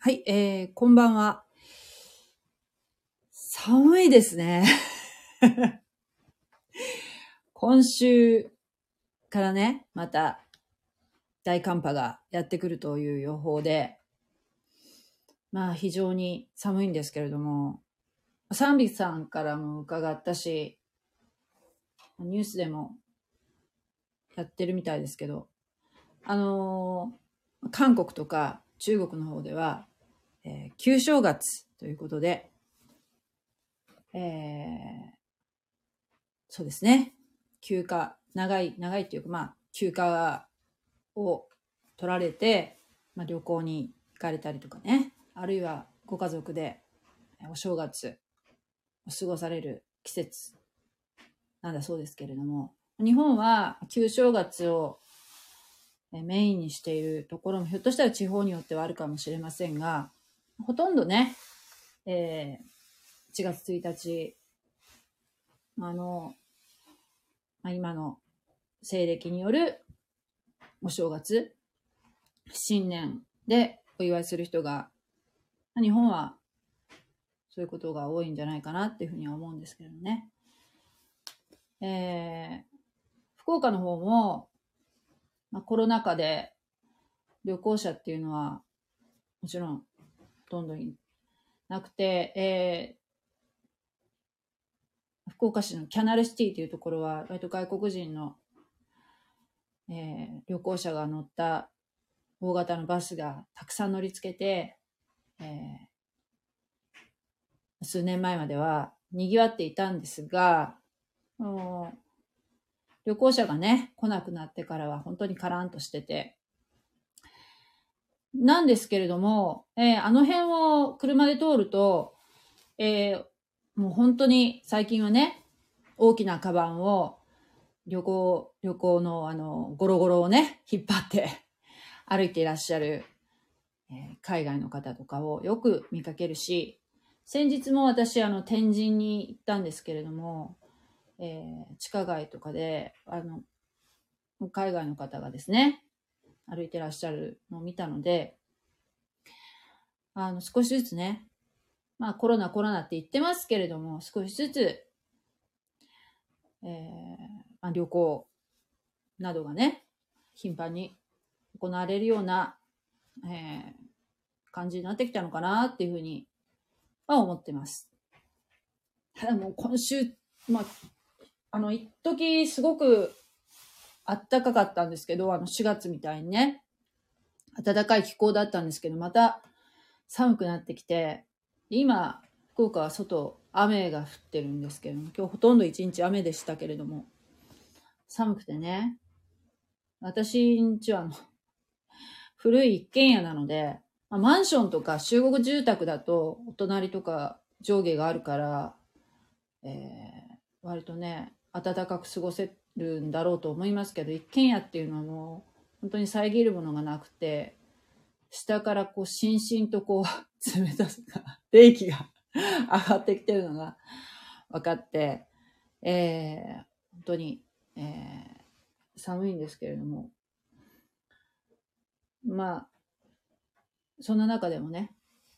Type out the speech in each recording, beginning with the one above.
はい、こんばんは。寒いですね。今週からね、また大寒波がやってくるという予報で、まあ非常に寒いんですけれども、サンビさんからも伺ったし、ニュースでもやってるみたいですけど、韓国とか中国の方では、旧正月ということで、そうですね。休暇、長いっていうか、休暇を取られて、旅行に行かれたりとかね。あるいはご家族でお正月を過ごされる季節なんだそうですけれども、日本は旧正月をメインにしているところもひょっとしたら地方によってはあるかもしれませんが、ほとんどね、1月1日、今の西暦によるお正月、新年でお祝いする人が、日本はそういうことが多いんじゃないかなっていうふうには思うんですけどね。福岡の方も、コロナ禍で旅行者っていうのはもちろんほとんどいなくて、福岡市のキャナルシティというところは割と外国人の、旅行者が乗った大型のバスがたくさん乗り付けて、数年前までは賑わっていたんですが、旅行者がね、来なくなってからは本当にカランとしてて、なんですけれども、あの辺を車で通ると、もう本当に最近はね、大きなカバンを旅行のゴロゴロをね、引っ張って歩いていらっしゃる、海外の方とかをよく見かけるし、先日も私天神に行ったんですけれども、地下街とかで海外の方がですね歩いてらっしゃるのを見たので、少しずつね、コロナって言ってますけれども、少しずつ、旅行などがね頻繁に行われるような、感じになってきたのかなっていうふうには思ってます。ただもう今週、一時すごく暖かかったんですけど、4月みたいにね、暖かい気候だったんですけど、また寒くなってきて、今、福岡は外、雨が降ってるんですけども、今日ほとんど一日雨でしたけれども、寒くてね、私んちは古い一軒家なので、マンションとか集合住宅だとお隣とか上下があるから、割とね暖かく過ごせるんだろうと思いますけど、一軒家っていうのはもう本当に遮るものがなくて、下からこうしんしんとこう冷たさが冷気が上がってきてるのが分かって、本当に、寒いんですけれども、そんな中でもね、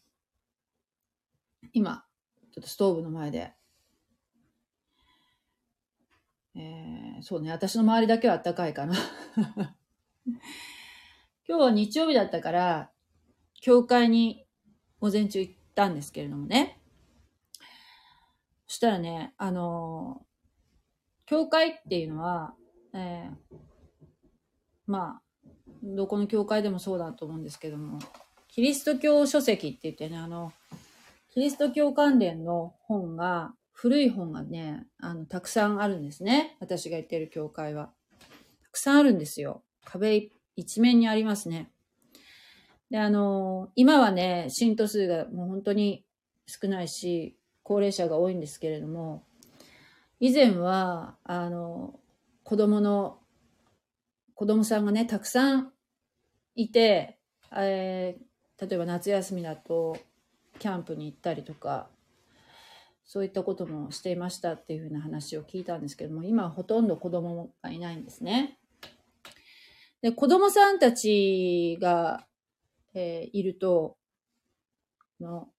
今ちょっとストーブの前で、そうね、私の周りだけは暖かいかな今日は日曜日だったから教会に午前中行ったんですけれどもね、そしたらね、教会っていうのは、どこの教会でもそうだと思うんですけども、キリスト教書籍って言ってね、キリスト教関連の本が、古い本がね、たくさんあるんですね。私が行っている教会は。たくさんあるんですよ。壁一面にありますね。で、今はね、信徒数がもう本当に少ないし、高齢者が多いんですけれども、以前は、子供さんがね、たくさんいて、例えば夏休みだと、キャンプに行ったりとか、そういったこともしていましたっていうふうな話を聞いたんですけども、今はほとんど子供がいないんですね。で、子供さんたちが、いると、 の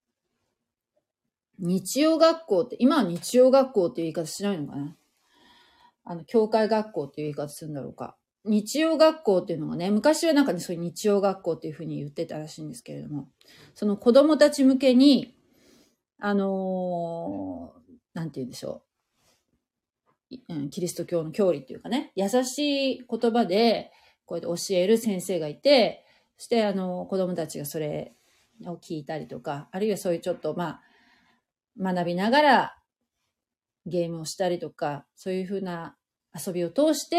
日曜学校って、今は日曜学校っていう言い方しないのかな。教会学校っていう言い方するんだろうか。日曜学校っていうのがね、昔はなんかね、そういう日曜学校っていうふうに言ってたらしいんですけれども、その子供たち向けに、なんて言うんでしょう。キリスト教の教理っていうかね、優しい言葉で、こうやって教える先生がいて、そして子供たちがそれを聞いたりとか、あるいはそういうちょっと学びながらゲームをしたりとか、そういうふうな遊びを通して、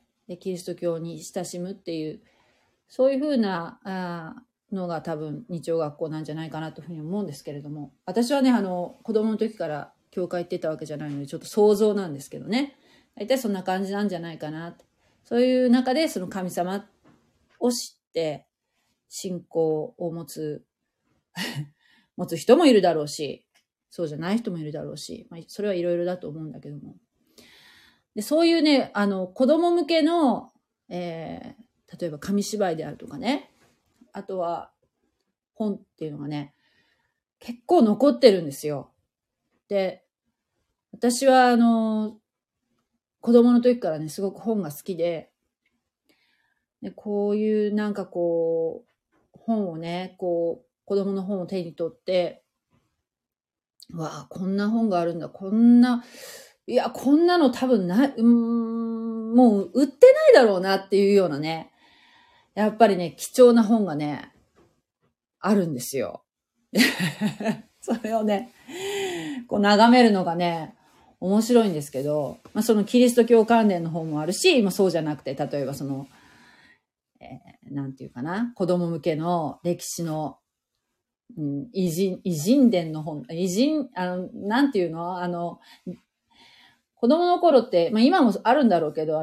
キリスト教に親しむっていう、そういうふうなのが多分日曜学校なんじゃないかなというふうに思うんですけれども、私はね、子供の時から教会行ってたわけじゃないので、ちょっと想像なんですけどね。大体そんな感じなんじゃないかなって。そういう中でその神様を知って、信仰を持つ人もいるだろうし、そうじゃない人もいるだろうし、それはいろいろだと思うんだけども。で、そういうね、子供向けの、例えば紙芝居であるとかね、あとは本っていうのがね、結構残ってるんですよ。で、私は子供の時からね、すごく本が好きで、こういうなんかこう、本をね、こう、子供の本を手に取って、わあ、こんな本があるんだ、こんなの多分もう売ってないだろうなっていうようなね、やっぱりね、貴重な本がね、あるんですよ。それをね、こう眺めるのがね、面白いんですけど、そのキリスト教関連の本もあるし、そうじゃなくて、例えばその、なんていうかな、子供向けの歴史の、偉人伝の本、なんていうの子供の頃って、今もあるんだろうけど、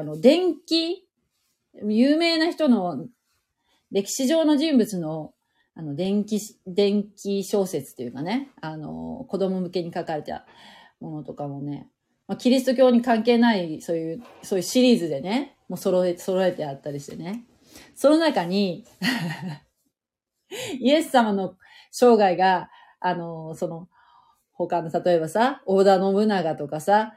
有名な人の歴史上の人物の、伝記小説っていうかね、子供向けに書かれたものとかもね、キリスト教に関係ない、そういうシリーズでね、もう揃えてあったりしてね。その中に、イエス様の生涯が、他の、例えばさ、織田信長とかさ、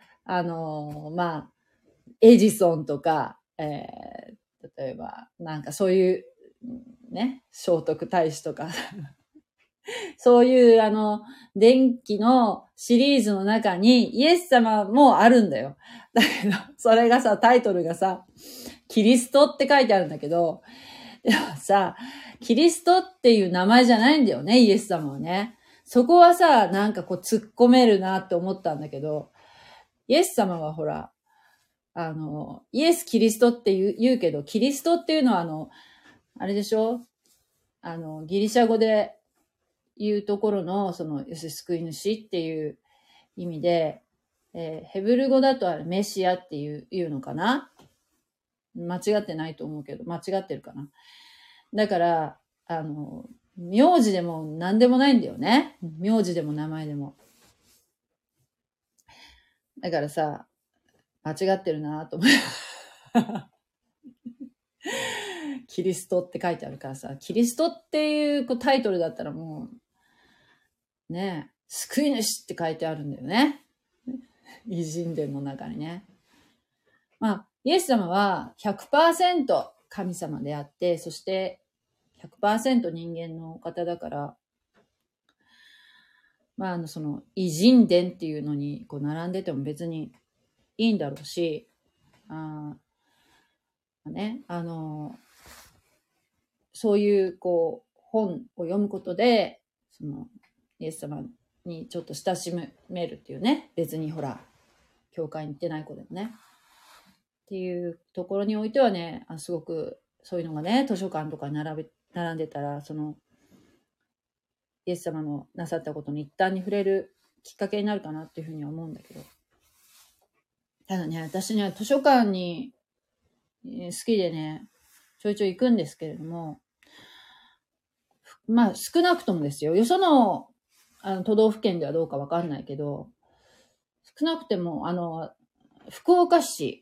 エジソンとか、例えば、なんかそういう、ね、聖徳太子とか、そういう電気のシリーズの中にイエス様もあるんだよ。だけど、それがさ、タイトルがさ、キリストって書いてあるんだけど、でもさ、キリストっていう名前じゃないんだよね、イエス様はね。そこはさ、なんかこう突っ込めるなって思ったんだけど、イエス様はほら、イエス・キリストって言うけど、キリストっていうのはあれでしょ？ギリシャ語で言うところの、要するに救い主っていう意味で、ヘブル語だとメシアっていうのかな？間違ってないと思うけど、間違ってるかな。だから、名字でも何でもないんだよね。名字でも名前でも。だからさ、間違ってるなと思う。キリストって書いてあるからさ、キリストっていうタイトルだったらもう、ね、救い主って書いてあるんだよね。偉人伝の中にね。イエス様は 100% 神様であって、そして 100% 人間の方だから、その偉人伝っていうのにこう並んでても別にいいんだろうし、ね、そういうこう本を読むことで、そのイエス様にちょっと親しめるっていうね、別にほら、教会に行ってない子でもね。っていうところにおいてはね、すごくそういうのがね、図書館とかに並んでたら、イエス様のなさったことに一旦に触れるきっかけになるかなっていうふうには思うんだけど。ただね、私ね、図書館に、好きでね、ちょいちょい行くんですけれども、少なくともですよ。よその、都道府県ではどうかわかんないけど、少なくても、福岡市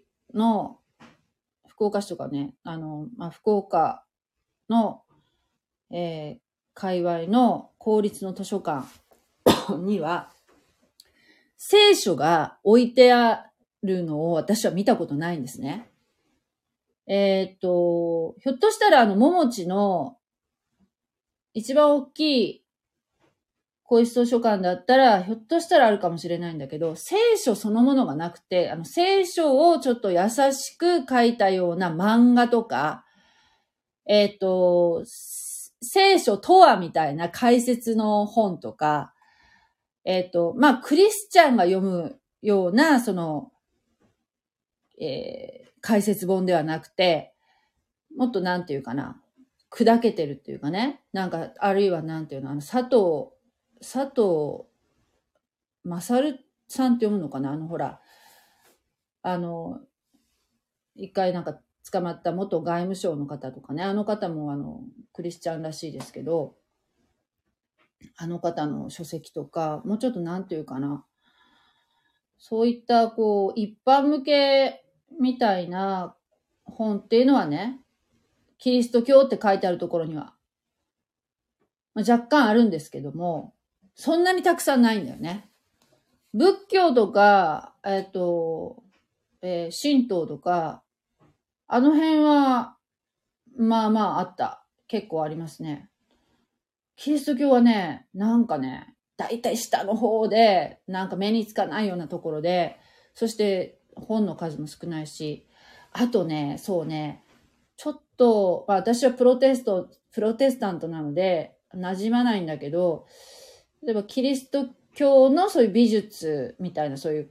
とかね、福岡の、界隈の公立の図書館には、聖書が置いてあるのを私は見たことないんですね。ひょっとしたらももちの一番大きい公立図書館だったら、ひょっとしたらあるかもしれないんだけど、聖書そのものがなくて、聖書をちょっと優しく書いたような漫画とか、聖書とはみたいな解説の本とか、クリスチャンが読むような、解説本ではなくて、もっとなんていうかな、砕けてるっていうかね、なんか、あるいはなんていうの、佐藤勝さんって読むのかな、ほら、一回なんか捕まった元外務省の方とかね、あの方もクリスチャンらしいですけど、あの方の書籍とか、もうちょっとなんていうかな、そういった一般向けみたいな本っていうのはね、キリスト教って書いてあるところには、若干あるんですけども、そんなにたくさんないんだよね。仏教とか、神道とか、あの辺は、まあまああった。結構ありますね。キリスト教はね、なんかね、だいたい下の方で、なんか目につかないようなところで、そして本の数も少ないし、あとね、そうね、ちょっと、私はプロテスタントなので、馴染まないんだけど、例えばキリスト教のそういう美術みたいな、そういう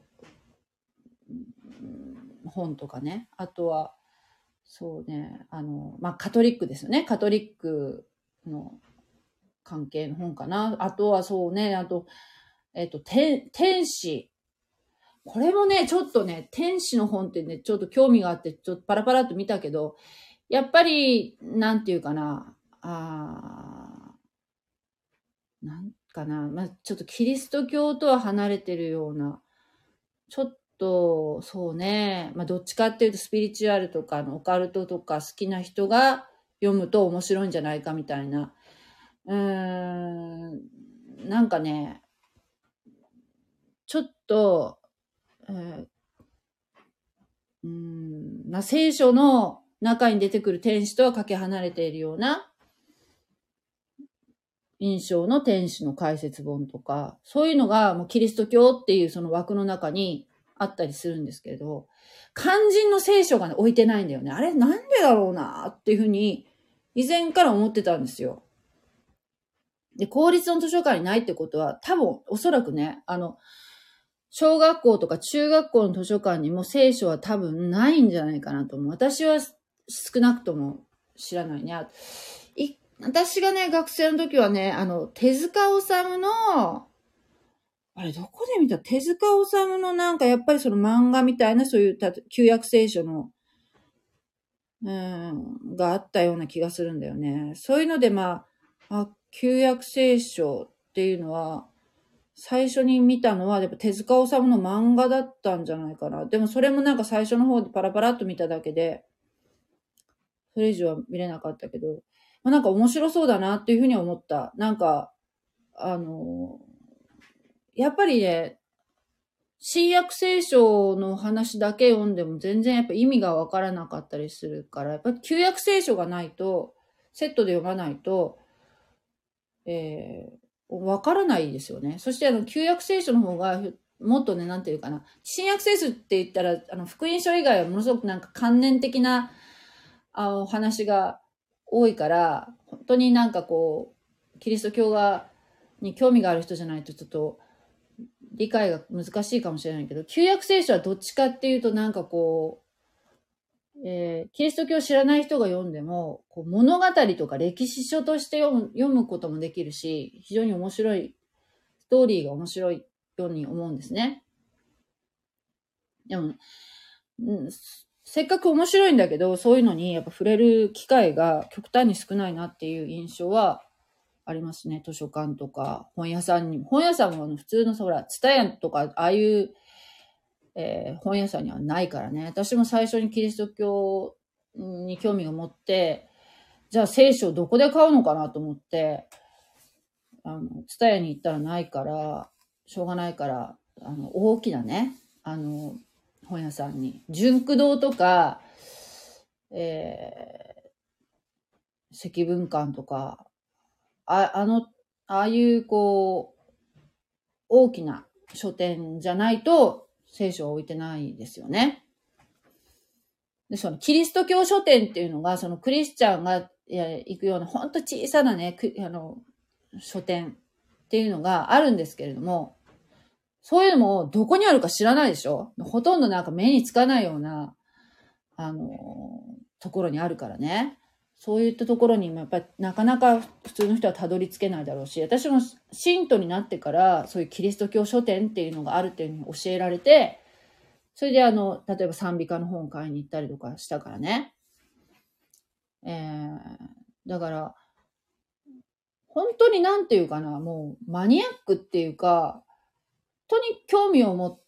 本とかね。あとは、そうね、カトリックですよね。カトリックの関係の本かな。あとはそうね、あと、天使。これもね、ちょっとね、天使の本ってね、ちょっと興味があって、ちょっとパラパラっと見たけど、やっぱり、なんていうかな、なんかな、ちょっとキリスト教とは離れてるような、ちょっと、そうね、どっちかっていうとスピリチュアルとかオカルトとか好きな人が読むと面白いんじゃないかみたいな。なんかね、ちょっと、聖書の中に出てくる天使とはかけ離れているような印象の天使の解説本とか、そういうのがもうキリスト教っていうその枠の中にあったりするんですけれど、肝心の聖書がね、置いてないんだよね。あれなんでだろうなっていうふうに以前から思ってたんですよ。で、公立の図書館にないってことは、多分おそらくね、小学校とか中学校の図書館にも聖書は多分ないんじゃないかなと思う。私は少なくとも知らないね。私がね、学生の時はね、手塚治虫の、あれ、どこで見た？手塚治虫のなんかやっぱりその漫画みたいなそういう旧約聖書の、があったような気がするんだよね。そういうので旧約聖書っていうのは、最初に見たのは、やっぱ手塚治虫の漫画だったんじゃないかな。でもそれもなんか最初の方でパラパラっと見ただけで、それ以上は見れなかったけど、なんか面白そうだなっていうふうに思った。なんか、やっぱりね、新約聖書の話だけ読んでも全然やっぱ意味がわからなかったりするから、やっぱり旧約聖書がないと、セットで読まないと、わからないですよね。そして旧約聖書の方が、もっとね、なんていうかな。新約聖書って言ったら、福音書以外はものすごくなんか観念的な、お話が多いから、本当になんかキリスト教に興味がある人じゃないとちょっと理解が難しいかもしれないけど、旧約聖書はどっちかっていうとなんかキリスト教を知らない人が読んでも、物語とか歴史書として読むこともできるし、非常に面白い、ストーリーが面白いように思うんですね。でも、せっかく面白いんだけど、そういうのにやっぱ触れる機会が極端に少ないなっていう印象はありますね。図書館とか本屋さんも普通のツタヤとか、ああいう、本屋さんにはないからね。私も最初にキリスト教に興味を持って、じゃあ聖書をどこで買うのかなと思って、 ツタヤに行ったらないから、しょうがないから、大きなね、本屋さんに、純駆堂とか、積文館とか、ああいう大きな書店じゃないと聖書を置いてないですよね。で、そのキリスト教書店っていうのが、そのクリスチャンが行くようなほんと小さなね、書店っていうのがあるんですけれども、そういうのもどこにあるか知らないでしょ？ほとんどなんか目につかないような、ところにあるからね。そういったところにもやっぱりなかなか普通の人はたどり着けないだろうし、私も信徒になってからそういうキリスト教書店っていうのがあるっていうのに教えられて、それで例えば賛美歌の本を買いに行ったりとかしたからね。だから、本当になんていうかな、もうマニアックっていうか、本当に興味を持って、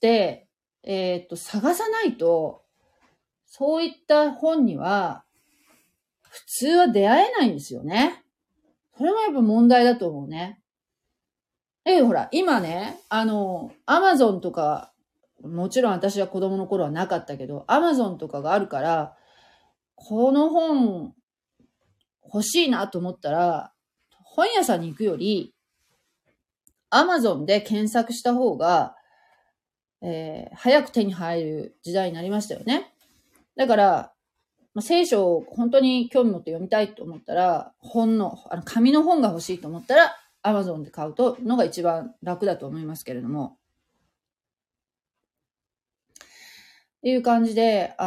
探さないと、そういった本には、普通は出会えないんですよね。それもやっぱ問題だと思うね。ほら、今ね、アマゾンとか、もちろん私は子供の頃はなかったけど、アマゾンとかがあるから、この本欲しいなと思ったら、本屋さんに行くより、アマゾンで検索した方が、早く手に入る時代になりましたよね。だから、聖書を本当に興味持って読みたいと思ったら、紙の本が欲しいと思ったら、アマゾンで買うのが一番楽だと思いますけれども。っていう感じで、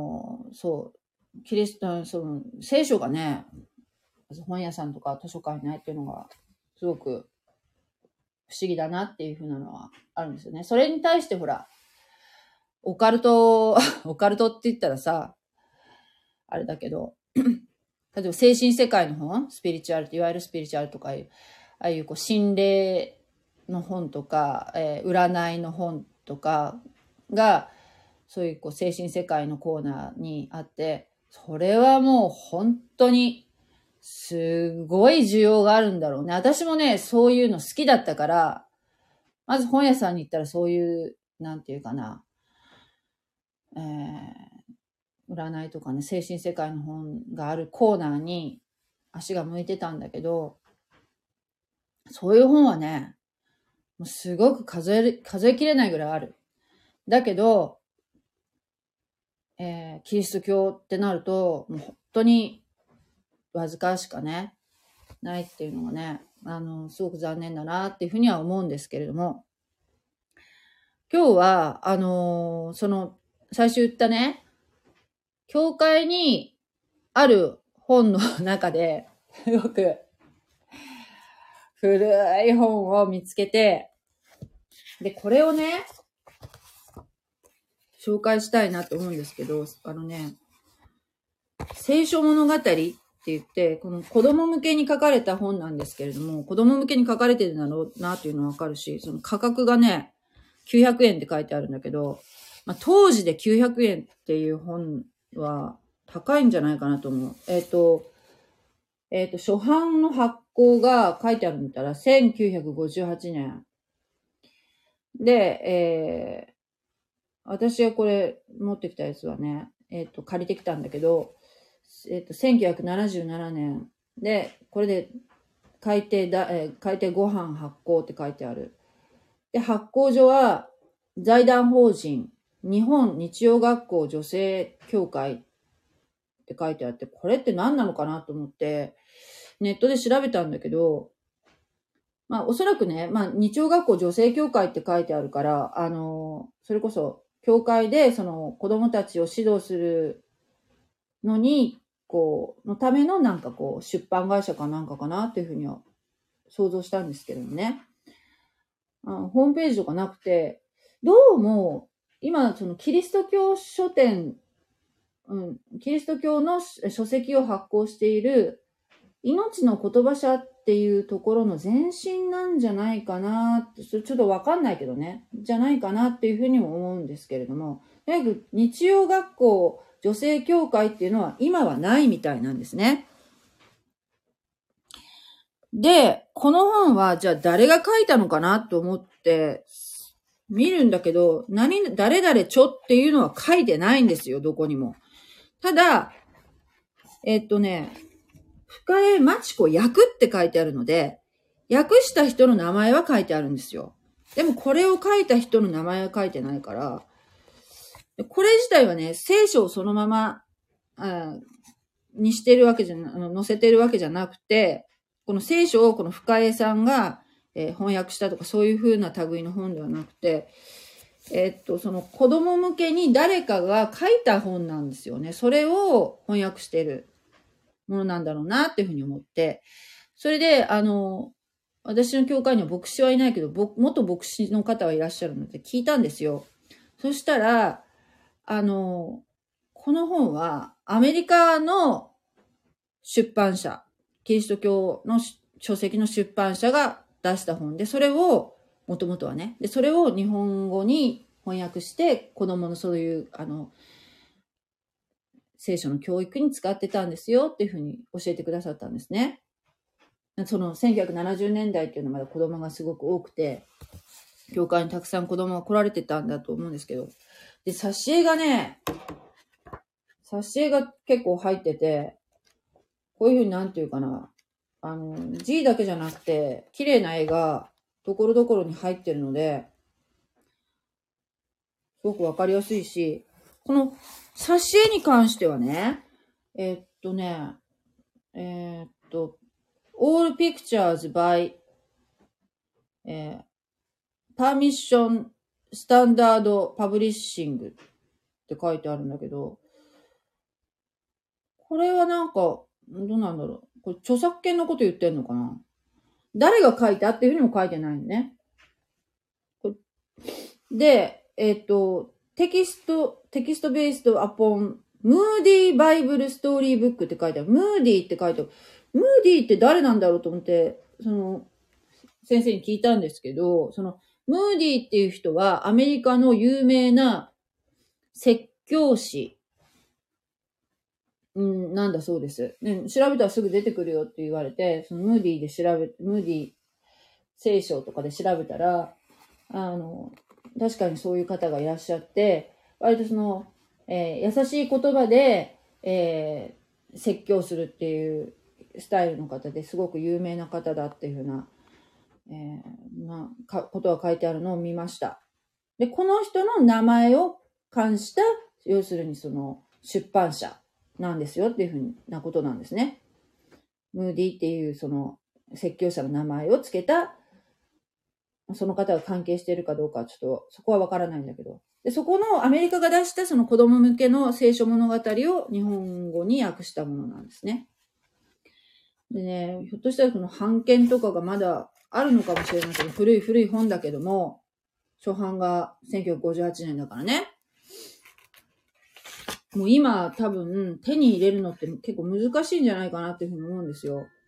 聖書がね、本屋さんとか図書館にないっていうのが、すごく不思議だなっていう風なのはあるんですよね。それに対してほら、オカルトって言ったらさ、あれだけど、例えば精神世界の本、スピリチュアルって、いわゆるスピリチュアルとかああいう心霊の本とか、占いの本とかが、そういう精神世界のコーナーにあって、それはもう本当にすごい需要があるんだろうね。私もね、そういうの好きだったから、まず本屋さんに行ったらそういう、なんていうかな、占いとかね、精神世界の本があるコーナーに足が向いてたんだけど、そういう本はね、もうすごく数えきれないぐらいある。だけど、キリスト教ってなると、もう本当にわずかしかね、ないっていうのがね、すごく残念だなっていうふうには思うんですけれども、今日は、最初言ったね、教会にある本の中で、すごく古い本を見つけて、で、これをね、紹介したいなと思うんですけど、聖書物語って言って、この子供向けに書かれた本なんですけれども、子供向けに書かれてるんだろうなっていうのはわかるし、その価格がね、900円って書いてあるんだけど、当時で900円っていう本は高いんじゃないかなと思う。初版の発行が書いてあるんだったら1958年。で、私がこれ持ってきたやつはね、借りてきたんだけど、1977年で、これで改訂ご飯発行って書いてある。で、発行所は財団法人日本日曜学校女性協会って書いてあって、これって何なのかなと思って、ネットで調べたんだけど、おそらくね、日曜学校女性協会って書いてあるから、それこそ、協会でその子供たちを指導するのに、のための出版会社かなんかかなっていうふうには想像したんですけどもね。ホームページとかなくて、どうも、今、そのキリスト教書店、キリスト教の書籍を発行している、命の言葉社っていうところの前身なんじゃないかなって、ちょっとわかんないけどね、じゃないかなっていうふうにも思うんですけれども、とにかく日曜学校女性協会っていうのは今はないみたいなんですね。 で、この本は、じゃあ誰が書いたのかなと思って見るんだけど、誰々ちょっていうのは書いてないんですよ、どこにも。ただ、深江町子役って書いてあるので、訳した人の名前は書いてあるんですよ。でもこれを書いた人の名前は書いてないから、これ自体はね、聖書をそのまま、にしてるわけじゃ載せてるわけじゃなくて、この聖書をこの深江さんが、翻訳したとかそういう風な類の本ではなくて、その子供向けに誰かが書いた本なんですよね。それを翻訳してるものなんだろうなっていうふうに思って、それで、私の教会には牧師はいないけど、元牧師の方はいらっしゃるので聞いたんですよ。そしたら、この本はアメリカの出版社、キリスト教の書籍の出版社が出した本で、それを、もともとはね、で、それを日本語に翻訳して、子供のそういう、聖書の教育に使ってたんですよっていうふうに教えてくださったんですね。その1970年代っていうのはまだ子供がすごく多くて、教会にたくさん子供が来られてたんだと思うんですけど、で、挿絵が結構入ってて、こういうふうになんていうかな、字だけじゃなくて、綺麗な絵がところどころに入ってるので、すごくわかりやすいし、この挿絵に関してはね、all pictures by, permission standard publishing って書いてあるんだけど、これはなんか、どうなんだろう。これ著作権のこと言ってんのかな？誰が書いたっていうふうにも書いてないのね。で、テキストベーストアポン、ムーディーバイブルストーリーブックって書いてある。ムーディーって書いてある。ムーディーって誰なんだろうと思って、先生に聞いたんですけど、ムーディーっていう人はアメリカの有名な説教師、なんだそうです。ね、調べたらすぐ出てくるよって言われて、そのムーディー聖書とかで調べたら、確かにそういう方がいらっしゃって、割と優しい言葉で、説教するっていうスタイルの方ですごく有名な方だっていうふうな、ことが書いてあるのを見ました。で、この人の名前を冠した、要するに出版社なんですよっていうふうなことなんですね。ムーディっていう説教者の名前をつけた、その方が関係しているかどうかちょっとそこはわからないんだけど。で、そこのアメリカが出したその子供向けの聖書物語を日本語に訳したものなんですね。でね、ひょっとしたらその版権とかがまだあるのかもしれないけど、古い本だけども、初版が1958年だからね。もう今多分手に入れるのって結構難しいんじゃないかなっていうふうに思うんですよ。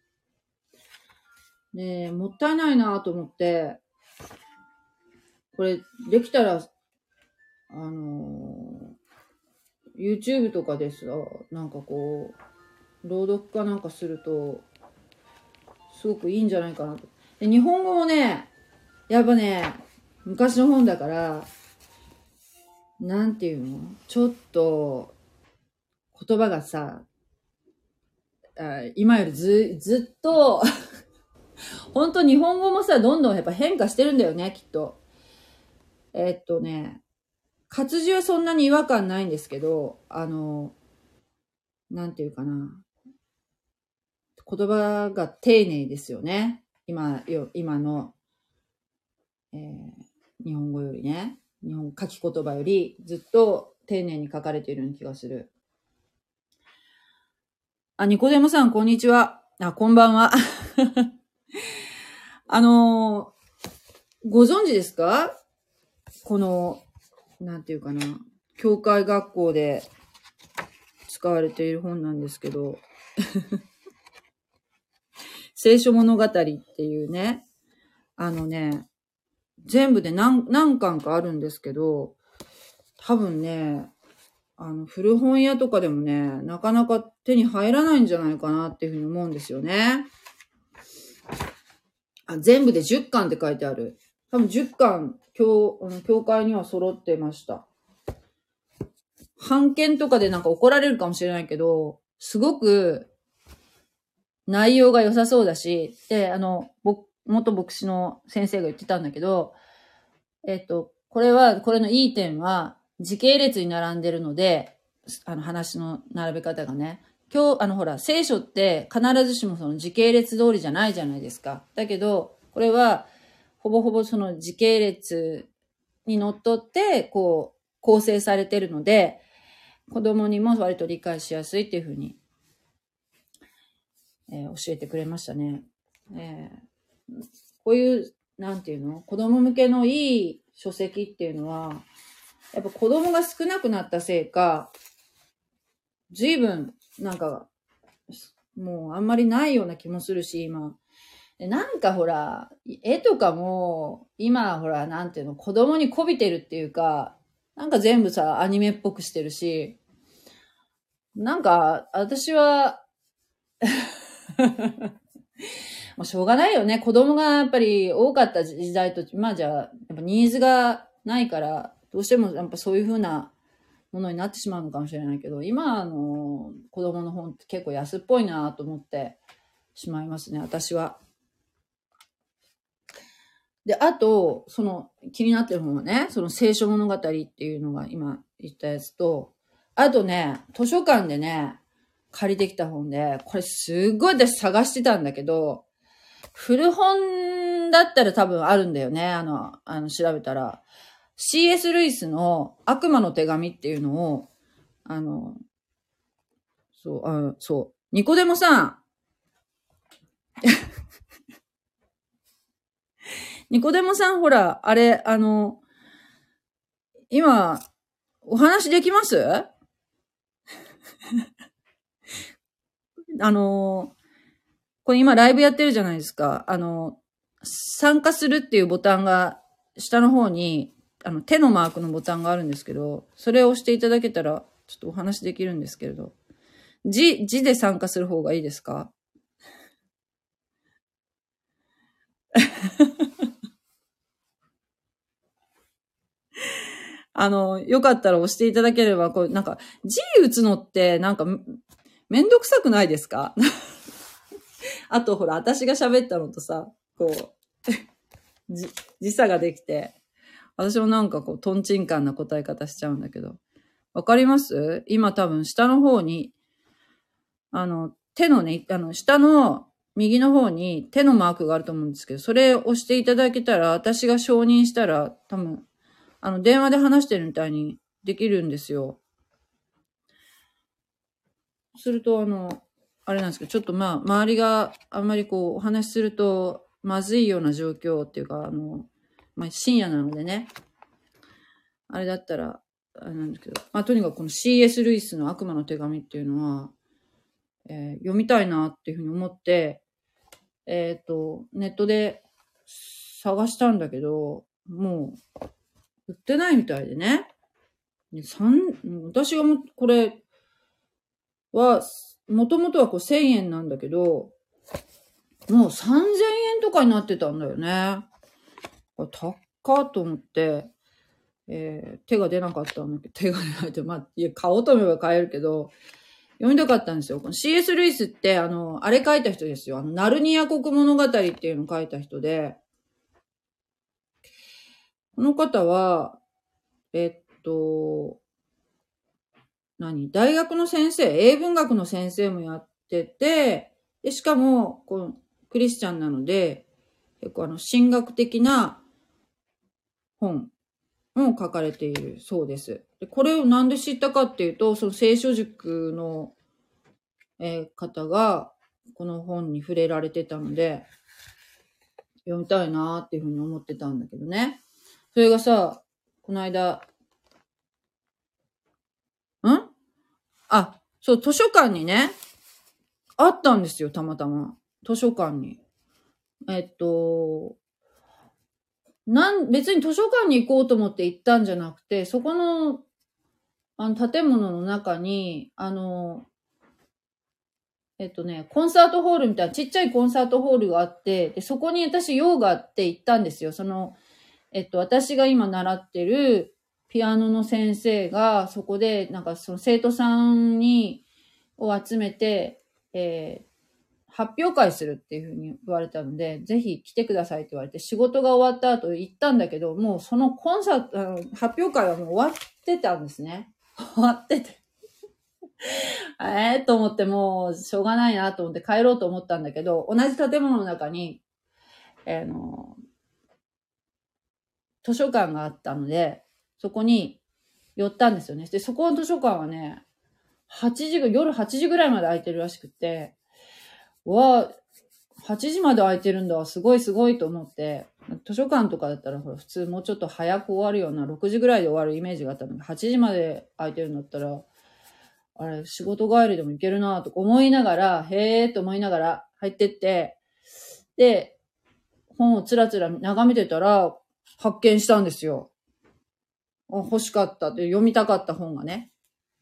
ねえ、もったいないなと思って、これできたら、YouTube とかでさ、なんかこう、朗読かなんかすると、すごくいいんじゃないかなと。で、日本語もね、やっぱね、昔の本だから、なんていうの？ちょっと、言葉がさ、今よりずっと、本当日本語もさ、どんどんやっぱ変化してるんだよね、きっと。活字はそんなに違和感ないんですけど、なんていうかな。言葉が丁寧ですよね。今の、日本語よりね。書き言葉よりずっと丁寧に書かれているような気がする。ニコデモさん、こんにちは。こんばんは。ご存知ですか？なんていうかな。教会学校で使われている本なんですけど、聖書物語っていうね、全部で何巻かあるんですけど、多分ね、古本屋とかでもね、なかなか手に入らないんじゃないかなっていうふうに思うんですよね。 全部で10巻って書いてある。多分10巻、教会には揃ってました。版権とかでなんか怒られるかもしれないけど、すごく内容が良さそうだし、で、元牧師の先生が言ってたんだけど、これのいい点は、時系列に並んでるので、話の並べ方がね。今日、ほら、聖書って必ずしもその時系列通りじゃないじゃないですか。だけど、これは、ほぼほぼその時系列にのっとって、こう、構成されてるので、子供にも割と理解しやすいっていうふうに、教えてくれましたね。こういう、なんていうの？子供向けのいい書籍っていうのは、やっぱ子供が少なくなったせいか、随分、なんか、もうあんまりないような気もするし、今。なんかほら、絵とかも、今ほら、なんていうの、子供に媚びてるっていうか、なんか全部さ、アニメっぽくしてるし、なんか、私は、まあしょうがないよね。子供がやっぱり多かった時代と、今じゃ、やっぱニーズがないから、どうしてもやっぱそういう風なものになってしまうのかもしれないけど、今の子供の本って結構安っぽいなと思ってしまいますね、私は。で、あと、その気になってる本はね、その聖書物語っていうのが今言ったやつと、あとね、図書館でね、借りてきた本で、これすっごい私探してたんだけど、古本だったら多分あるんだよね。調べたら。C.S. ルイスの悪魔の手紙っていうのを、そう。ニコデモさん。ニコデモさん、ほら、あれ、今、お話できますこれ今ライブやってるじゃないですか。参加するっていうボタンが、下の方に、手のマークのボタンがあるんですけど、それを押していただけたら、ちょっとお話できるんですけれど。字で参加する方がいいですか？よかったら押していただければ、こう、なんか、字打つのって、なんか、めんどくさくないですか？あと、ほら、私が喋ったのとさ、こう、時差ができて、私もなんかこう、トンチンカンな答え方しちゃうんだけど。わかります？今多分下の方に、手のね、下の右の方に手のマークがあると思うんですけど、それを押していただけたら、私が承認したら、多分、電話で話してるみたいにできるんですよ。すると、あれなんですけど、ちょっとまあ、周りがあんまりこう、お話しすると、まずいような状況っていうか、まあ、深夜なのでね、あれだったら、なんですけど、まあ、とにかくこの C.S. ルイスの悪魔の手紙っていうのは、読みたいなっていうふうに思って、ネットで探したんだけど、もう、売ってないみたいでね。私がこれは、もともとはこう1000円なんだけど、もう3000円とかになってたんだよね。高っと思って、手が出なかったんだけど、手が出ないって、まあ、いや、買おうと思えば買えるけど、読みたかったんですよ。この C.S. ルイスって、あれ書いた人ですよ。ナルニア国物語っていうのを書いた人で、この方は、大学の先生、英文学の先生もやってて、で、しかも、クリスチャンなので、結構神学的な本を書かれているそうです。で、これをなんで知ったかっていうと、その聖書塾の、方が、この本に触れられてたので、読みたいなーっていうふうに思ってたんだけどね。それがさ、この間、そう、図書館にね、あったんですよ、たまたま。図書館に。別に図書館に行こうと思って行ったんじゃなくて、そこの、建物の中に、 コンサートホールみたいな、ちっちゃいコンサートホールがあって、で、そこに私用があって行ったんですよ。私が今習ってるピアノの先生が、そこで、なんかその生徒さんを集めて、発表会するっていうふうに言われたので、ぜひ来てくださいって言われて、仕事が終わった後行ったんだけど、もうその発表会はもう終わってたんですね。終わってて。と思ってもうしょうがないなと思って帰ろうと思ったんだけど、同じ建物の中に、図書館があったので、そこに寄ったんですよね。で、そこの図書館はね、夜8時ぐらいまで空いてるらしくって、8時まで空いてるんだ、すごいすごいと思って、図書館とかだったらほら普通もうちょっと早く終わるような、6時ぐらいで終わるイメージがあったのに、8時まで空いてるんだったら、あれ、仕事帰りでも行けるなとか思いながら、へーと思いながら入ってって、で、本をつらつら眺めてたら、発見したんですよ。欲しかったって読みたかった本がね。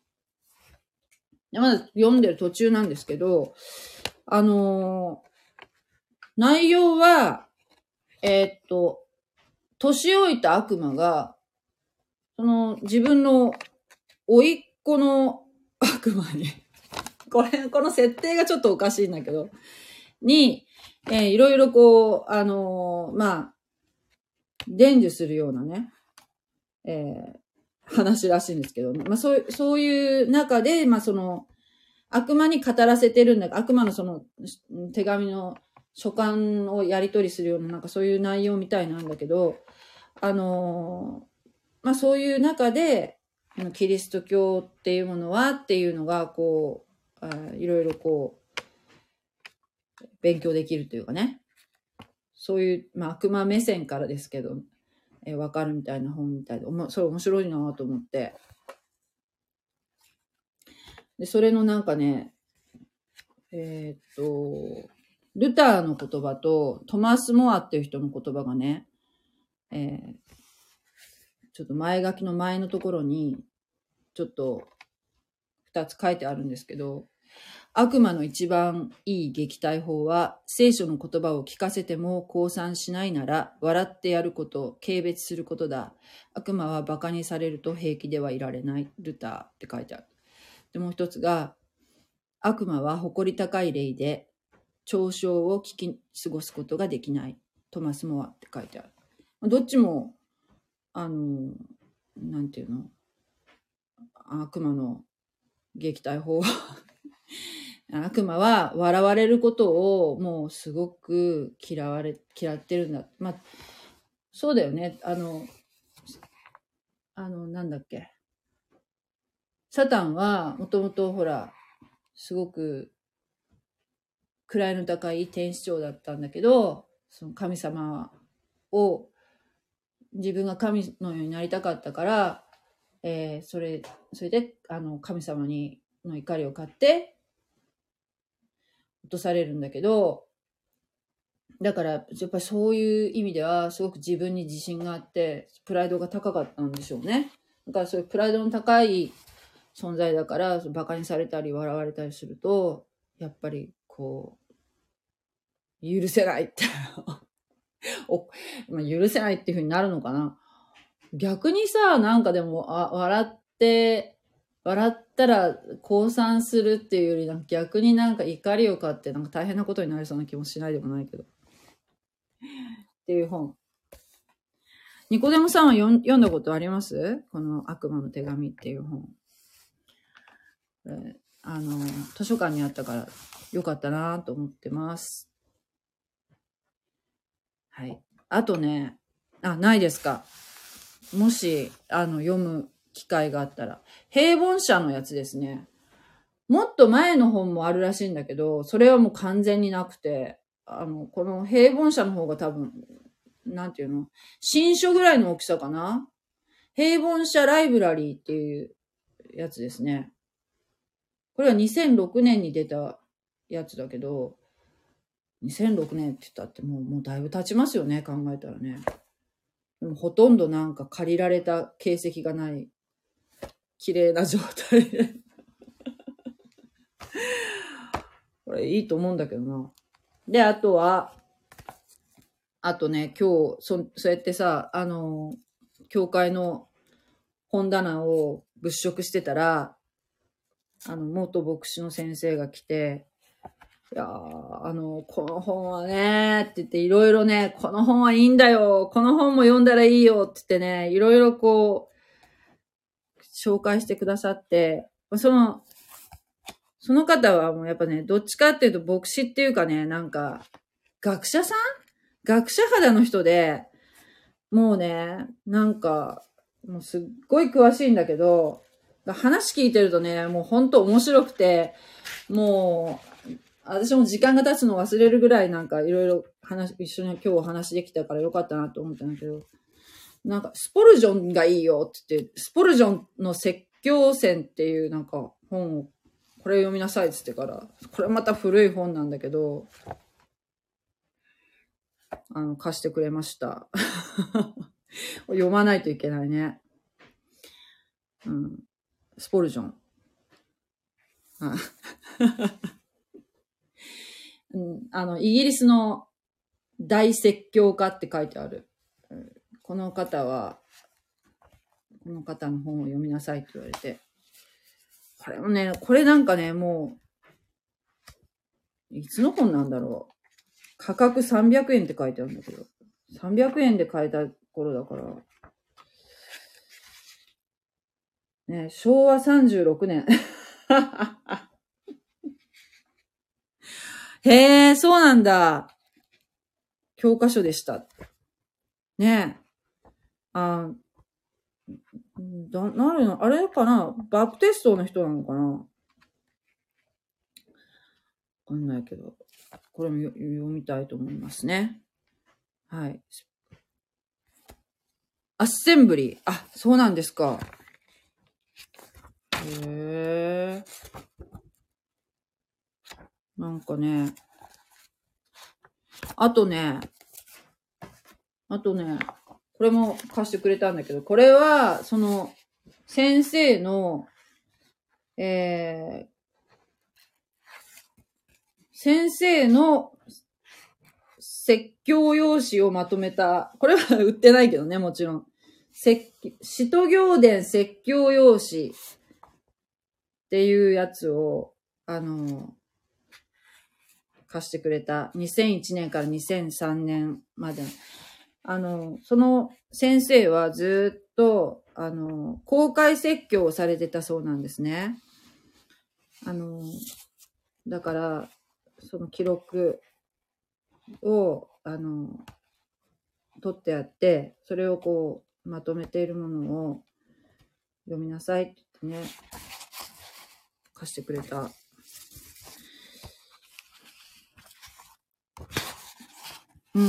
でまだ読んでる途中なんですけど、内容は、年老いた悪魔が、自分の甥っ子の悪魔に、この設定がちょっとおかしいんだけど、いろいろこう、伝授するようなね、話らしいんですけど、そういう中で、悪魔に語らせてるんだ、悪魔のその手紙の書簡をやり取りするような、なんかそういう内容みたいなんだけど、そういう中で、キリスト教っていうものはっていうのが、こう、いろいろこう、勉強できるというかね、そういう、悪魔目線からですけど、わかるみたいな本みたいで、それ面白いなと思って。で、それのなんかね、ルターの言葉とトマス・モアっていう人の言葉がね、ちょっと前書きの前のところに、ちょっと2つ書いてあるんですけど、悪魔の一番いい撃退法は、聖書の言葉を聞かせても降参しないなら、笑ってやること、軽蔑することだ。悪魔は馬鹿にされると平気ではいられない。ルターって書いてある。で、もう一つが、悪魔は誇り高い霊で、嘲笑を聞き過ごすことができない。トマス・モアって書いてある。どっちも、なんていうの？悪魔の撃退法は悪魔は笑われることをもうすごく嫌ってるんだ。そうだよね。なんだっけ。サタンはもともとほら、すごく位の高い天使長だったんだけど、その神様を自分が神のようになりたかったから、それで神様の怒りを買って落とされるんだけど、だからやっぱりそういう意味ではすごく自分に自信があってプライドが高かったんでしょうね。だからそういうプライドの高い存在だからバカにされたり笑われたりするとやっぱりこう許せないって許せないっていう風になるのかな。逆にさ、なんかでも笑ったら降参するっていうよりなんか逆になんか怒りを買ってなんか大変なことになりそうな気もしないでもないけどっていう本。ニコデモさんは読んだことあります？この悪魔の手紙っていう本。図書館にあったからよかったなと思ってます。はい。あとね、ないですか。もし、読む機会があったら。平凡社のやつですね。もっと前の本もあるらしいんだけど、それはもう完全になくて、この平凡社の方が多分、なんていうの？新書ぐらいの大きさかな？平凡社ライブラリーっていうやつですね。これは2006年に出たやつだけど、2006年って言ったってもうだいぶ経ちますよね、考えたらね。でもほとんどなんか借りられた形跡がない綺麗な状態でこれいいと思うんだけどな。で、あとね、今日、そうやってさ、教会の本棚を物色してたら、元牧師の先生が来て、いやー、この本はね、って言って、いろいろね、この本はいいんだよ、この本も読んだらいいよ、って言ってね、いろいろこう、紹介してくださって、その方はもうやっぱね、どっちかっていうと牧師っていうかね、なんか、学者肌の人で、もうね、なんか、もうすっごい詳しいんだけど、話聞いてるとね、もうほんと面白くて、もう、私も時間が経つの忘れるぐらいなんかいろいろ一緒に今日お話できたからよかったなと思ったんだけど、なんかスポルジョンがいいよって言って、スポルジョンの説教選っていうなんか本を、これ読みなさいって言ってから、これまた古い本なんだけど、貸してくれました。読まないといけないね。うん。スポルジョン。うん、イギリスの大説教家って書いてある。この方の本を読みなさいって言われて。これもね、これなんかね、もう、いつの本なんだろう。価格300円って書いてあるんだけど。300円で買えた頃だから。ね、昭和36年。へえ、そうなんだ。教科書でした。ねえ。あれかな、バプテストの人なのかな、わかんないけど。これも読みたいと思いますね。はい。アッセンブリー。あ、そうなんですか。へえ。なんかね。あとね、これも貸してくれたんだけど、これは、先生の、先生の説教用紙をまとめた、これは売ってないけどね、もちろん。使徒行伝説教用紙っていうやつを、貸してくれた。2001年から2003年まで。その先生はずっと、公開説教をされてたそうなんですね。だから、その記録を、取ってあって、それをこう、まとめているものを読みなさいって言ってね、貸してくれた。うん。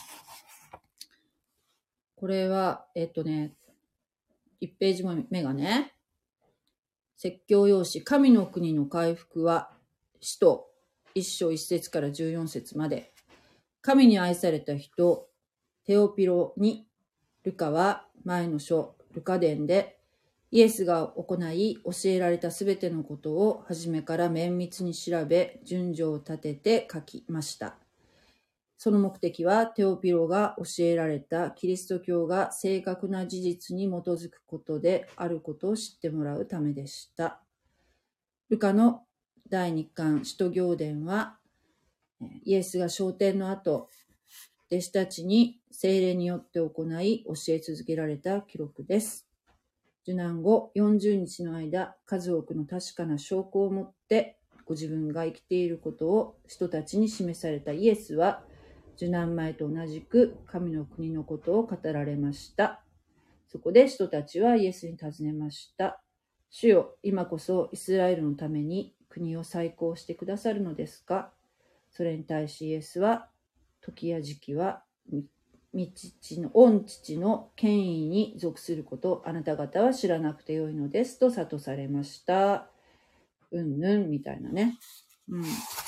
これは、1ページ目がね、説教用紙、神の国の回復は、使徒1章1節から14節まで、神に愛された人、テオピロに、ルカは前の書、ルカ伝で、イエスが行い、教えられたすべてのことを初めから綿密に調べ、順序を立てて書きました。その目的は、テオピロが教えられたキリスト教が正確な事実に基づくことであることを知ってもらうためでした。ルカの第2巻使徒行伝は、イエスが昇天の後、弟子たちに聖霊によって行い、教え続けられた記録です。受難後40日の間、数多くの確かな証拠を持って、ご自分が生きていることを人たちに示されたイエスは、受難前と同じく神の国のことを語られました。そこで人たちはイエスに尋ねました。主よ、今こそイスラエルのために国を再興してくださるのですか？それに対しイエスは、時や時期は御父の権威に属することをあなた方は知らなくてよいのですと諭されました。みたいなね。うん。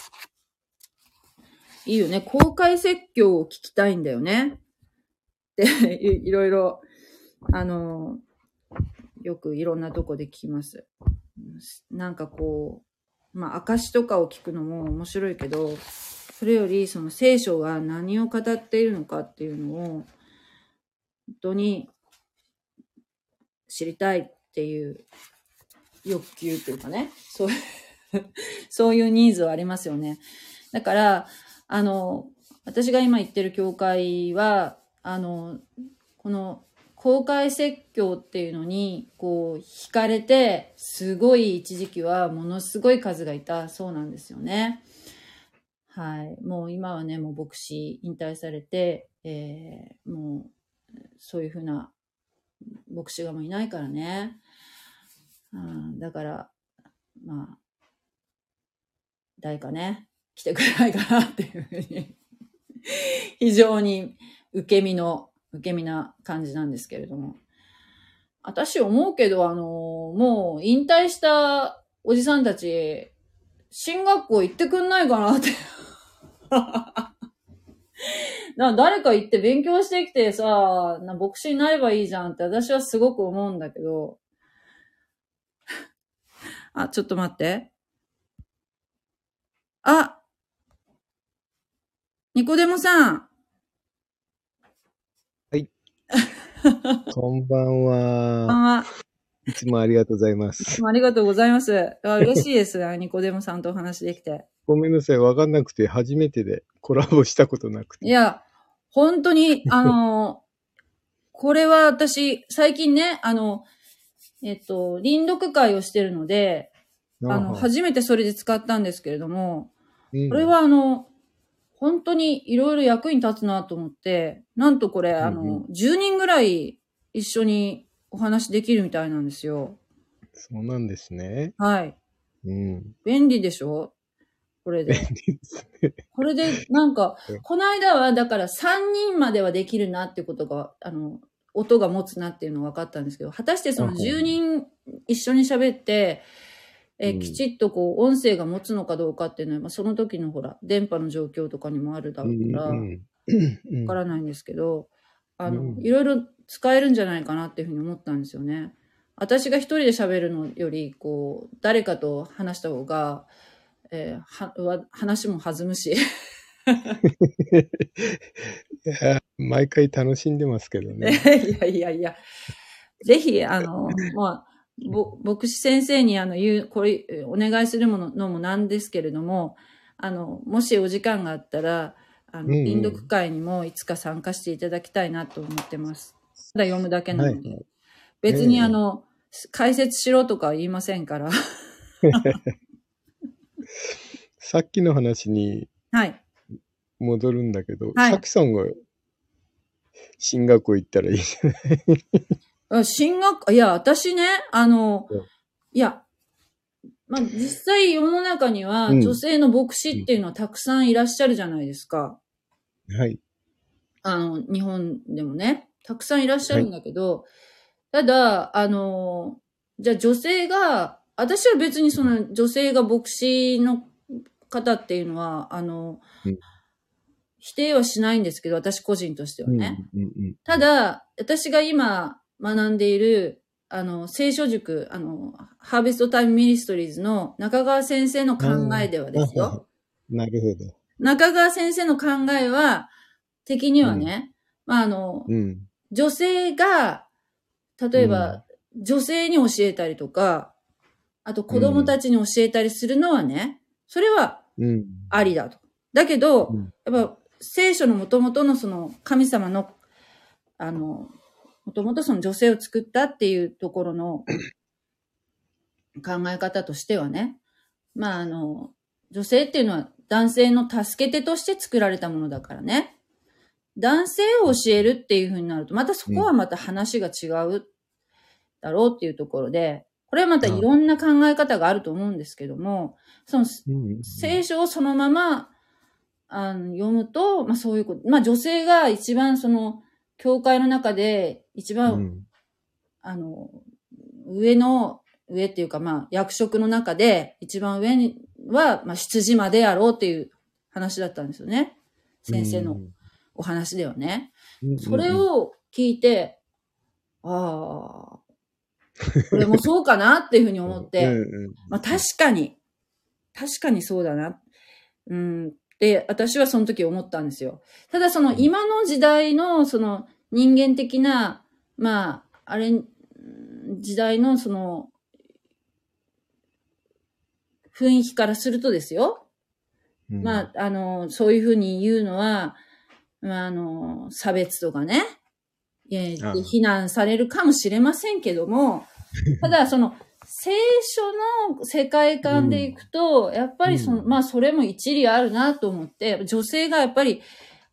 いいよね。公開説教を聞きたいんだよね。で、いろいろ、よくいろんなとこで聞きます。なんかこう、 まあ、証とかを聞くのも面白いけど、それよりその聖書が何を語っているのかっていうのを、本当に知りたいっていう欲求というかね、そういうニーズはありますよね。だから、私が今言ってる教会は、この公開説教っていうのに、こう、惹かれて、すごい一時期はものすごい数がいたそうなんですよね。はい。もう今はね、もう牧師引退されて、もう、そういうふうな牧師がもういないからね。だから、まあ、誰かね、来てくれないかなっていうふうに、非常に受け身な感じなんですけれども。私思うけど、もう引退したおじさんたち、進学校行ってくんないかなって。誰か行って勉強してきてさ、牧師になればいいじゃんって私はすごく思うんだけど。あ、ちょっと待って。あ、ニコデモさん。 はい。こんばんは。 こんばんは。 いつもありがとうございます。 いつもありがとうございます。嬉しいです。ニコデモさんとお話できて。 ごめんなさい。わかんなくて、初めてでコラボしたことなくて。 いや、本当に、これは私、最近ね、臨読会をしてるので、初めてそれで使ったんですけれども、これは本当にいろいろ役に立つなと思って、なんとこれ、10人ぐらい一緒にお話できるみたいなんですよ。 そうなんですね。 はい。 うん。 便利でしょこれで。 便利ですね。 これで、なんか、この間は、だから3人まではできるなってことが、音が持つなっていうのが分かったんですけど、果たしてその10人一緒に喋って、きちっとこう、音声が持つのかどうかっていうのは、まあ、その時のほら、電波の状況とかにもあるだろうから、わからないんですけど、いろいろ使えるんじゃないかなっていうふうに思ったんですよね。私が一人で喋るのより、こう、誰かと話した方が、話も弾むし。いや、毎回楽しんでますけどね。 いや。ぜひ、まあ、牧師先生にこれ、お願いするのもなんですけれども、もしお時間があったら、臨読会にもいつか参加していただきたいなと思ってます。ただ読むだけなので。はい、別に解説しろとかは言いませんから。 さっきの話に戻るんだけど、さきさんが進学校行ったらいいじゃない。 いや、私ね、いや、まあ、実際世の中には女性の牧師っていうのはたくさんいらっしゃるじゃないですか。 はい。 日本でもね、たくさんいらっしゃるんだけど、ただ、じゃあ女性が、私は別にその女性が牧師の方っていうのは、否定はしないんですけど、私個人としてはね。ただ、私が今学んでいる、聖書塾、ハーベストタイムミニストリーズの中川先生の考えではですよ。 なるほど。 中川先生の考えは、的にはね、まあ、女性が、例えば、女性に教えたりとか、あと子供たちに教えたりするのはね、それはありだと。だけど、やっぱ聖書の元々のその神様の、もともとその女性を作ったっていうところの考え方としてはね、まあ女性っていうのは男性の助け手として作られたものだからね。男性を教えるっていう風になると、またそこはまた話が違うだろうっていうところで、これはまたいろんな考え方があると思うんですけども、その聖書をそのまま読むと、まあそういうこと、まあ女性が一番その教会の中で一番、上っていうかまあ役職の中で一番上には、まあ執事までやろうっていう話だったんですよね。先生のお話ではね。それを聞いて、これもそうかなっていうふうに思って、まあ確かに、 確かにそうだな。で、私はその時思ったんですよ。ただその今の時代のその人間的な、まあ、時代のその雰囲気からするとですよ。まあ、そういうふうに言うのは、まあ、差別とかね、非難されるかもしれませんけども、ただその、聖書の世界観でいくと、やっぱりまあそれも一理あるなと思って、女性がやっぱり、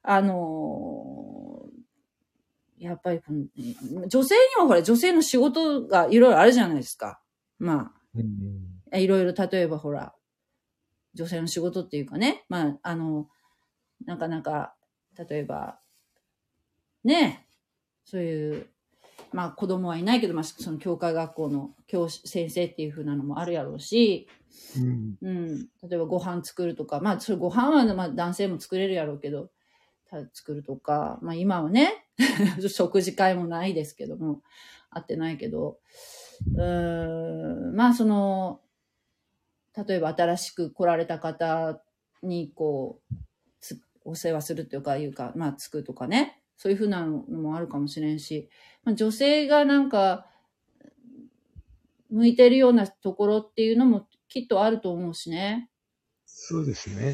やっぱり、女性にもほら、女性の仕事がいろいろあるじゃないですか。まあ、いろいろ例えばほら、女性の仕事っていうかね、まあ、なかなか、例えば、ね、そういう、まあ子供はいないけど、まあその教会学校の先生っていう風なのもあるやろうし、例えばご飯作るとか、まあそれご飯はまあ男性も作れるやろうけど、作るとか、まあ今はね、食事会もないですけども、会ってないけど、まあその、例えば新しく来られた方にこう、お世話するというか、まあつくとかね、そういうふうなのもあるかもしれんし、まあ、女性がなんか、向いてるようなところっていうのもきっとあると思うしね。 そうですね。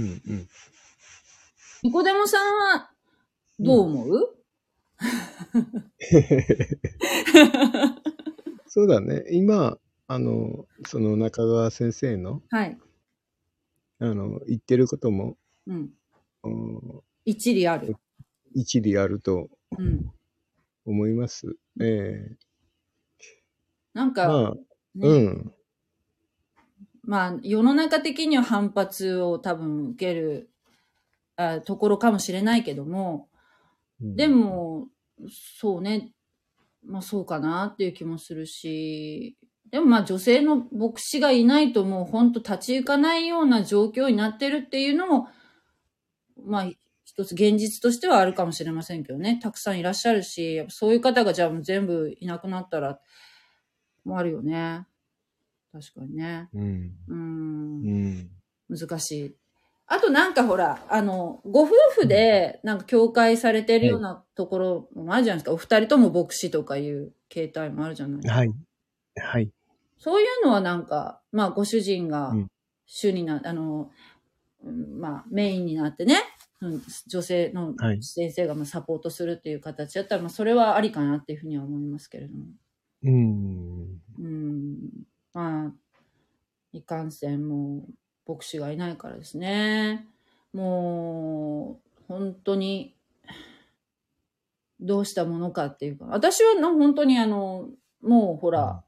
ニコデモさんはどう思う？ そうだね。今、その中川先生の、 はい。 言ってることも、 一理ある。 一理あると思います。 なんか、まあ、世の中的には反発を多分受けるところかもしれないけども、でも、そうね、まあそうかなっていう気もするし、でもまあ女性の牧師がいないともう本当立ち行かないような状況になってるっていうのも、まあ一つ現実としてはあるかもしれませんけどね。たくさんいらっしゃるし、そういう方がじゃあもう全部いなくなったら、もあるよね。確かにね。難しい。あとなんかほら、ご夫婦でなんか教会されてるようなところもあるじゃないですか。お二人とも牧師とかいう形態もあるじゃないですか。 はい。はい。 そういうのはなんか、まあご主人が主にまあメインになってね、女性の先生がサポートするっていう形だったら、まあそれはありかなっていうふうには思いますけれども。まあ、いかんせんもう牧師がいないからですね。もう、本当に、どうしたものかっていうか。私は本当にもうほら、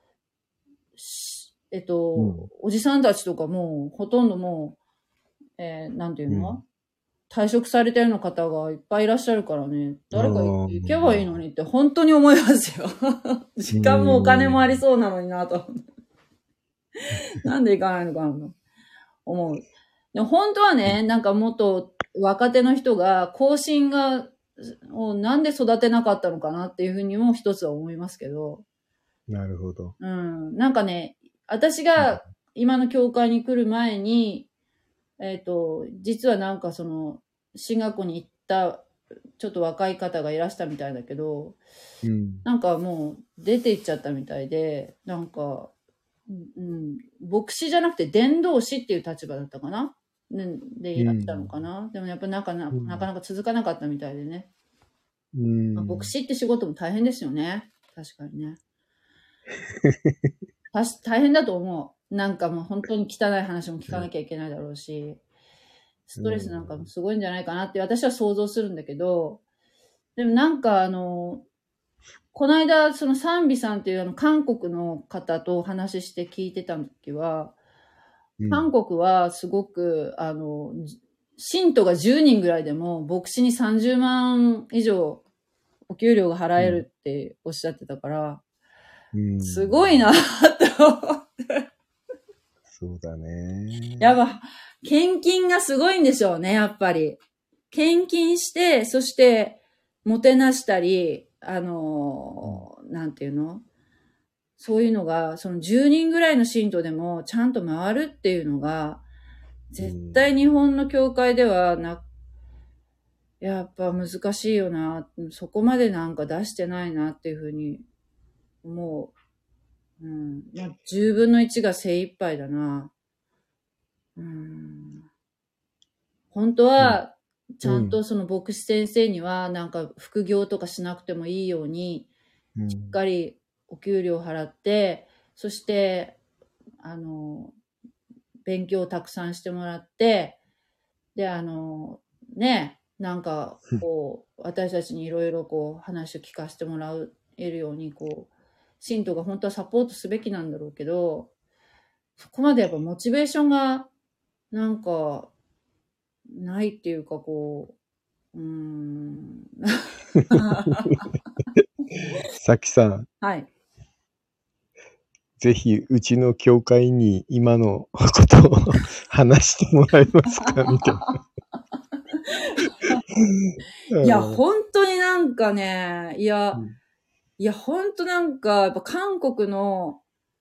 おじさんたちとかもうほとんどもう、なんていうの、退職されたような方がいっぱいいらっしゃるからね、誰か行けばいいのにって本当に思いますよ。時間もお金もありそうなのになと。なんで行かないのかなと思う。でも本当はね、なんかもっと若手の人が後進をなんで育てなかったのかなっていうふうにも一つは思いますけど。 なるほど。 なんかね、私が今の教会に来る前に、実はなんかその、進学校に行ったちょっと若い方がいらしたみたいだけど、なんかもう出て行っちゃったみたいで、なんか、牧師じゃなくて伝道師っていう立場だったかな、でいらしたのかな、でもやっぱなかなか続かなかったみたいでね。牧師って仕事も大変ですよね。確かにね。大変だと思う。なんかもう本当に汚い話も聞かなきゃいけないだろうし、ストレスなんかもすごいんじゃないかなって私は想像するんだけど、でもなんかこの間その賛美さんっていう韓国の方とお話しして聞いてた時は、韓国はすごく信徒が10人ぐらいでも牧師に30万以上お給料が払えるっておっしゃってたから、すごいなって思って。 そうだね。 やっぱ、献金がすごいんでしょうね、やっぱり。献金して、そして、もてなしたり、なんていうの？ そういうのが、その10人ぐらいの信徒でもちゃんと回るっていうのが、絶対日本の教会ではやっぱ難しいよな。そこまでなんか出してないなっていうふうに思う。まあ、10分の1が精一杯だな。本当は、ちゃんとその牧師先生にはなんか副業とかしなくてもいいように、しっかりお給料払って、そして、勉強をたくさんしてもらって、で、ね、なんか、こう、私たちにいろいろこう、話を聞かせてもらえるように、こう、信徒が本当はサポートすべきなんだろうけど、そこまでやっぱモチベーションが、なんか、ないっていうか、こう、 さきさん。 はい。 ぜひ、うちの教会に今のことを話してもらえますかみたいな。いや、本当になんかね、いや、本当なんか、やっぱ韓国の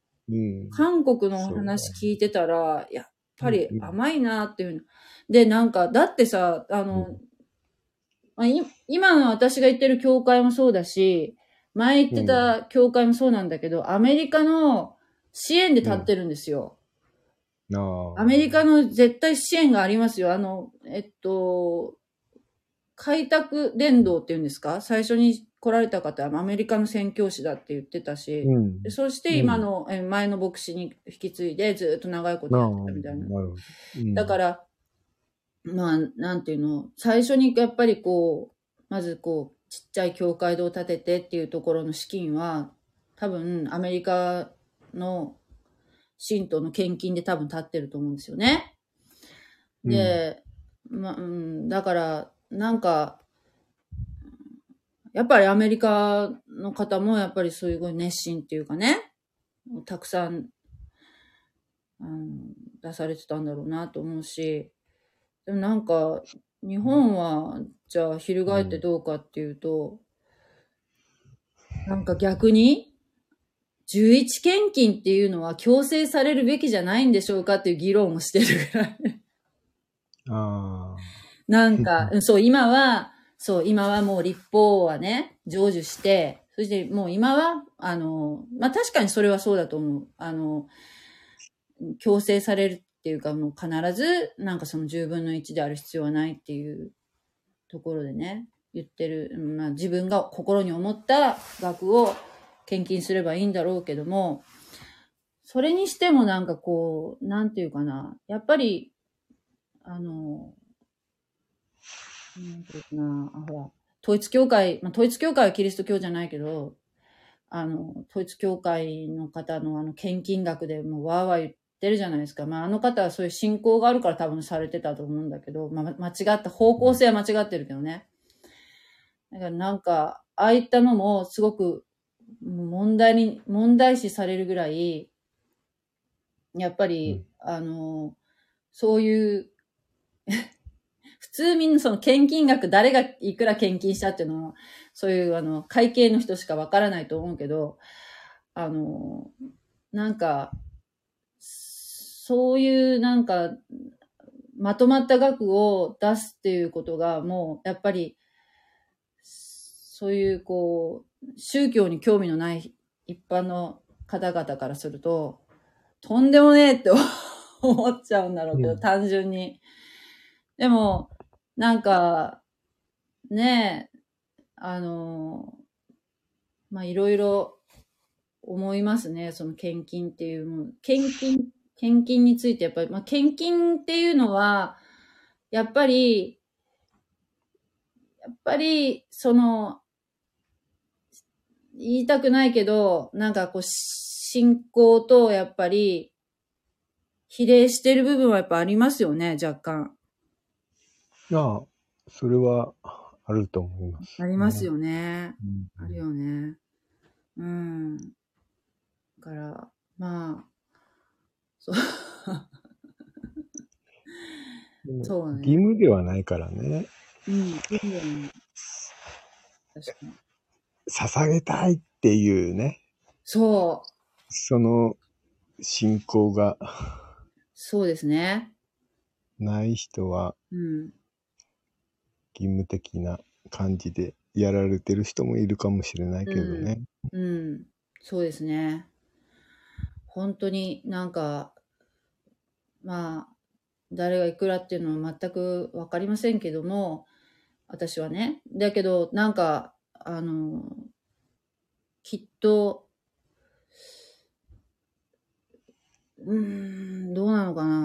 話聞いてたら、やっぱり甘いなっていう。で、なんか、だってさ、今の私が言ってる教会もそうだし、前言ってた教会もそうなんだけど、アメリカの支援で立ってるんですよ。アメリカの絶対支援がありますよ。開拓伝道っていうんですか？最初に来られた方はアメリカの宣教師だって言ってたし、そして今の、前の牧師に引き継いでずっと長いことやってたみたいな。だから、まあ、なんていうの、最初にやっぱりこう、まずこう、ちっちゃい教会堂を建ててっていうところの資金は、多分アメリカの信徒の献金で多分立ってると思うんですよね。で、だから、なんか、やっぱりアメリカの方もやっぱりそういう熱心っていうかね、たくさん、出されてたんだろうなと思うし、でもなんか、日本は、じゃあ、翻ってどうかっていうと、なんか逆に、11献金っていうのは強制されるべきじゃないんでしょうかっていう議論をしてるぐらい。なんか、今はもう立法はね、成就して、そしてもう今は、まあ、確かにそれはそうだと思う。強制されるっていうか、もう必ず、なんかその10分の1である必要はないっていうところでね、言ってる。まあ、自分が心に思った額を献金すればいいんだろうけども、それにしてもなんかこう、なんていうかな、やっぱり、なんていうかな、ほら、統一教会はキリスト教じゃないけど、統一教会の方の献金額でもうわーわー言ってるじゃないですか。まあ、あの方はそういう信仰があるから多分されてたと思うんだけど、まあ、間違った、方向性は間違ってるけどね。だからなんか、ああいったのもすごく問題視されるぐらい、やっぱり、そういう、普通みんなその献金額誰がいくら献金したっていうのは、そういう会計の人しかわからないと思うけど、なんか、そういうなんか、まとまった額を出すっていうことがもう、やっぱり、そういうこう、宗教に興味のない一般の方々からすると、とんでもねえって思っちゃうんだろうけど、単純に。でも、なんか、ねえ、まあ、いろいろ思いますね。その献金っていうもの。献金についてやっぱり、まあ、献金っていうのは、やっぱり、言いたくないけど、なんかこう、信仰とやっぱり、比例してる部分はやっぱありますよね、若干。 ああ、それはあると思います、 ありますよね。あるよね。だから、まあ、そう。 そうね。義務ではないからね。 義務ではない。確かに。 捧げたいっていうね。 そその信仰がそうですね。 ない人は、義務的な感じでやられてる人もいるかもしれないけどね。 そうですね。本当になんか、まあ、誰がいくらっていうのは全くわかりませんけども、私はね。だけど、なんか、きっと、どうなのかな。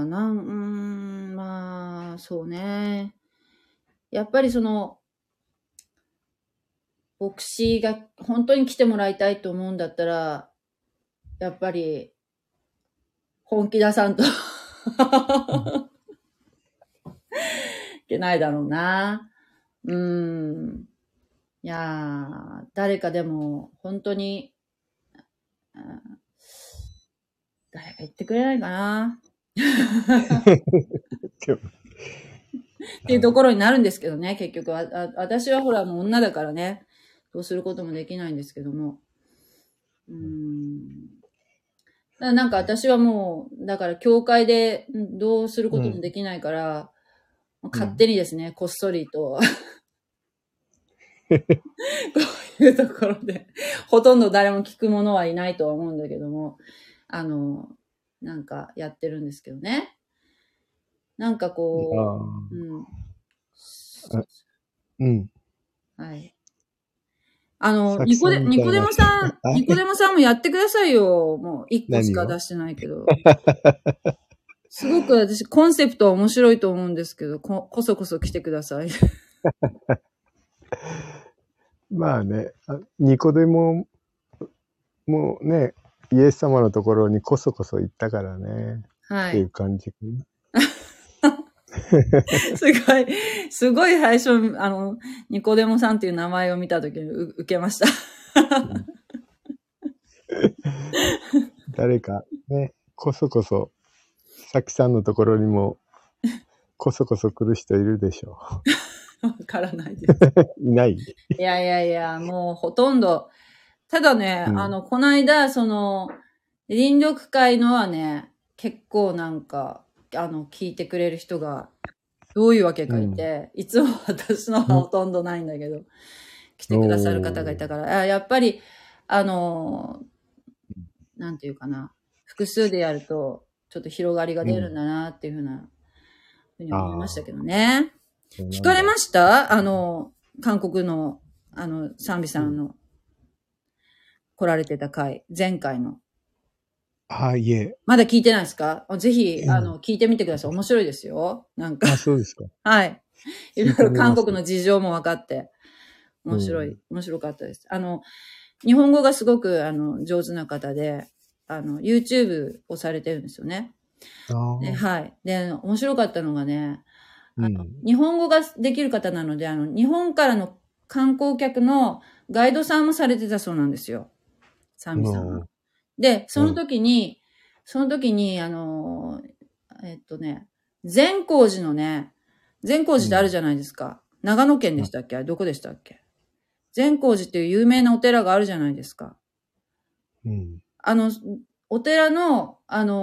まあ、そうね。やっぱりその、牧師が本当に来てもらいたいと思うんだったら、やっぱり、本気出さんといけないだろうな。いやー、誰かでも、本当に、誰か言ってくれないかな。っていうところになるんですけどね、結局私はほら、もう女だからね、どうすることもできないんですけども。なんか私はもう、だから教会でどうすることもできないから、勝手にですね、こっそりと、こういうところで、ほとんど誰も聞く者はいないとは思うんだけども、なんかやってるんですけどね。なんかこう、 はい。ニコデモさんもやってくださいよ。もう一個しか出してないけど。すごく私、コンセプトは面白いと思うんですけど、こそこそ来てください。 まあね、ニコデモもね、イエス様のところにこそこそ行ったからね。はい。っていう感じかな。 すごい最初、ニコデモさんっていう名前を見たときに受けました。 誰かね、こそこそ、さきさんのところにも、こそこそ来る人いるでしょう。わからないです。 いない？いや、もうほとんど。ただね、この間、臨読会のはね、結構なんか、聞いてくれる人が、どういうわけかいて、いつも私のはほとんどないんだけど、来てくださる方がいたから、やっぱり、なんていうかな、複数でやると、ちょっと広がりが出るんだなっていうふうに思いましたけどね。聞かれました？韓国の、賛美さんの、来られてた回、前回の。 いえ。 まだ聞いてないですか？ぜひ、聞いてみてください。面白いですよ。なんか。 そうですか。 はい。いろいろ韓国の事情も分かって、面白かったです。日本語がすごく、上手な方で、YouTube をされてるんですよね。はい。で、面白かったのがね、日本語ができる方なので、日本からの観光客のガイドさんもされてたそうなんですよ。賛美さんは。で、その時に、善光寺のね、善光寺ってあるじゃないですか。長野県でしたっけ？どこでしたっけ？善光寺っていう有名なお寺があるじゃないですか。お寺の、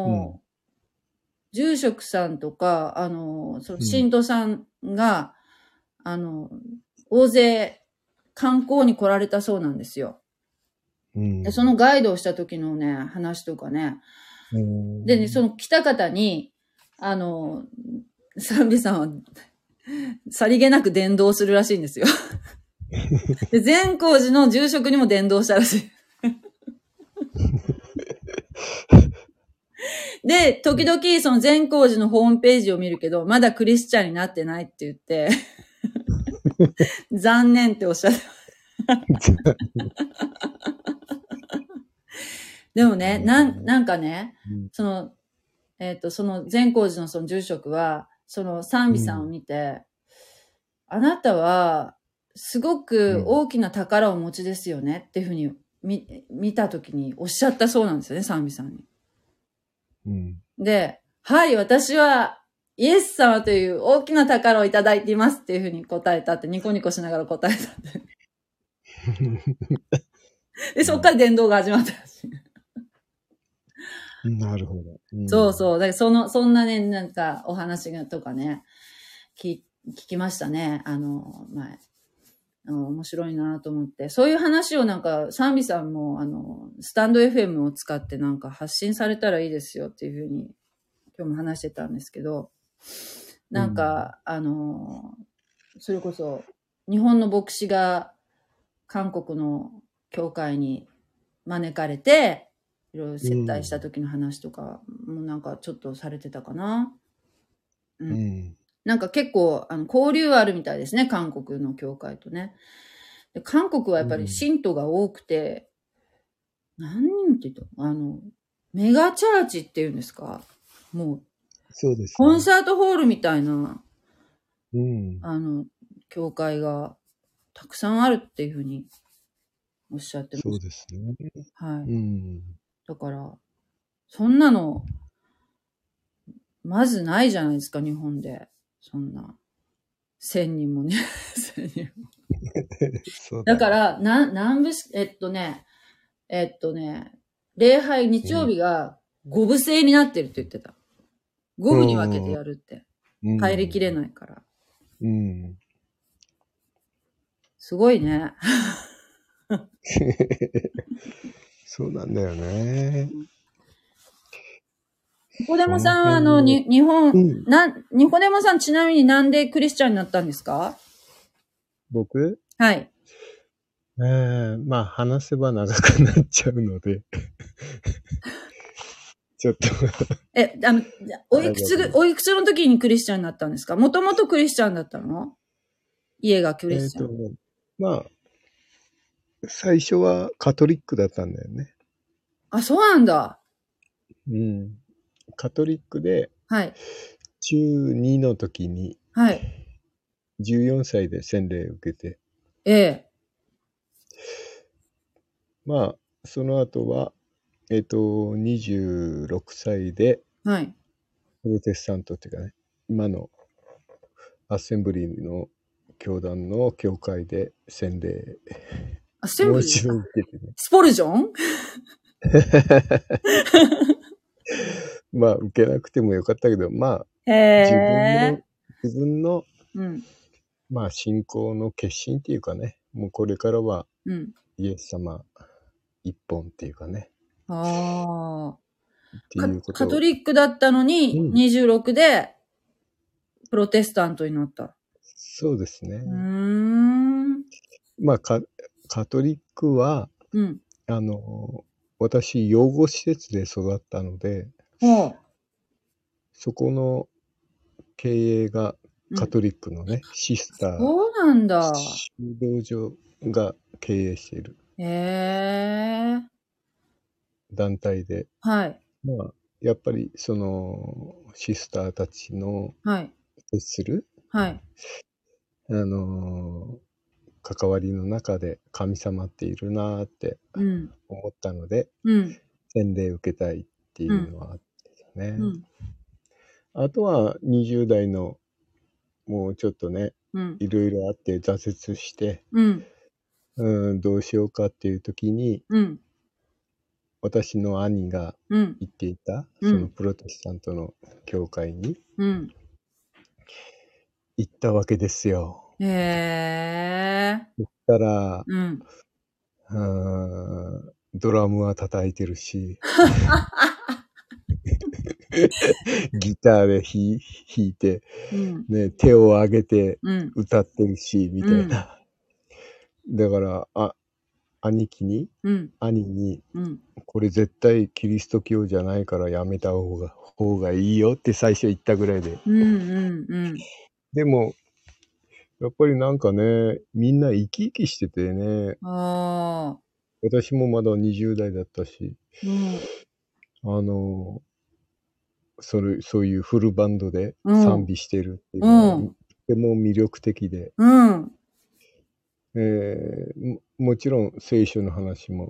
住職さんとか、その信徒さんが、大勢観光に来られたそうなんですよ。でそのガイドをした時のね、話とかね。でね、その来た方に、賛美さんは、さりげなく伝道するらしいんですよ。で、善光寺の住職にも伝道したらしい。で、時々その善光寺のホームページを見るけど、まだクリスチャンになってないって言って、残念っておっしゃってでもね、なんかね、その善光寺のその住職は、その賛美さんを見て、あなたは、すごく大きな宝をお持ちですよねっていうふうに見たときにおっしゃったそうなんですよね、賛美さんに。で、はい、私はイエス様という大きな宝をいただいていますっていうふうに答えたって、ニコニコしながら答えたって。で、そっから伝道が始まったらしい。 なるほど。 そうそう。だからそんなね、なんかお話がとかね、聞きましたね。前。面白いなと思って。そういう話をなんか、サンビさんも、スタンド FM を使ってなんか発信されたらいいですよっていうふうに、今日も話してたんですけど、なんか、それこそ、日本の牧師が韓国の教会に招かれて、いろいろ接待した時の話とかもなんかちょっとされてたかな。なんか結構交流あるみたいですね、韓国の教会とね。で韓国はやっぱり信徒が多くて、何人って言ったメガチャーチっていうんですか、もう、 そうですね、 コンサートホールみたいな、教会がたくさんあるっていうふうにおっしゃってます。 そうですね。 はい。だから、そんなの、まずないじゃないですか、日本で。そんな。1000人もね。1000人も。だから、礼拝日曜日が5部制になってるって言ってた。5部に分けてやるって。入りきれないから。すごいね。 そうなんだよね。 ニコデモさんは日本、ニコデモさんちなみになんでクリスチャンになったんですか？ 僕？ はい。 まあ話せば長くなっちゃうので。ちょっとおいくつの時にクリスチャンになったんですか？もともとクリスチャンだったの？家がクリスチャン。 まあ、最初はカトリックだったんだよね。 あ、そうなんだ。 カトリックで、 はい。 中2の時に、 はい。 14歳で洗礼を受けて。 ええ。 まあ、その後は、26歳で、 はい。 プロテスタントっていうかね、今のアッセンブリーの教団の教会で洗礼。 アッセンブリー？ もう一度受けてね。 スポルジョン？ まあ、受けなくてもよかったけど、まあ、自分の、まあ、信仰の決心っていうかね、もうこれからは、イエス様一本っていうかね。 ああ。 っていうこと。 カトリックだったのに、26で、プロテスタントになった。 そうですね。まあ、カトリックは、私、養護施設で育ったので、そこの経営がカトリックのね、シスター、 そうなんだ。 修道場が経営している団体で、 はい。 まあ、やっぱりそのシスターたちの接する、 はい、 関わりの中で神様っているなーって思ったので、洗礼受けたいっていうのはあったね。あとは20代のもうちょっとね、いろいろあって挫折して、どうしようかっていう時に、私の兄が行っていた、そのプロテスタントの教会に行ったわけですよ。 へー。 そしたら、ドラムは叩いてるし、ギターで弾いて、ね、手を上げて歌ってるし、みたいな。だから、兄に、これ絶対キリスト教じゃないからやめた方がいいよって最初言ったぐらいで。でも、やっぱりなんかね、みんな生き生きしててね、私もまだ20代だったし、そういうフルバンドで賛美してるっていうのは、とても魅力的で、もちろん聖書の話も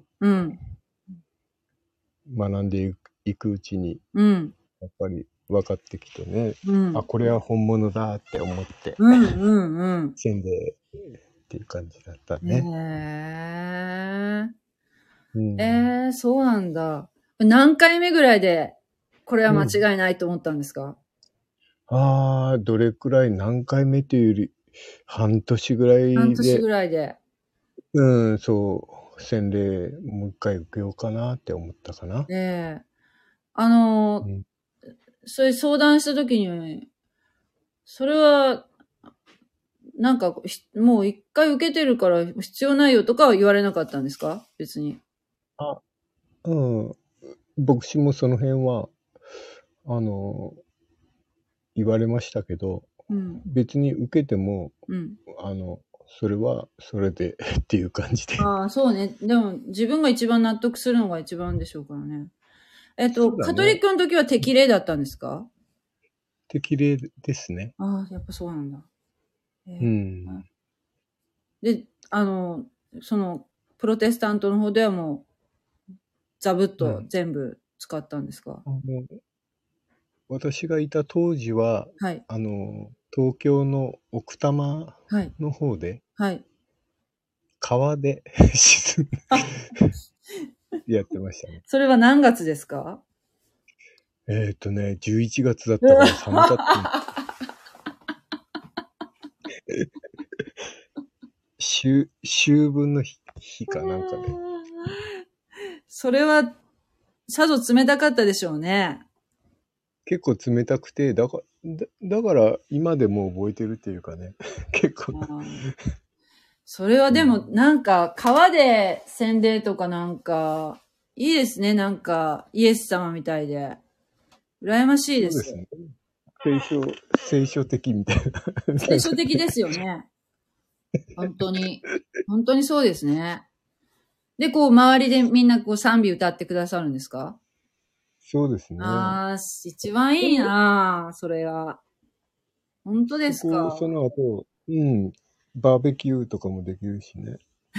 学んでいくうちに、やっぱり分かってきてね、これは本物だって思って、洗礼っていう感じだったね。 そうなんだ。 何回目ぐらいで、これは間違いないと思ったんですか？ どれくらい、何回目というより、半年ぐらいで。 半年ぐらいで。 そう、洗礼、もう一回受けようかなって思ったかな。 それ相談したときに、それは、なんか、もう一回受けてるから必要ないよとかは言われなかったんですか？別に。 牧師もその辺は、言われましたけど、別に受けても、それはそれでっていう感じで。 そうね。でも、自分が一番納得するのが一番でしょうからね。カトリックの時は適齢だったんですか？ 適齢ですね。 やっぱそうなんだ。で、その、プロテスタントの方ではもう、ザブッと全部使ったんですか？ 私がいた当時は、東京の奥多摩の方で、川で沈んでやってましたね。 それは何月ですか ？11月だったから寒かった。秋分の日かなんかで。 それは、さぞ冷たかったでしょうね。 結構冷たくて、だから今でも覚えてるっていうかね。結構。 それはでも、なんか、川で洗礼とかなんか、いいですね。なんか、イエス様みたいで。羨ましいです。そうですね。聖書的みたいな。 聖書的ですよね。本当に。本当にそうですね。で、こう、周りでみんなこう、賛美歌ってくださるんですか？ そうですね。 一番いいなそれは。本当ですか？ その後、バーベキューとかもできるしね。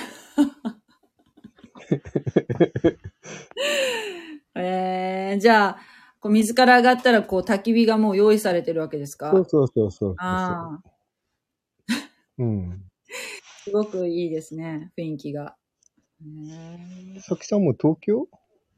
じゃあ、こう水から上がったら、こう、焚き火がもう用意されてるわけですか？ そう。 すごくいいですね、雰囲気が。 さきさんも東京？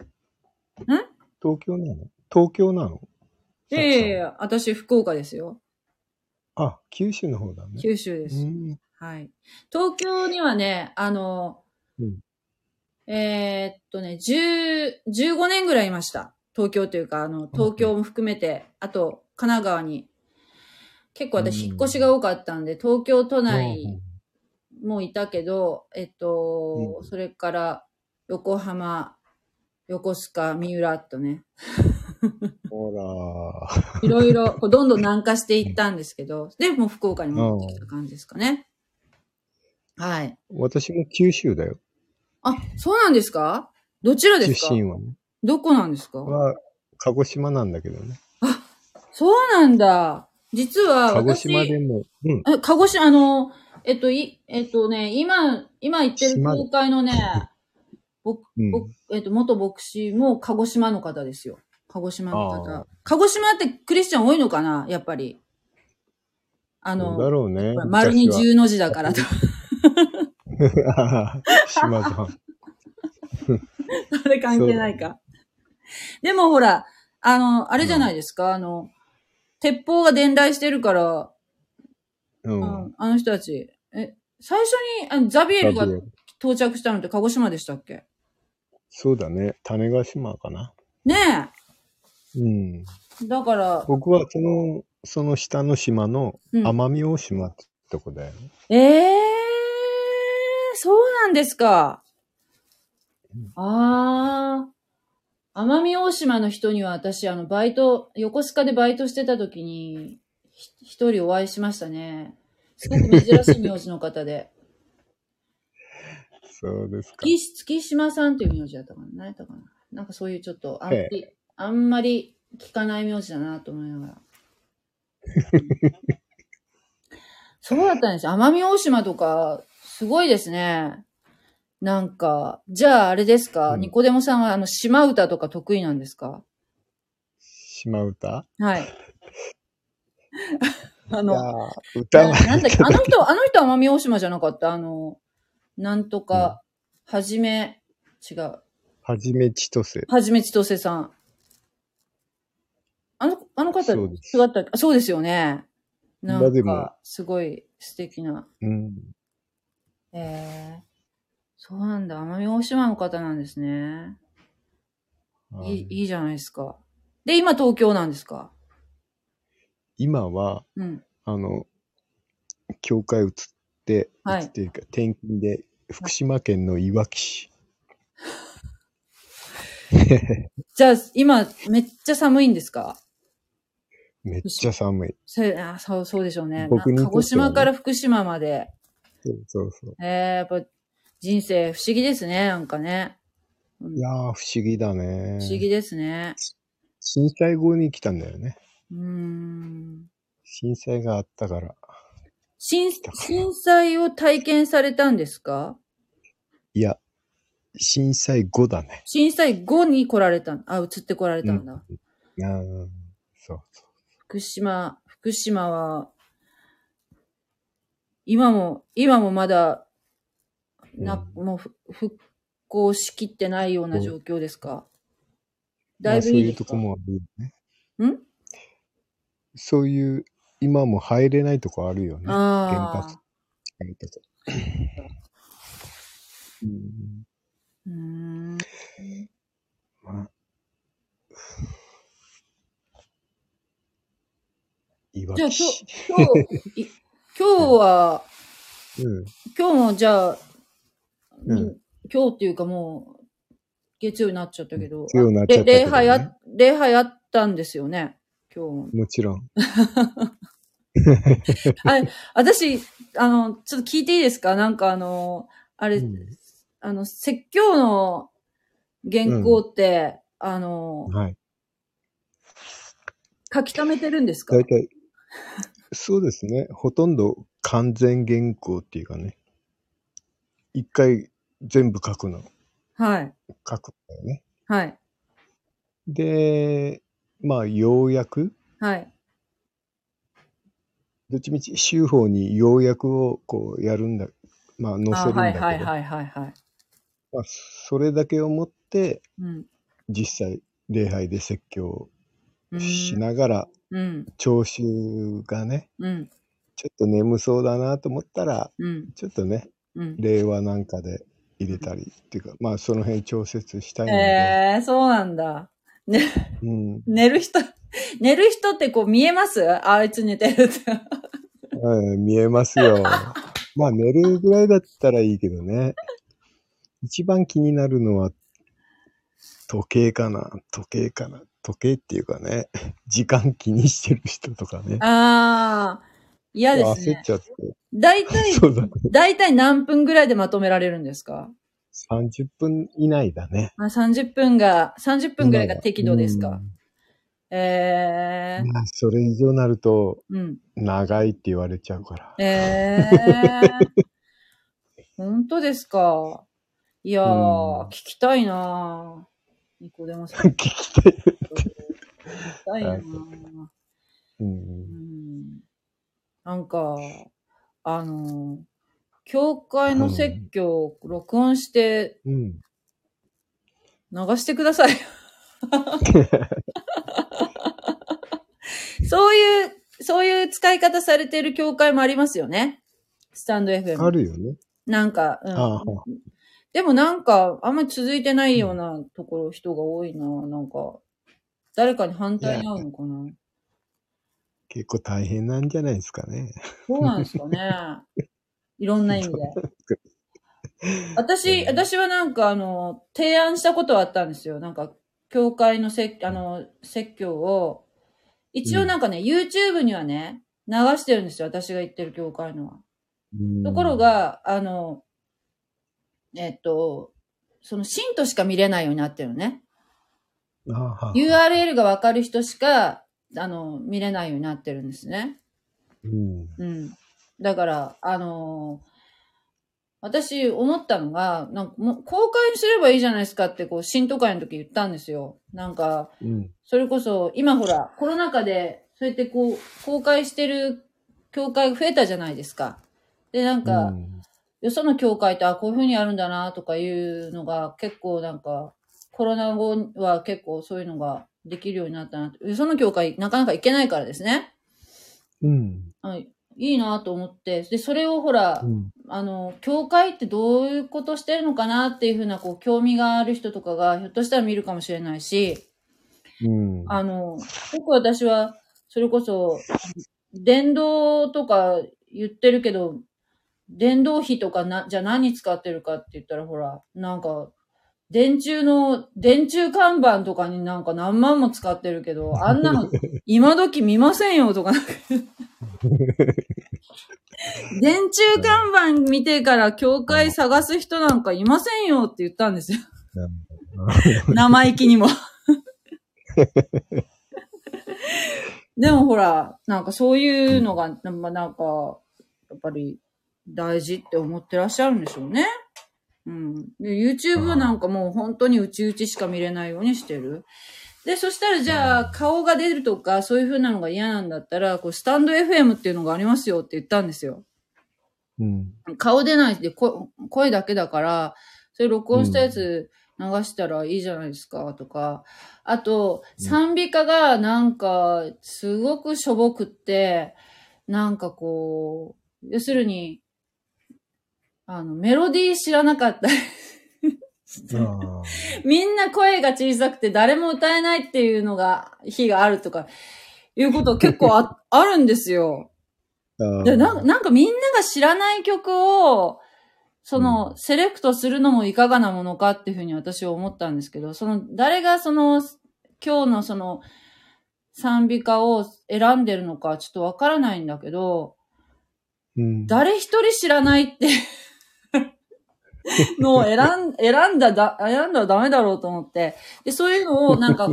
東京なの？ 私、福岡ですよ。 九州の方だね。 九州です。はい。東京にはね、15年ぐらいいました。東京というか、東京も含めて、あと、神奈川に。結構私、引っ越しが多かったんで、東京都内もいたけど、それから、横浜、横須賀、三浦とね。 ほら。 いろいろ、どんどん南下していったんですけど、で、もう福岡に戻ってきた感じですかね。はい。 私も九州だよ。 そうなんですか？どちらですか？ 出身はね。 どこなんですか？ 鹿児島なんだけどね。 そうなんだ。実は鹿児島でも、 鹿児島、今言ってる教会のね、元牧師も鹿児島の方ですよ。鹿児島の方。鹿児島ってクリスチャン多いのかな？やっぱり。 そうだろうね。 丸に10の字だからと。 島さん。 それ関係ないか。でもほら、あれじゃないですか、鉄砲が伝来してるから、あの人たち。最初にザビエルが到着したのって鹿児島でしたっけ？ そうだね。種子島かな。 ねえ。だから。 僕はその下の島の奄美大島ってとこだよね。 そうなんですか。奄美大島の人には私、横須賀でバイトしてた時に、一人お会いしましたね。すごく珍しい名字の方で。 そうですか。 月島さんっていう名字だったかな？何やったかな？なんかそういうちょっと、あんまり聞かない名字だなと思いながら。そうだったんです。奄美大島とか、すごいですね。なんか、じゃああれですか、ニコデモさんは島唄とか得意なんですか？ 島唄？ はい。 歌はなんだっけ、あの人奄美大島じゃなかった？なんとか、違う。 はじめちとせ。 はじめちとせさん。あの方、違ったっけ？そうですよね。なんか、すごい素敵な。 うん。 そうなんだ。奄美大島の方なんですね。いいじゃないですか。で、今東京なんですか？ 今は、教会移っていうか、転勤で、福島県のいわき市。 じゃあ、今、めっちゃ寒いんですか？ めっちゃ寒い。 そうでしょうね。 僕にとってはね、 鹿児島から福島まで。 そう。 やっぱ、人生不思議ですね、なんかね。 いやー、不思議だね。 不思議ですね。 震災後に来たんだよね。 震災があったから。 震災を体験されたんですか？ いや、震災後だね。 震災後に来られた、移って来られたんだ。 そう。 福島は、今もまだ、もう復興しきってないような状況ですか？だいぶいいですか？ そういうとこもあるよね。そういう、今も入れないとこあるよね。原発。 じゃあ今日は、今日もじゃあ、今日っていうかもう、月曜になっちゃったけど、礼拝あったんですよね、今日。 もちろん。 私、ちょっと聞いていいですか？なんかあれ、説教の原稿って、書き溜めてるんですか？ 大体、そうですね。ほとんど完全原稿っていうかね。一回全部書くの。 はい。 書くんだよね。 はい。 で、要約。 はい。 どっちみち州法に要約をこうやるんだ。載せるんだけど。 はい。 それだけをもって、実際礼拝で説教しながら、聴衆がね、ちょっと眠そうだなと思ったら、ちょっとね、令和なんかで入れたりっていうか、その辺調節したいので。 そうなんだ。寝る人ってこう見えます？あいつ寝てるって。 見えますよ。寝るぐらいだったらいいけどね。一番気になるのは、時計っていうかね、時間気にしてる人とかね。 嫌ですね。 焦っちゃって。 だいたい何分ぐらいでまとめられるんですか ？30分以内だね。 30分ぐらいが適度ですか？ それ以上になると、長いって言われちゃうから。 本当ですか？いやー、聞きたいなぁ。ニコデモさん。聞きたいなぁ。なんか、教会の説教を録音して、流してください。そういう使い方されてる教会もありますよね。スタンド FM。 あるよね。 なんか、でもなんか、あんまり続いてないようなところ、人が多いな。なんか、誰かに反対に合うのかな。 結構大変なんじゃないですかね。 そうなんですかね。いろんな意味で。私はなんか提案したことはあったんですよ。なんか、教会の説教を、一応なんかね、YouTube にはね、流してるんですよ。私が言ってる教会のは。ところが、その信徒しか見れないようになってるのね。URL がわかる人しか、見れないようになってるんですね。だから、私思ったのが、なんかもう公開にすればいいじゃないですかって、こう、信徒会の時言ったんですよ。なんか、それこそ、今ほら、コロナ禍で、そうやってこう、公開してる教会が増えたじゃないですか。で、なんか、よその教会って、こういう風にやるんだな、とかいうのが、結構なんか、 コロナ後は結構そういうのができるようになったなって。その教会なかなか行けないからですね。 うん。 いいなと思って。で、それをほら、 うん、 教会ってどういうことしてるのかなっていうふうな、興味がある人とかが、ひょっとしたら見るかもしれないし、 うん。 僕私は、それこそ、電動とか言ってるけど、電動費とかじゃあ何使ってるかって言ったらほら、なんか、電柱看板とかになんか何万も使ってるけど、あんなの今時見ませんよとか。電柱看板見てから教会探す人なんかいませんよって言ったんですよ。生意気にも。でもほら、なんかそういうのが、なんか、やっぱり大事って思ってらっしゃるんでしょうね。うん。で、YouTube なんかもう本当にうちうちしか見れないようにしてる。で、そしたらじゃあ顔が出るとかそういう風なのが嫌なんだったら、スタンド FM っていうのがありますよって言ったんですよ。 うん、 顔出ないで声だけだから、それ録音したやつ流したらいいじゃないですかとか。あと、賛美歌がなんかすごくしょぼくって、なんか要するに、メロディー知らなかったりみんな声が小さくて誰も歌えないっていうのが、日があるとか、いうこと結構あるんですよ。でなんかみんなが知らない曲を、セレクトするのもいかがなものかっていうふうに私は思ったんですけど、誰が今日の賛美歌を選んでるのかちょっとわからないんだけど、誰一人知らないってのを選んだらダメだろうと思って。で、そういうのをなんか、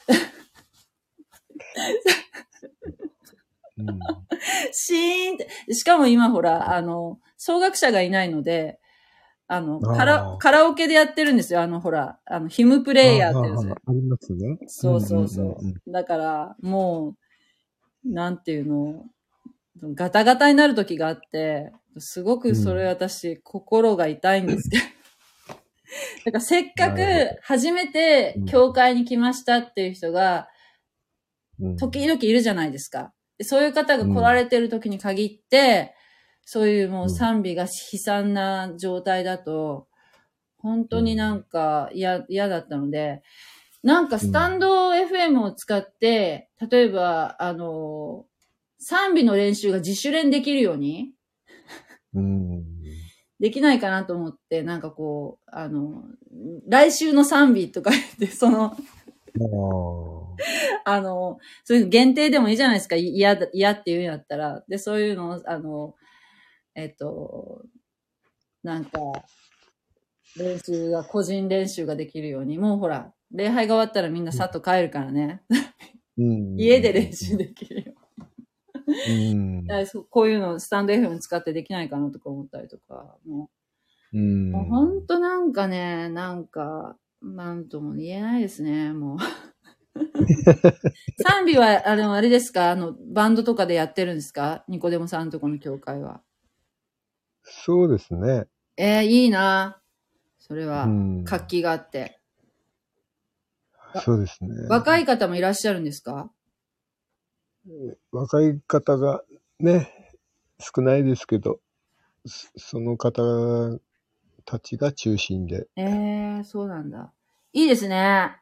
シーンって、しかも今ほら、奏楽者がいないので、カラオケでやってるんですよ。ほら、ヒムプレイヤーってやつ。 ありますね。 そうそうそう。だから、もう、なんていうの、ガタガタになる時があって、すごくそれ私、心が痛いんですけど。だからせっかく初めて教会に来ましたっていう人が、時々いるじゃないですか。でそういう方が来られてる時に限って、そういうもう賛美が悲惨な状態だと、本当になんか嫌だったので、なんかスタンド FM を使って、例えば、賛美の練習が自主練できるように、できないかなと思って、なんか来週の賛美とか言って、そういう限定でもいいじゃないですか。嫌って言うんやったら。で、そういうのを、なんか、個人練習ができるように。もうほら、礼拝が終わったらみんなさっと帰るからね。家で練習できるよ。こういうのスタンド FM 使ってできないかなとか思ったりとか。もうほんとなんかね、なんとも言えないですね、もう。賛美は、あれですかバンドとかでやってるんですかニコデモさんとこの教会は。 そうですね。 いいな。それは、活気があって。 そうですね。 若い方もいらっしゃるんですか？ 若い方がね、少ないですけど、その方たちが中心で。 そうなんだ。いいですね。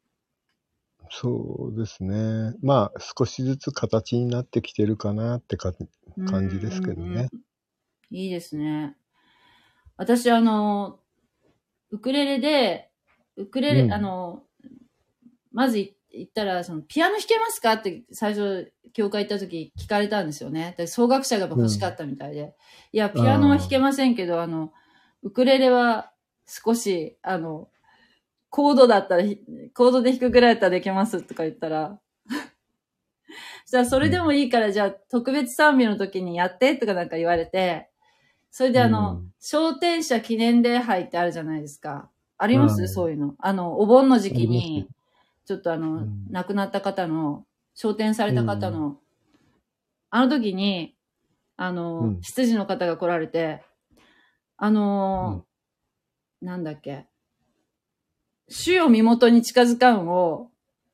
そうですね。まあ、少しずつ形になってきてるかなって感じですけどね。 いいですね。私、ウクレレで、まず言ったら、ピアノ弾けますかって最初、教会行った時聞かれたんですよね。で奏楽者が欲しかったみたいで。いや、ピアノは弾けませんけど、ウクレレは少し、コードで弾くぐらいだったらできますとか言ったら、じゃあそれでもいいから、じゃあ特別賛美の時にやってとかなんか言われて、それで昇天者記念礼拝ってあるじゃないですか。ありますそういうの。お盆の時期に、ちょっと亡くなった方の、昇天された方の、あの時に、執事の方が来られて、なんだっけ。 主よ身元に近づかんを、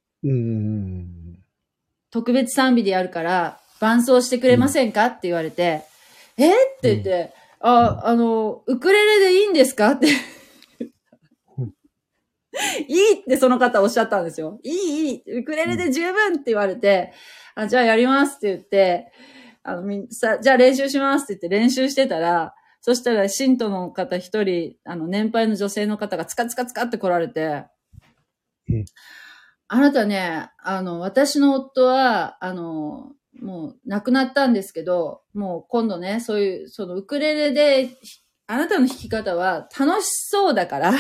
特別賛美でやるから、伴奏してくれませんかって言われて、って言って、ウクレレでいいんですかって。いいってその方おっしゃったんですよ。いい、ウクレレで十分って言われて、じゃあやりますって言って、じゃあ練習しますって言って練習してたら、そしたら信徒の方一人、年配の女性の方がツカツカツカって来られて、あなたね、私の夫は、もう亡くなったんですけど、もう今度ね、そういう、そのウクレレで、あなたの弾き方は楽しそうだから、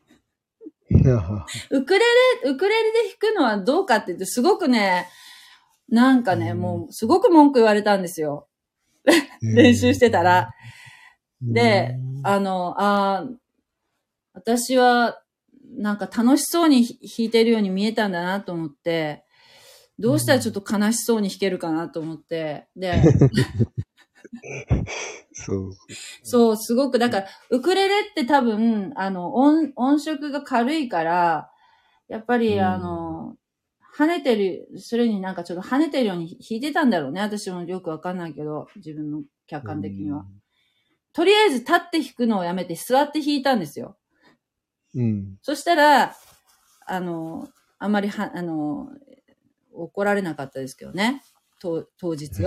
ウクレレで弾くのはどうかって言って、すごくね、なんかね、もうすごく文句言われたんですよ。練習してたら。で、私は、なんか楽しそうに弾いてるように見えたんだなと思って、どうしたらちょっと悲しそうに弾けるかなと思って、で、そう、すごく、だから、ウクレレって多分、音色が軽いから、やっぱり、跳ねてる、それになんかちょっと跳ねてるように弾いてたんだろうね。私もよくわかんないけど、自分の客観的には。とりあえず立って弾くのをやめて座って弾いたんですよ。そしたら、あんまり怒られなかったですけどね。当日は。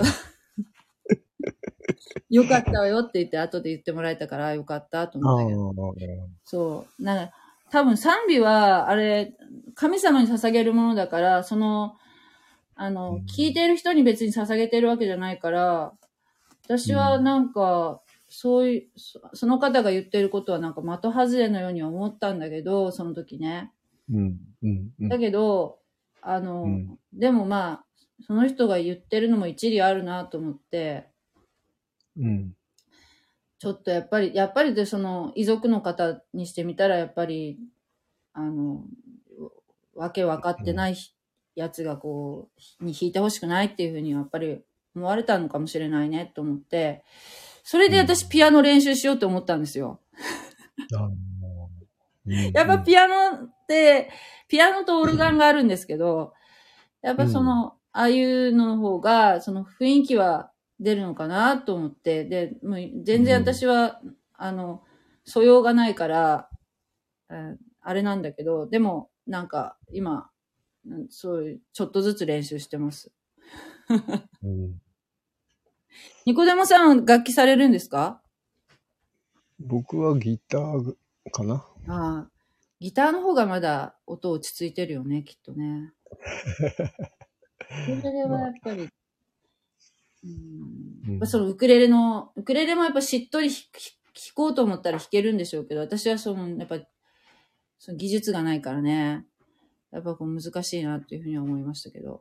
よかったわよって言って後で言ってもらえたからよかったと思ったけど。そう。多分賛美は、あれ、神様に捧げるものだから、聞いてる人に別に捧げてるわけじゃないから、私はなんか、そういう、その方が言ってることはなんか的外れのように思ったんだけど、その時ね。だけど、でもまあ、その人が言ってるのも一理あるなと思って、ちょっとやっぱりでその遺族の方にしてみたらやっぱり、わけ分かってないやつがに弾いてほしくないっていうふうにやっぱり思われたのかもしれないねと思って、それで私ピアノ練習しようと思ったんですよ。やっぱピアノとオルガンがあるんですけど、やっぱああいうの方が、その雰囲気は出るのかなと思って、で、もう全然私は、素養がないから、あれなんだけど、でも、なんか、今、そういう、ちょっとずつ練習してます。ニコデモさん、楽器されるんですか？ 僕はギターかな。 ギターの方がまだ音落ち着いてるよね、きっとね。ウクレレはやっぱり、そのウクレレもやっぱしっとり弾こうと思ったら弾けるんでしょうけど、私はやっぱその技術がないからね、やっぱ難しいなっていうふうには思いましたけど。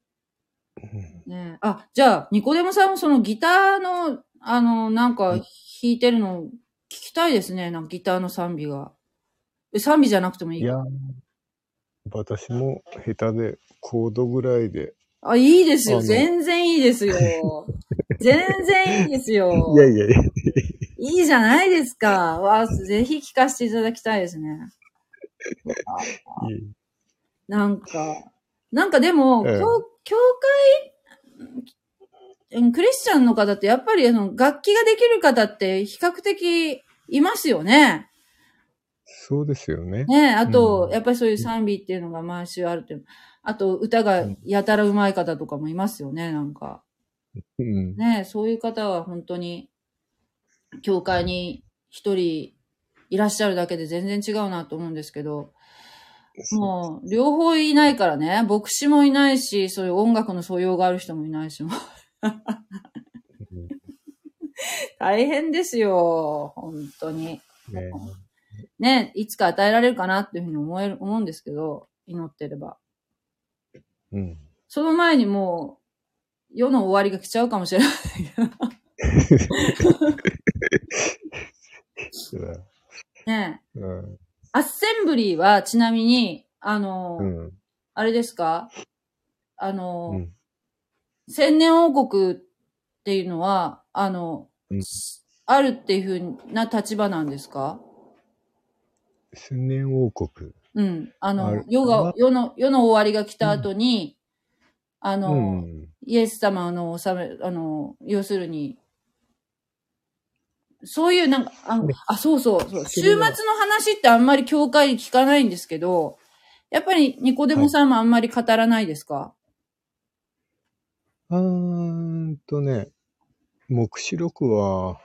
ね、じゃあ、ニコデモさんもそのギターの、なんか弾いてるの聞きたいですね、なんかギターの賛美が。賛美じゃなくてもいいか。 いや、私も下手で、コードぐらいで。 いいですよ。全然いいですよ。全然いいですよ。 いやいやいや。 いいじゃないですか。ぜひ聞かせていただきたいですね。なんかでも、教会、クリスチャンの方ってやっぱり楽器ができる方って比較的いますよね。 そうですよね。 ね、あと、やっぱりそういう賛美っていうのが毎週あるっていう。あと、歌がやたら上手い方とかもいますよね、なんか。ね、そういう方は本当に、教会に一人いらっしゃるだけで全然違うなと思うんですけど、もう、両方いないからね、牧師もいないし、そういう音楽の素養がある人もいないし、大変ですよ、本当に。ね、いつか与えられるかなっていうふうに思うんですけど、祈ってれば。その前にもう、世の終わりが来ちゃうかもしれないねえ。アッセンブリーはちなみに、あれですか？千年王国っていうのは、あるっていうふうな立場なんですか？ 千年王国。 うん。世の終わりが来た後に、イエス様の要するに、そういうなんか、そう。週末の話ってあんまり教会で聞かないんですけど、やっぱりニコデモさんもあんまり語らないですか？ 黙示録は、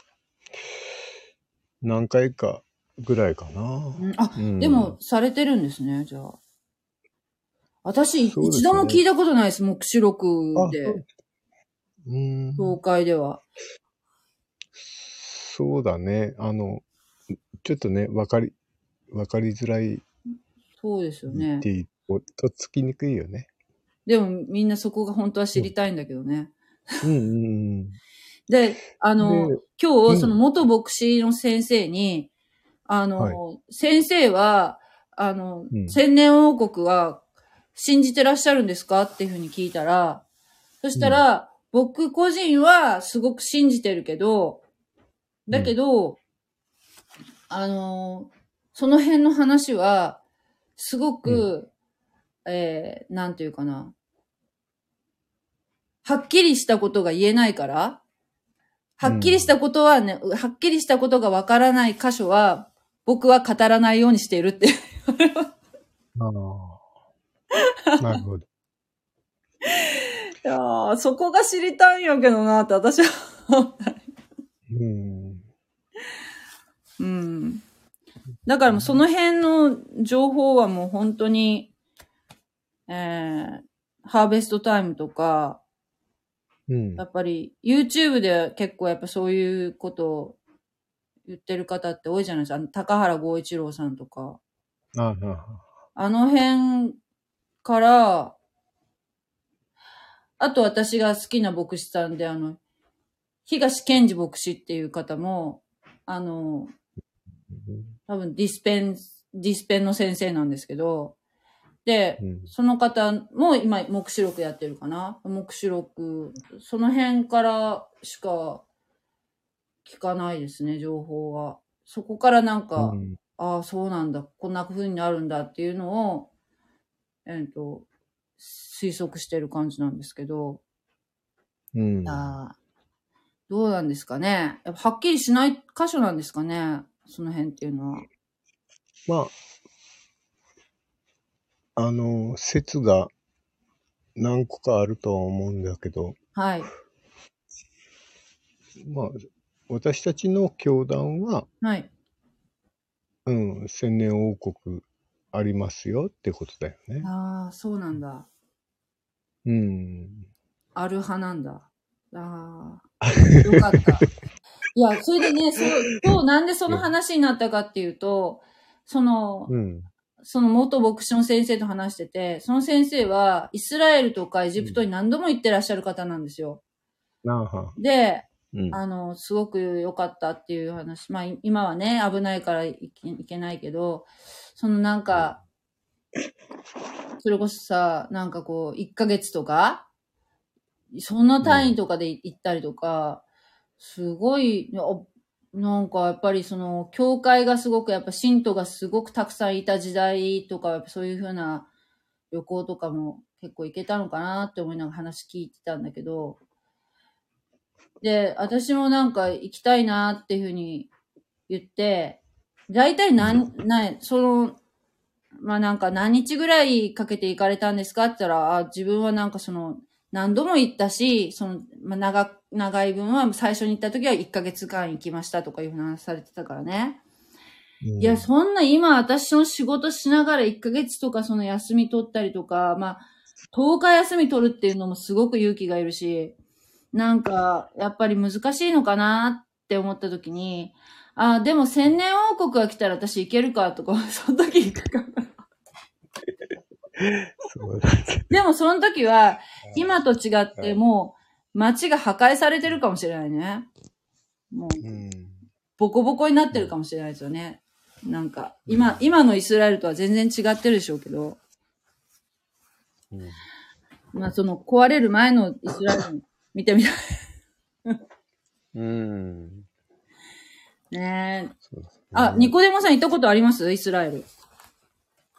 何回かぐらいかな。 でも、されてるんですね、じゃあ。私、一度も聞いたことないです、黙示録で。教会では。 そうだね。ちょっとね、わかりづらい。 そうですよね。 とっつきにくいよね。 でもみんなそこが本当は知りたいんだけどね。で、今日、その元牧師の先生に、先生は、千年王国は信じてらっしゃるんですかっていうふうに聞いたら、そしたら、僕個人はすごく信じてるけど、だけど、その辺の話は、すごく、なんていうかな。はっきりしたことが言えないから、はっきりしたことはね、はっきりしたことがわからない箇所は、僕は語らないようにしているって。 なるほど。 いやー、そこが知りたいんやけどなって私は思った。だからもうその辺の情報はもう本当に、ハーベストタイムとか、やっぱり YouTube で結構やっぱそういうことを言ってる方って多いじゃないですか。高原剛一郎さんとか。あの辺から、あと私が好きな牧師さんで東健治牧師っていう方も、多分ディスペンの先生なんですけど、で、その方も今、黙示録やってるかな？黙示録、その辺からしか聞かないですね、情報は。そこからなんか、ああ、そうなんだ、こんな風になるんだっていうのを、推測してる感じなんですけど、どうなんですかね。やっぱはっきりしない箇所なんですかね、その辺っていうのは。 まあ、説が何個かあるとは思うんだけど、 はい。 まあ、私たちの教団は、 はい。 千年王国ありますよってことだよね。 ああ、そうなんだ。ある派なんだ。ああ、よかった。いや、それでね、今日なんでその話になったかっていうと、その元牧師の先生と話してて、その先生はイスラエルとかエジプトに何度も行ってらっしゃる方なんですよ。で、すごく良かったっていう話。まあ、今はね、危ないからいけないけど、なんか、それこそさ、なんかこう、1ヶ月とか、そんな単位とかで行ったりとか、すごい、なんかやっぱり教会がすごく、やっぱ信徒がすごくたくさんいた時代とか、やっぱそういう風な旅行とかも結構行けたのかなって思いながら話聞いてたんだけど、で、私もなんか行きたいなっていう風に言って、大体まあなんか何日ぐらいかけて行かれたんですかって言ったら、自分はなんか何度も行ったし、まあ長い分は最初に行った時は1ヶ月間行きましたとかいう話されてたからね。いや、そんな今私の仕事しながら1ヶ月とか休み取ったりとか、まあ、10日休み取るっていうのもすごく勇気がいるし、なんか、やっぱり難しいのかなって思った時に、でも千年王国が来たら私行けるかとか、その時行くか。でもその時は、今と違ってもう、街が破壊されてるかもしれないね。もう、ボコボコになってるかもしれないですよね。なんか、今のイスラエルとは全然違ってるでしょうけど。まあ壊れる前のイスラエル見てみたい。ねえ。ニコデモさん行ったことあります？イスラエル。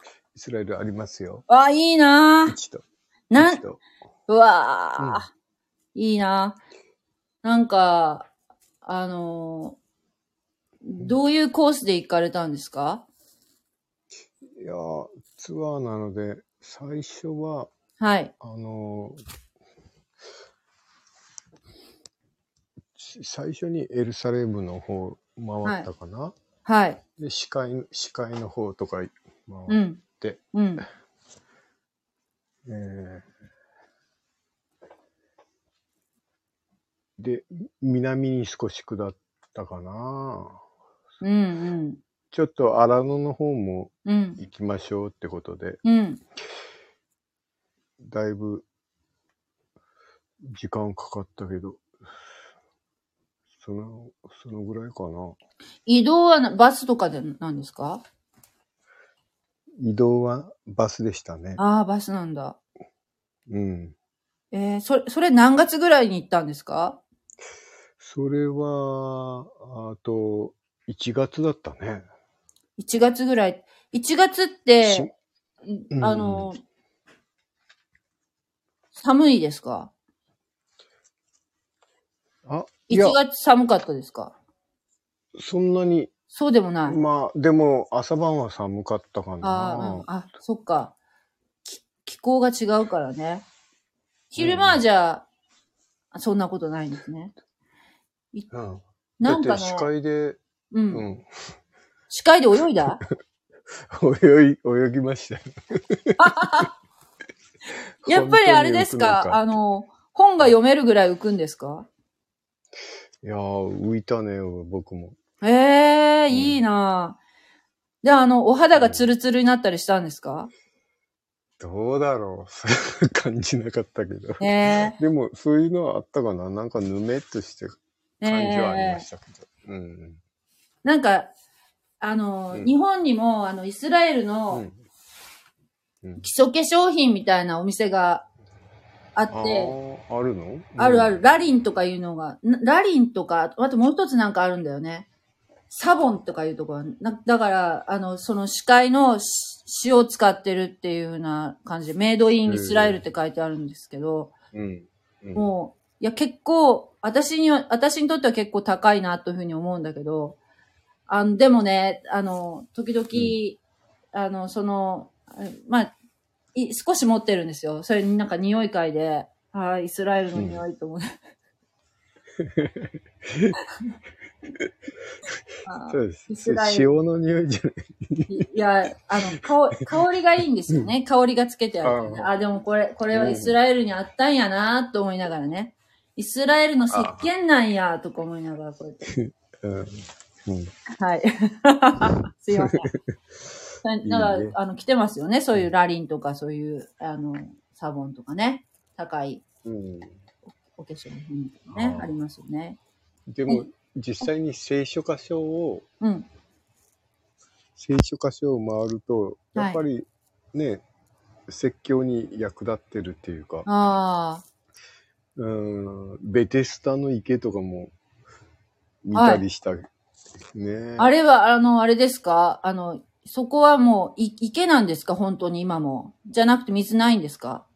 スラエルありますよ。 あ、いいなぁ。 一度。 うわぁ、いいなぁ。なんか、どういうコースで行かれたんですか？ いや、ツアーなので、最初は、 はい。 最初にエルサレムの方回ったかな。 はい。 で、視界の方とか回って、で、南に少し下ったかな。ちょっと荒野の方も行きましょうってことで、だいぶ時間かかったけど、そのぐらいかな。 移動はバスとかでなんですか？ 移動はバスでしたね。 ああ、バスなんだ。 うん。 それ何月ぐらいに行ったんですか？ それは、1月だったね。 1月ぐらい。1月って、寒いですか？1月寒かったですか？ そんなに。 そうでもない。 まあ、でも朝晩は寒かったかな。そっか。気候が違うからね。昼間はじゃあ、そんなことないんですね。 なんかね。だって視界で、 視界で泳いだ？ 泳ぎましたよ。 やっぱりあれですか？本が読めるぐらい浮くんですか？ いやー、浮いたね、僕も。 いいなぁ。で、お肌がツルツルになったりしたんですか？ どうだろう。感じなかったけど。でも、そういうのはあったかな。なんかぬめっとして感じはありましたけど。 なんか、日本にも、イスラエルの基礎化粧品みたいなお店があって。 あるの？ ある。ラリンとかいうのが、ラリンとか、あともう一つなんかあるんだよね。サボンとかいうところだから、その視界の塩を使ってるっていう風な感じで、メイドインイスラエルって書いてあるんですけど、もう、いや結構、私にとっては結構高いなというふうに思うんだけど、でもね、時々、まあ、少し持ってるんですよ。それになんか匂い嗅いで、イスラエルの匂いと思う。 そうです。塩の匂いじゃない。 いや、香りがいいんですよね。香りがつけてある、ね。でもこれはイスラエルにあったんやなと思いながらね。イスラエルの石鹸なんやとか思いながらこうやって。はい。すいません。だから、来てますよね。そういうラリンとか、そういう、サボンとかね。高い、お化粧品とかね、ありますよね。 でも、実際に聖書箇所を、聖書箇所を回ると、やっぱりね、説教に役立ってるっていうか、ベテスタの池とかも見たりした、ね。 あれは、あれですか？そこはもう池なんですか？本当に今も。じゃなくて水ないんですか？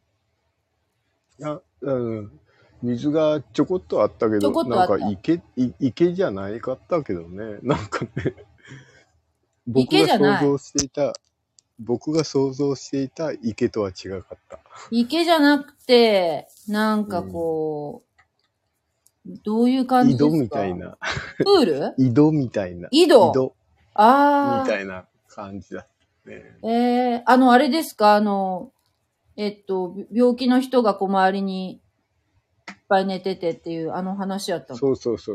水がちょこっとあったけど、なんか池じゃないかったけどね。なんかね、僕が想像していた池とは違かった。 池じゃなくて、なんかこう、どういう感じですか？ 井戸みたいな。 プール？ 井戸みたいな。 井戸。 みたいな感じだね。あれですか？病気の人がこう周りにいっぱい寝ててっていう話やったの。 そう。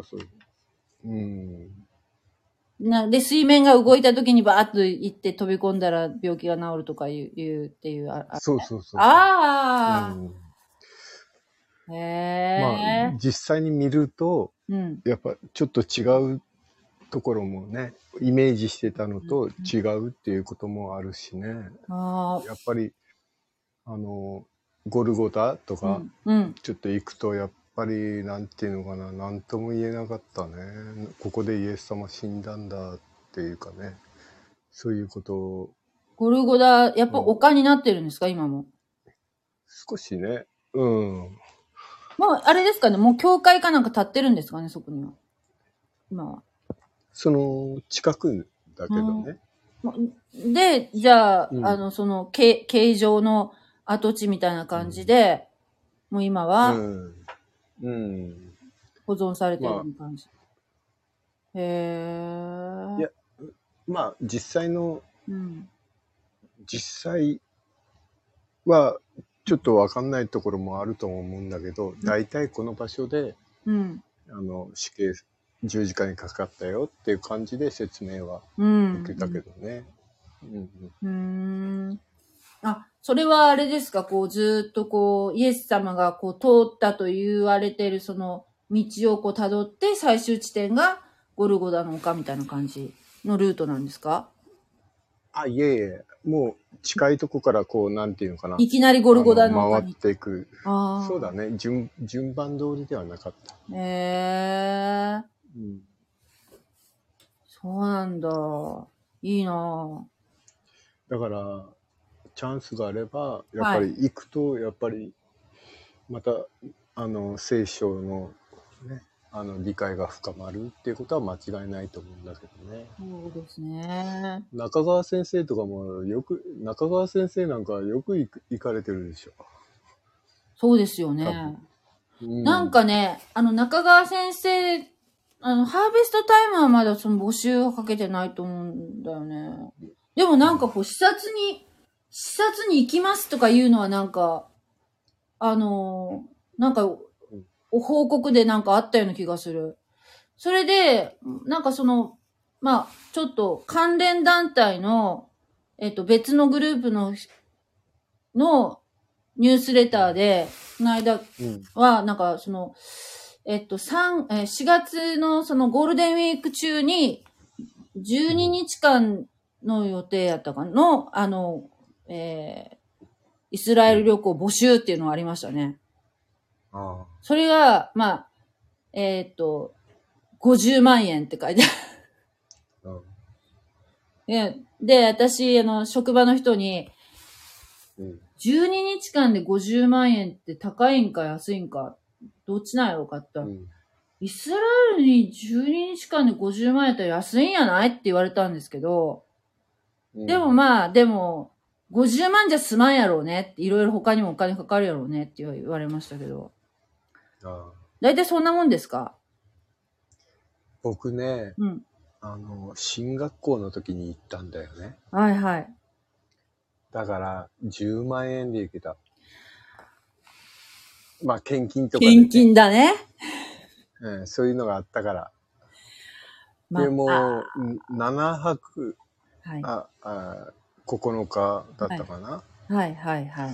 で、水面が動いた時にバーッと行って飛び込んだら病気が治るとかいうっていう。 そう。まあ、実際に見ると、やっぱちょっと違うところもね、イメージしてたのと違うっていうこともあるしね。やっぱり、ゴルゴタとか、ちょっと行くとやっぱり、なんていうのかな、なんとも言えなかったね。ここでイエス様死んだんだっていうかね、そういうことゴルゴダ、やっぱ丘になってるんですか、今も。 少しね。うん。 もう、あれですかね、もう教会かなんか建ってるんですかね、そこには。今は。 その、近くだけどね。 で、じゃあ、その、形状の跡地みたいな感じで、もう今は、保存されてる感じ。へー。 いや、まあ、実際は、ちょっとわかんないところもあると思うんだけど、大体この場所で、死刑、十字架にかかったよっていう感じで説明は受けたけどね。 あ、それはあれですか、こう、ずっとこう、イエス様がこう、通ったと言われているその道をこう、辿って、最終地点がゴルゴダの丘みたいな感じのルートなんですか？ あ、いえいえ、もう近いとこからこう、なんていうのかな。 いきなりゴルゴダの丘に。 回っていく。そうだね。順番通りではなかった。 そうなんだ。いいなぁ。だから、チャンスがあれば、やっぱり行くと、やっぱり、また、聖書のね、理解が深まるっていうことは間違いないと思うんだけどね。 そうですね。 中川先生とかも中川先生なんかよく行かれてるでしょ。 そうですよね。なんかね、中川先生、ハーベストタイムはまだその募集をかけてないと思うんだよね。でもなんかこう、視察に行きますとかいうのはなんか、なんか、お報告でなんかあったような気がする。それで、なんかその、まあ、ちょっと関連団体の、別のグループのニュースレターで、この間は、なんかその、4月のそのゴールデンウィーク中に、12日間の予定やったかの、イスラエル旅行募集っていうのがありましたね。それが、まあ、50万円って書いてある。で、私、職場の人に、12日間で50万円って高いんか安いんか、どっちなんやろうかって。イスラエルに12日間で50万円って安いんやないって言われたんですけど、でも50万じゃ済まんやろうねって、いろいろ他にもお金かかるやろうねって言われましたけど。だいたいそんなもんですか？ 僕ね、進学校の時に行ったんだよね。 はいはい。 だから、10万円で行けた。まあ、献金とか、ね。 献金だね。 そういうのがあったから。でも、7泊、9日だったかな。 はいはいはい。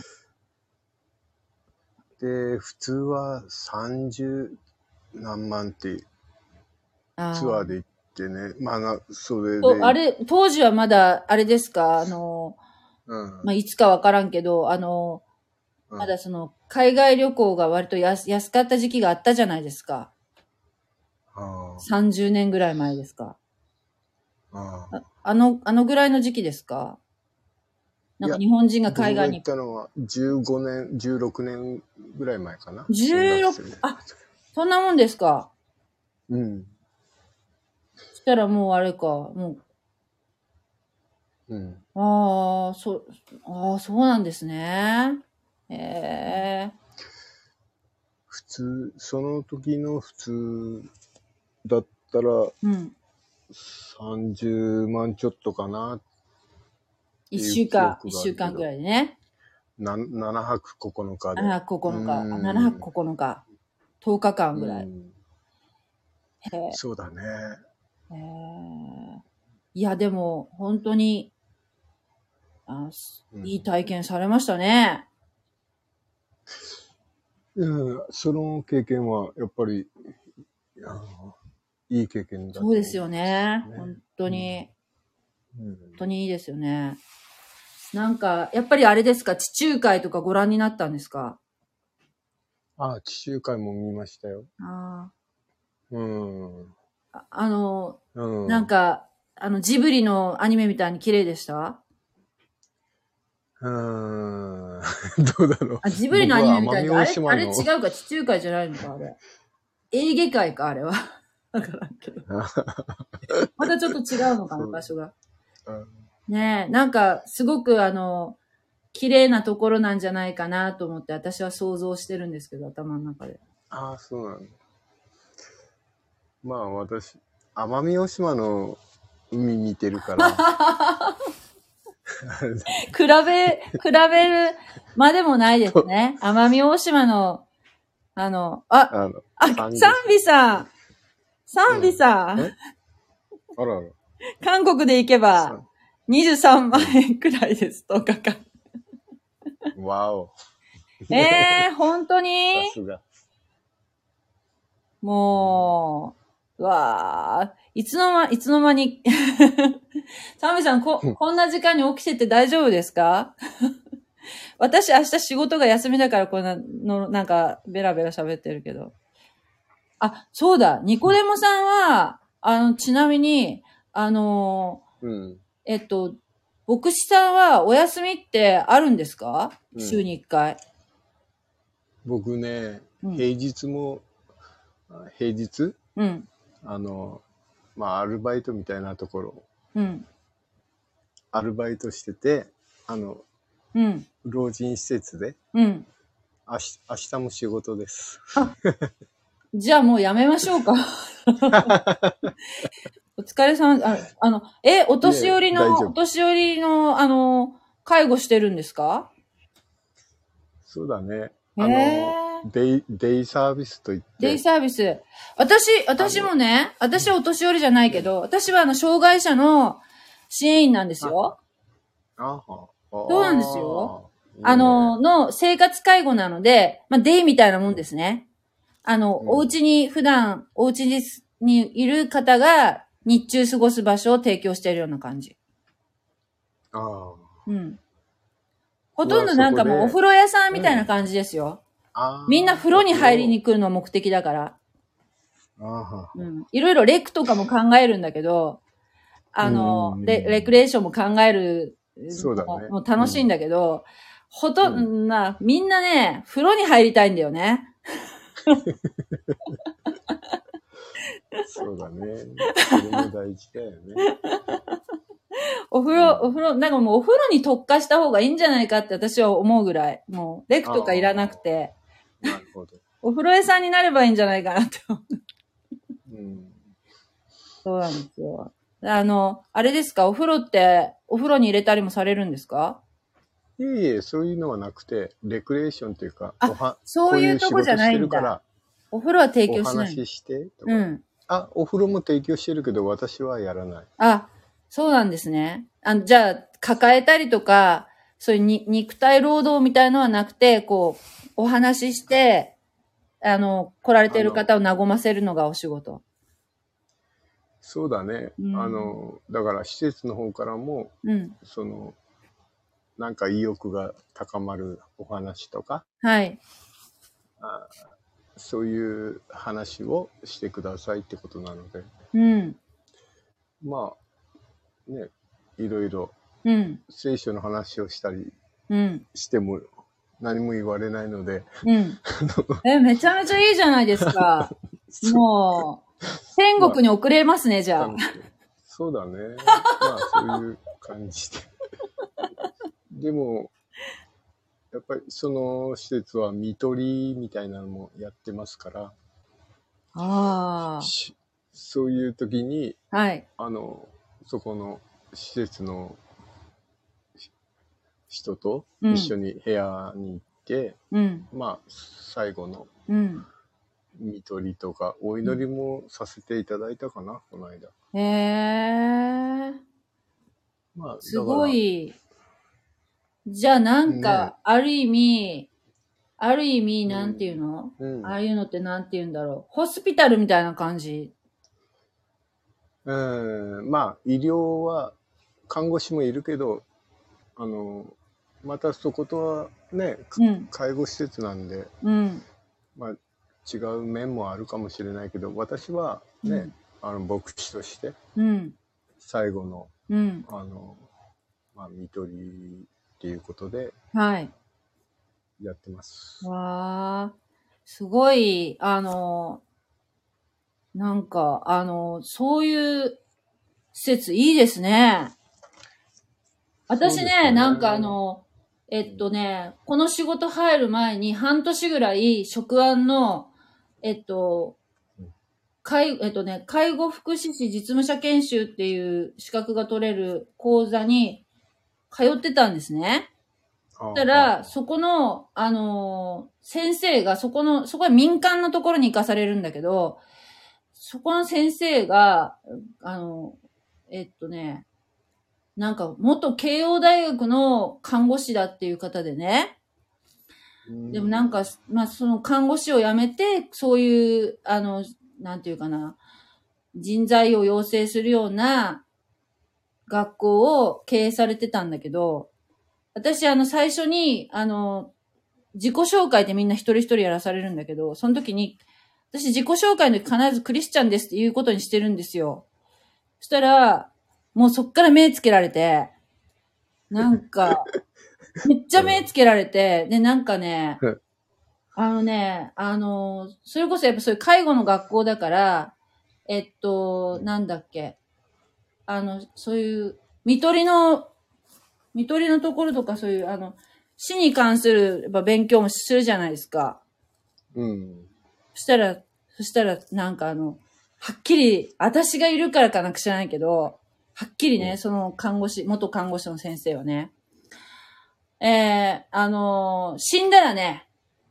で、普通は30何万ってツアーで行ってね。まあ、それで。 当時はまだ、あれですか、まあ、いつかわからんけど、まだその、海外旅行が割と安かった時期があったじゃないですか。30年ぐらい前ですか。あのぐらいの時期ですか？なんか日本人が海外に。 僕が行ったのは15年、16年ぐらい前かな。 16、そんなもんですか。そしたらもうあれか、もう。そうなんですね。 普通、その時の普通だったら、30万ちょっとかな。 1週間ぐらいでね。 7泊9日で。 7泊9日。7泊9日。10日間ぐらい。 そうだね。 いや、でも、本当に、いい体験されましたね。 その経験は、やっぱり、いい経験だと思う。 そうですよね。本当に。本当にいいですよね。なんか、やっぱりあれですか、地中海とかご覧になったんですか？ 地中海も見ましたよ。 なんか、ジブリのアニメみたいに綺麗でした？ どうだろう。 ジブリのアニメみたいな。あれ違うか、地中海じゃないのか、あれ。エーゲ海か、あれは。だからんけど。またちょっと違うのかな、場所が。ねえ、なんか、すごく綺麗なところなんじゃないかなと思って、私は想像してるんですけど、頭の中で。 ああ、そうなの。まあ、私、奄美大島の海見てるから。 比べるまでもないですね。奄美大島の、サンビさん。サンビさん。 あらあら。 韓国で行けば、23万円くらいです、10日間。 わお。 本当に？ さすが。 もう、いつの間に、サンビさん、こんな時間に起きてて大丈夫ですか？私明日仕事が休みだからこんなの、なんか、ベラベラ喋ってるけど。あ、そうだ、ニコデモさんは、ちなみに、牧師さんはお休みってあるんですか？週に1回。 僕ね、平日、アルバイトみたいなところ、アルバイトしてて、老人施設で、明日も仕事です。 じゃあもうやめましょうか。お疲れ様。お年寄りの、介護してるんですか？ そうだね。デイサービスといって。 デイサービス。私もね、私はお年寄りじゃないけど、私は障害者の支援員なんですよ。そうなんですよ。の生活介護なので、デイみたいなもんですね。お家に、普段、お家にいる方が日中過ごす場所を提供しているような感じ。ほとんどなんかもうお風呂屋さんみたいな感じですよ。みんな風呂に入りに来るのが目的だから。いろいろレクとかも考えるんだけど、レクレーションも考えるのも楽しいんだけど、みんなね、風呂に入りたいんだよね。 そうだね。それも大事だよね。 お風呂、なんかもうお風呂に特化した方がいいんじゃないかって私は思うぐらい、もうレクとかいらなくて、 なるほど。 お風呂屋さんになればいいんじゃないかなって思う。そうなんですよ。あれですか、お風呂に入れたりもされるんですか？ いえ、そういうのはなくて、レクレーションというか、 そういうとこじゃないんだ。お風呂は提供しない。 お話ししてとか。お風呂も提供してるけど、私はやらない。 そうなんですね。じゃあ、抱えたりとか、そういう肉体労働みたいのはなくて、こう、お話しして、来られてる方を和ませるのがお仕事。 そうだね。だから施設の方からも、なんか意欲が高まるお話とか、そういう話をしてくださいってことなので、まあね、いろいろ聖書の話をしたりしても何も言われないので、 めちゃめちゃいいじゃないですか。もう天国に送れますね、じゃあ。 そうだね。まあそういう感じで。でもやっぱりその施設は看取りみたいなのもやってますから、そういう時に、そこの施設の人と一緒に部屋に行って、まあ最後の看取りとかお祈りもさせていただいたかな、この間。 まあ、すごい。じゃあなんか、ある意味、なんていうの、ああいうのってなんていうんだろう。ホスピタルみたいな感じ。 まあ、医療は、看護師もいるけど、またそことはね、介護施設なんで、まあ、違う面もあるかもしれないけど、私はね、牧師として、最後の、看取りっていうことで、 はい。 やってます。 わー。すごい、なんか、そういう施設いいですね。私ね、なんかこの仕事入る前に半年ぐらい職安の、介護福祉士実務者研修っていう資格が取れる講座に通ってたんですね。そしたら、そこの、先生が、そこは民間のところに行かされるんだけど、そこの先生が、なんか、元慶応大学の看護師だっていう方でね。でもなんか、まあ、その看護師を辞めて、そういう、なんていうかな、人材を養成するような学校を経営されてたんだけど、私、最初に、自己紹介ってみんな一人一人やらされるんだけど、その時に、私自己紹介の時必ずクリスチャンですって言うことにしてるんですよ。そしたら、もうそっから目つけられて、なんか、めっちゃ目つけられて、で、なんかね、それこそやっぱそういう介護の学校だから、なんだっけ、そういう、見取りのところとかそういう、死に関するやっぱ勉強もするじゃないですか。 うん。 そしたら、なんかはっきり、私がいるからかなく知らないけど、はっきりね、その元看護師の先生はね、死んだらね、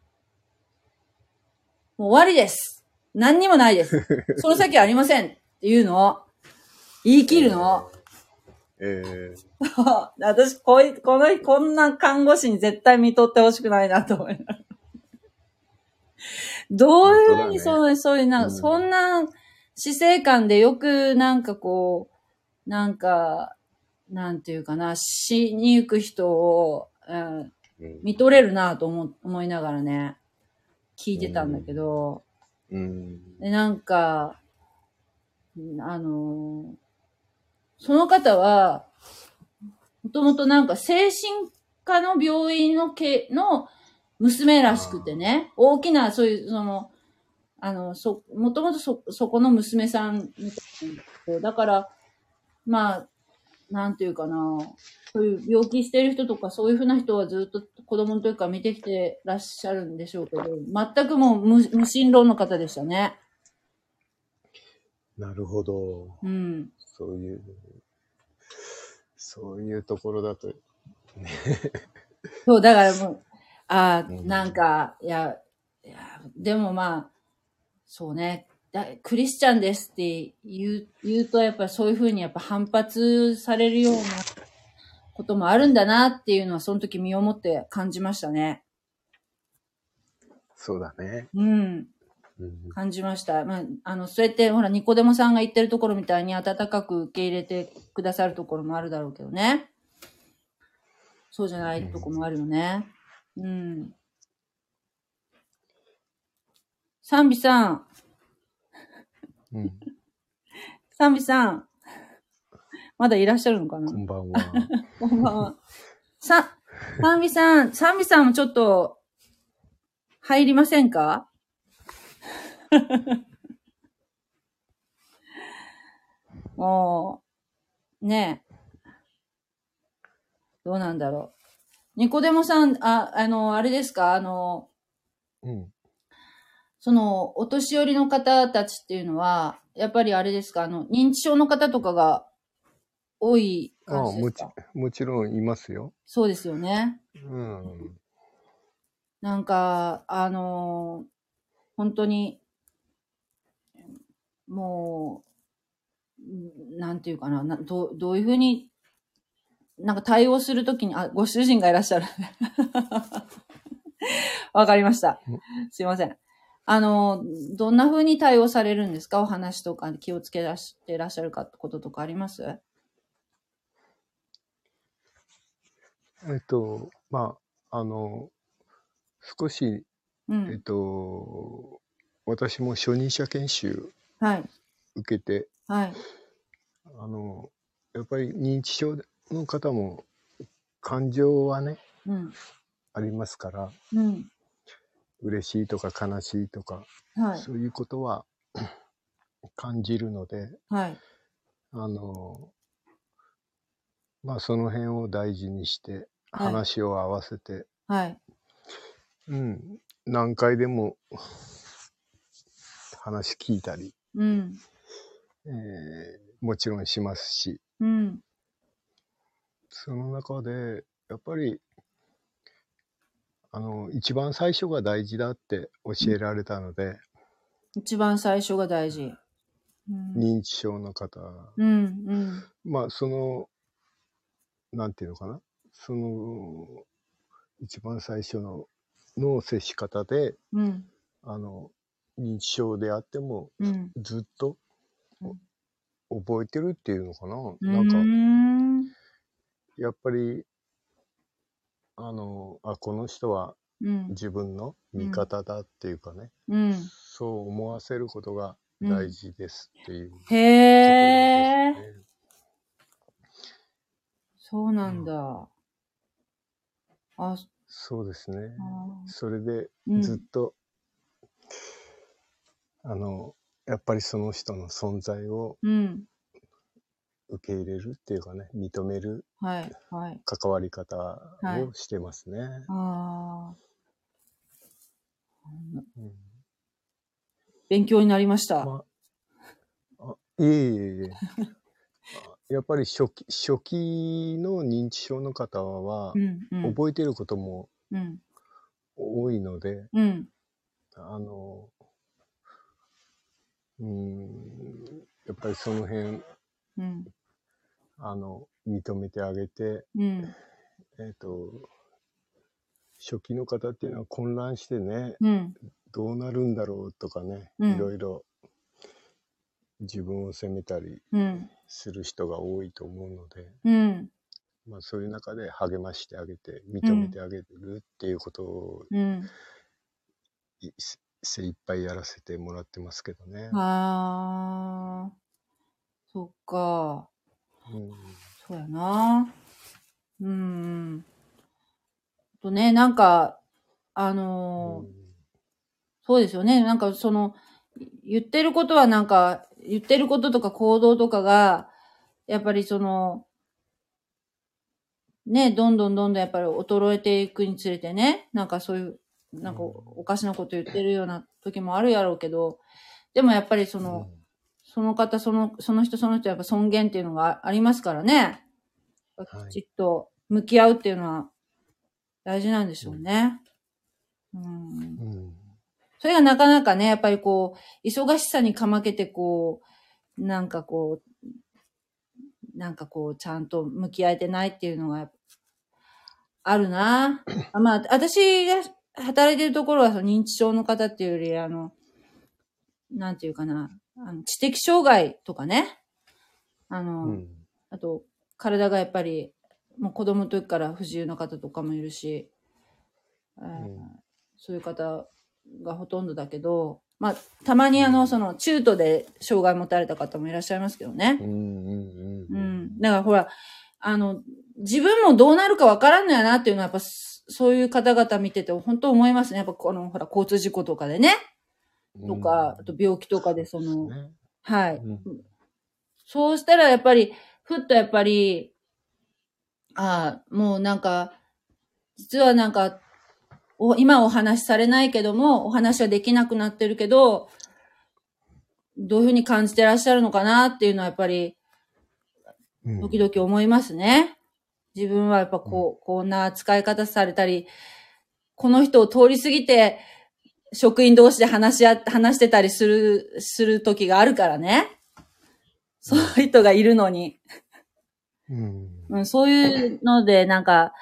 もう終わりです。何にもないです。その先はありませんっていうのを言い切るの。私、こんな看護師に絶対見とってほしくないなと思いながら。どういうふうにそういう、そんな死生観でよくなんかこう、なんか、なんていうかな、死に行く人を、見とれるなと思いながらね、聞いてたんだけど、で、なんか、その方は、もともとなんか精神科の病院の娘らしくてね、大きな、そういう、もともとそこの娘さんみたいな。だから、まあ、なんていうかな、そういう病気してる人とか、そういうふうな人はずっと子供の時から見てきてらっしゃるんでしょうけど、全くもう無神論の方でしたね。 なるほど。 うん。 そういうところだと、ね。 そう、だからもう、なんか、でもまあ、そうね、クリスチャンですって言うと、やっぱりそういうふうにやっぱ反発されるようなこともあるんだなっていうのは、その時身をもって感じましたね。 そうだね。 うん。感じました。まあ、そうやって、ほら、ニコデモさんが言ってるところみたいに温かく受け入れてくださるところもあるだろうけどね。そうじゃないとこもあるよね。うん。サンビさん。サンビさん。まだいらっしゃるのかな？ こんばんは。 こんばんは。サンビさんもちょっと、入りませんか？もう、ねえ。どうなんだろう。ニコデモさん、あれですか？その、お年寄りの方たちっていうのは、やっぱりあれですか？認知症の方とかが多い感じですか？ もちろんいますよ。 そうですよね。なんか、本当に、もう、なんていうかな、どういうふうに、なんか対応するときに、ご主人がいらっしゃる。わかりました。すいません。どんなふうに対応されるんですか？お話とか気をつけらしてらっしゃることとかあります？ まあ、少し、私も初任者研修受けて、やっぱり認知症の方も感情はね、ありますから、嬉しいとか悲しいとか、そういうことは感じるので、まあその辺を大事にして話を合わせて、何回でも話聞いたり、もちろんしますし、その中でやっぱり一番最初が大事だって教えられたので、 一番最初が大事。 認知症の方、まあなんていうのかな、一番最初の接し方で、認知症であっても、ずっと覚えてるっていうのかな、なんかやっぱりこの人は自分の味方だっていうかね、そう思わせることが大事ですっていう、 へー、そうなんだ。 そうですね。それでずっと、やっぱりその人の存在を受け入れるっていうかね、認める関わり方をしてますね。 勉強になりました。 いえ。やっぱり初期の認知症の方は、覚えてることも多いので、やっぱりその辺、認めてあげて、初期の方っていうのは混乱してね、どうなるんだろうとかね、いろいろ自分を責めたりする人が多いと思うので、まあそういう中で励ましてあげて、認めてあげるっていうことを、精一杯やらせてもらってますけどね。 そっか。そうやな。とね、なんか、そうですよね。なんか言ってることはなんか、言ってることとか行動とかが、やっぱりね、どんどんやっぱり衰えていくにつれてね、なんかそういう、なんかおかしなこと言ってるような時もあるやろうけど、でもやっぱりその方、その人やっぱ尊厳っていうのがありますからね。きちっと向き合うっていうのは大事なんでしょうね。それがなかなかね、やっぱり忙しさにかまけてなんかちゃんと向き合えてないっていうのがあるな。まあ、私が働いてるところは認知症の方っていうより、なんていうかな、知的障害とかね。あと、体がやっぱり、もう子供の時から不自由な方とかもいるし、そういう方がほとんどだけど、まあ、たまに中途で障害持たれた方もいらっしゃいますけどね。だからほら、自分もどうなるかわからんのやなっていうのはやっぱ、そういう方々見てて本当思いますね。やっぱほら、交通事故とかでね。とか、あと病気とかではい。そうしたらやっぱり、ふっとやっぱり、もうなんか、実はなんか、今お話しされないけども、お話はできなくなってるけど、どういうふうに感じてらっしゃるのかなっていうのはやっぱり、時々思いますね。自分はやっぱこんな扱い方されたり、この人を通り過ぎて、職員同士で話してたりする時があるからね。そういう人がいるのに。そういうので、なんか、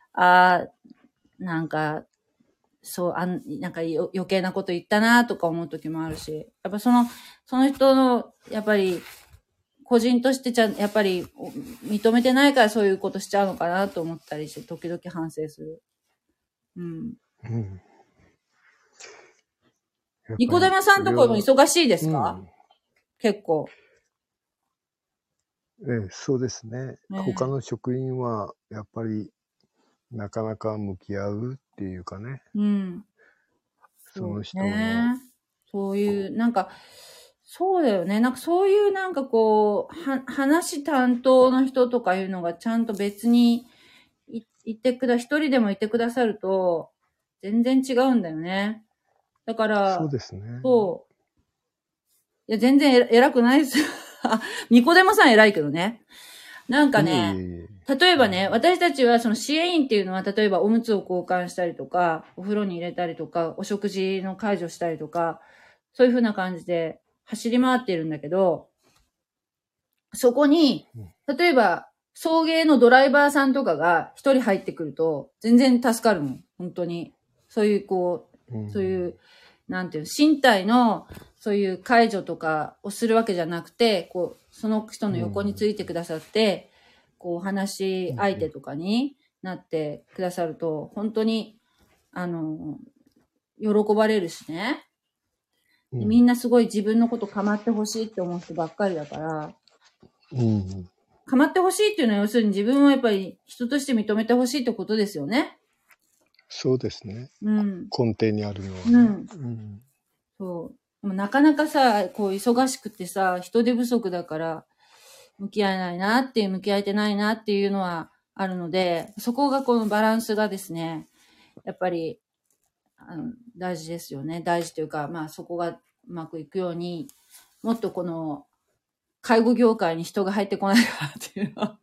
なんか、なんか余計なこと言ったなとか思う時もあるし、やっぱその人の、やっぱり、個人としてやっぱり認めてないからそういうことしちゃうのかなと思ったりして、時々反省する。ニコデマさんとこも忙しいですか？結構。 そうですね。他の職員は、やっぱり、 なかなか向き合うっていうかね。 うん。 その人の。 そういう、なんか、そうだよね。なんかそういうなんかこう、話担当の人とかいうのがちゃんと別に一人でもいてくださると、全然違うんだよね。だから、 そうですね。 そう。いや、全然偉くないですよ。ニコデモさん偉いけどね。なんかね、例えばね、私たちはその支援員っていうのは、例えばおむつを交換したりとか、お風呂に入れたりとか、お食事の介助したりとか、そういう風な感じで走り回っているんだけど、そこに、例えば、送迎のドライバーさんとかが一人入ってくると、全然助かるもん。本当に。そういうこう、そういう、なんていう、身体の、そういう介助とかをするわけじゃなくて、こう、その人の横についてくださって、こう、話し相手とかになってくださると、本当に、喜ばれるしね。みんなすごい自分のこと構ってほしいって思う人ばっかりだから、構ってほしいっていうのは要するに自分をやっぱり人として認めてほしいってことですよね。 そうですね。 うん。 根底にあるのは、ね。 そう。でもなかなかさ、こう忙しくてさ、人手不足だから、向き合えないなっていう、向き合えてないなっていうのはあるので、そこがこのバランスがですね、やっぱり、大事ですよね。大事というか、まあそこがうまくいくように、もっとこの、介護業界に人が入ってこないかっていうのは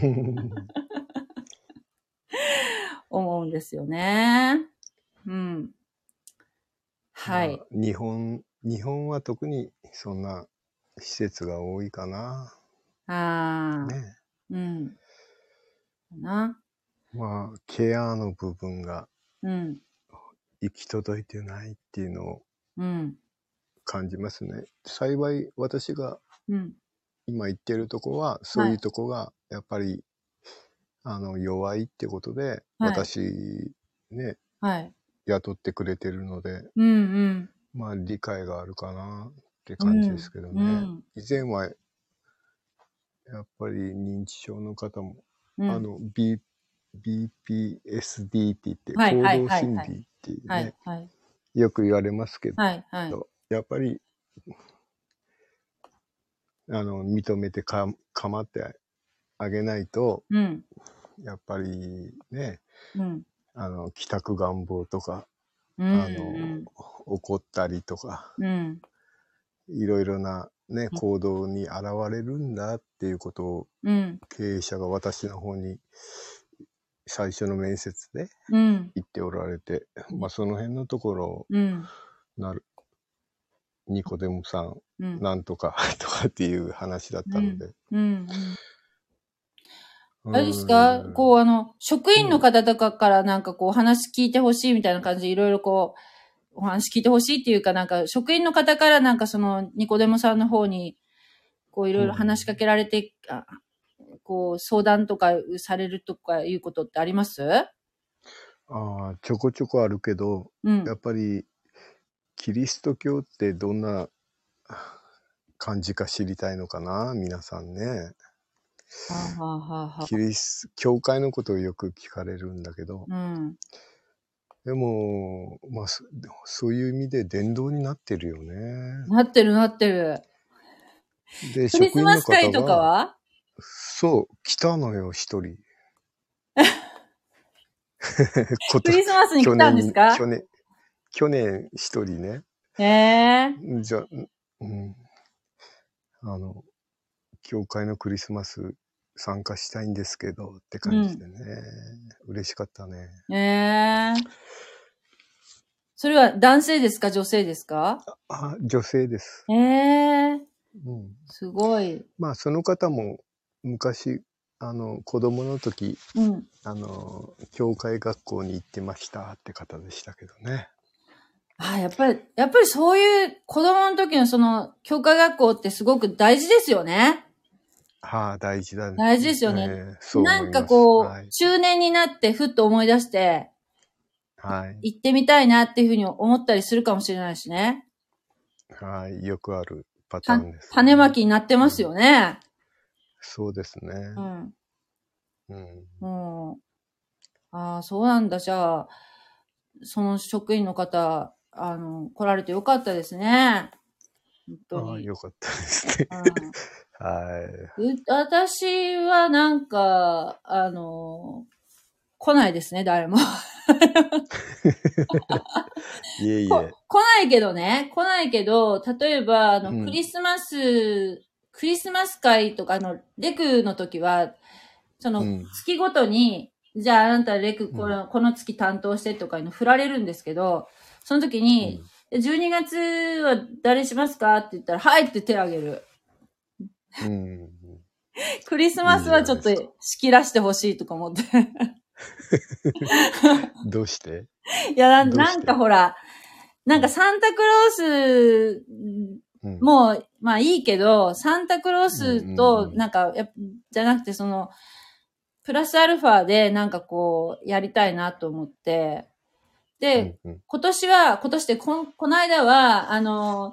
思うんですよね。うん。はい。 日本は特にそんな施設が多いかな。 ああ。ね。うん。かな。 まあ、ケアの部分が行き届いてないっていうのを感じますね。幸い私が今言ってるとこは、そういうとこがやっぱり、弱いってことで、私ね、雇ってくれてるので、まあ理解があるかなって感じですけどね。以前はやっぱり認知症の方も、BPSD って言って行動心理っていうね、よく言われますけど、やっぱり認めて構ってあげないと、やっぱりね、帰宅願望とか、怒ったりとか、いろいろなね、行動に現れるんだっていうことを、経営者が私の方に最初の面接で言っておられて、まあその辺のところをニコデモさん、なんとかとかっていう話だったので。 あれですか、こう職員の方とかからなんかこう話聞いてほしいみたいな感じでいろいろこうお話聞いてほしいっていうかなんか職員の方からなんかそのニコデモさんの方にこういろいろ話しかけられて、こう相談とかされるとかいうことってあります？ ちょこちょこあるけど、やっぱりキリスト教ってどんな感じか知りたいのかな、皆さんね。教会のことをよく聞かれるんだけど、でも、まあ、そういう意味で伝道になってるよね。 なってる。で、クリスマス会とかは？ そう、来たのよ、一人。 クリスマスに来たんですか？ 去年一人ね。じゃ、教会のクリスマス参加したいんですけどって感じでね、嬉しかったね。 それは男性ですか、女性ですか？ 女性です。すごい。 まあその方も昔子供の時、教会学校に行ってましたって方でしたけどね。 やっぱりそういう子供の時のその教会学校ってすごく大事ですよね。 大事だね。 大事ですよね。なんかこう、中年になってふっと思い出して、行ってみたいなっていうふうに思ったりするかもしれないしね。 よくあるパターンです、 種まきになってますよね。 そうですね。 ああ、そうなんだ。じゃあ、その職員の方、来られてよかったですね。本当に。 ああ、よかったですね。はい。 私はなんか、来ないですね、誰も。 いえいえ。 来ないけどね、来ないけど、例えば、クリスマス会とかレクの時は、その、月ごとに、じゃああなたレクこの月担当してとかいうの振られるんですけど、その時に、12月は誰しますかって言ったら、はいって手を挙げる。クリスマスはちょっと仕切らしてほしいとか思って。 どうして？ いや、なんかほら、なんかサンタクロースも、まあいいけど、サンタクロースと、なんか、じゃなくてプラスアルファでなんかこう、やりたいなと思って、で、今年でこの間は、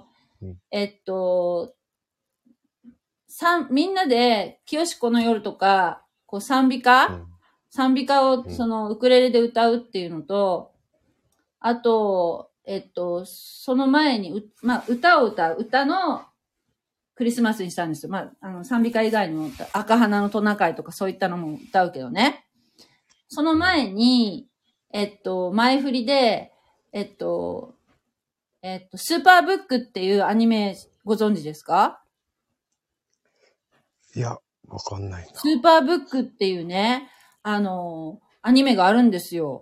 みんなで、清子の夜とか、こう賛美歌を、ウクレレで歌うっていうのと、あと、その前に、歌を歌う、歌のクリスマスにしたんですよ。賛美歌以外にも、赤花のトナカイとかそういったのも歌うけどね。その前に、前振りで、スーパーブックっていうアニメご存知ですか？ いや、わかんないな。 スーパーブックっていうね、アニメがあるんですよ。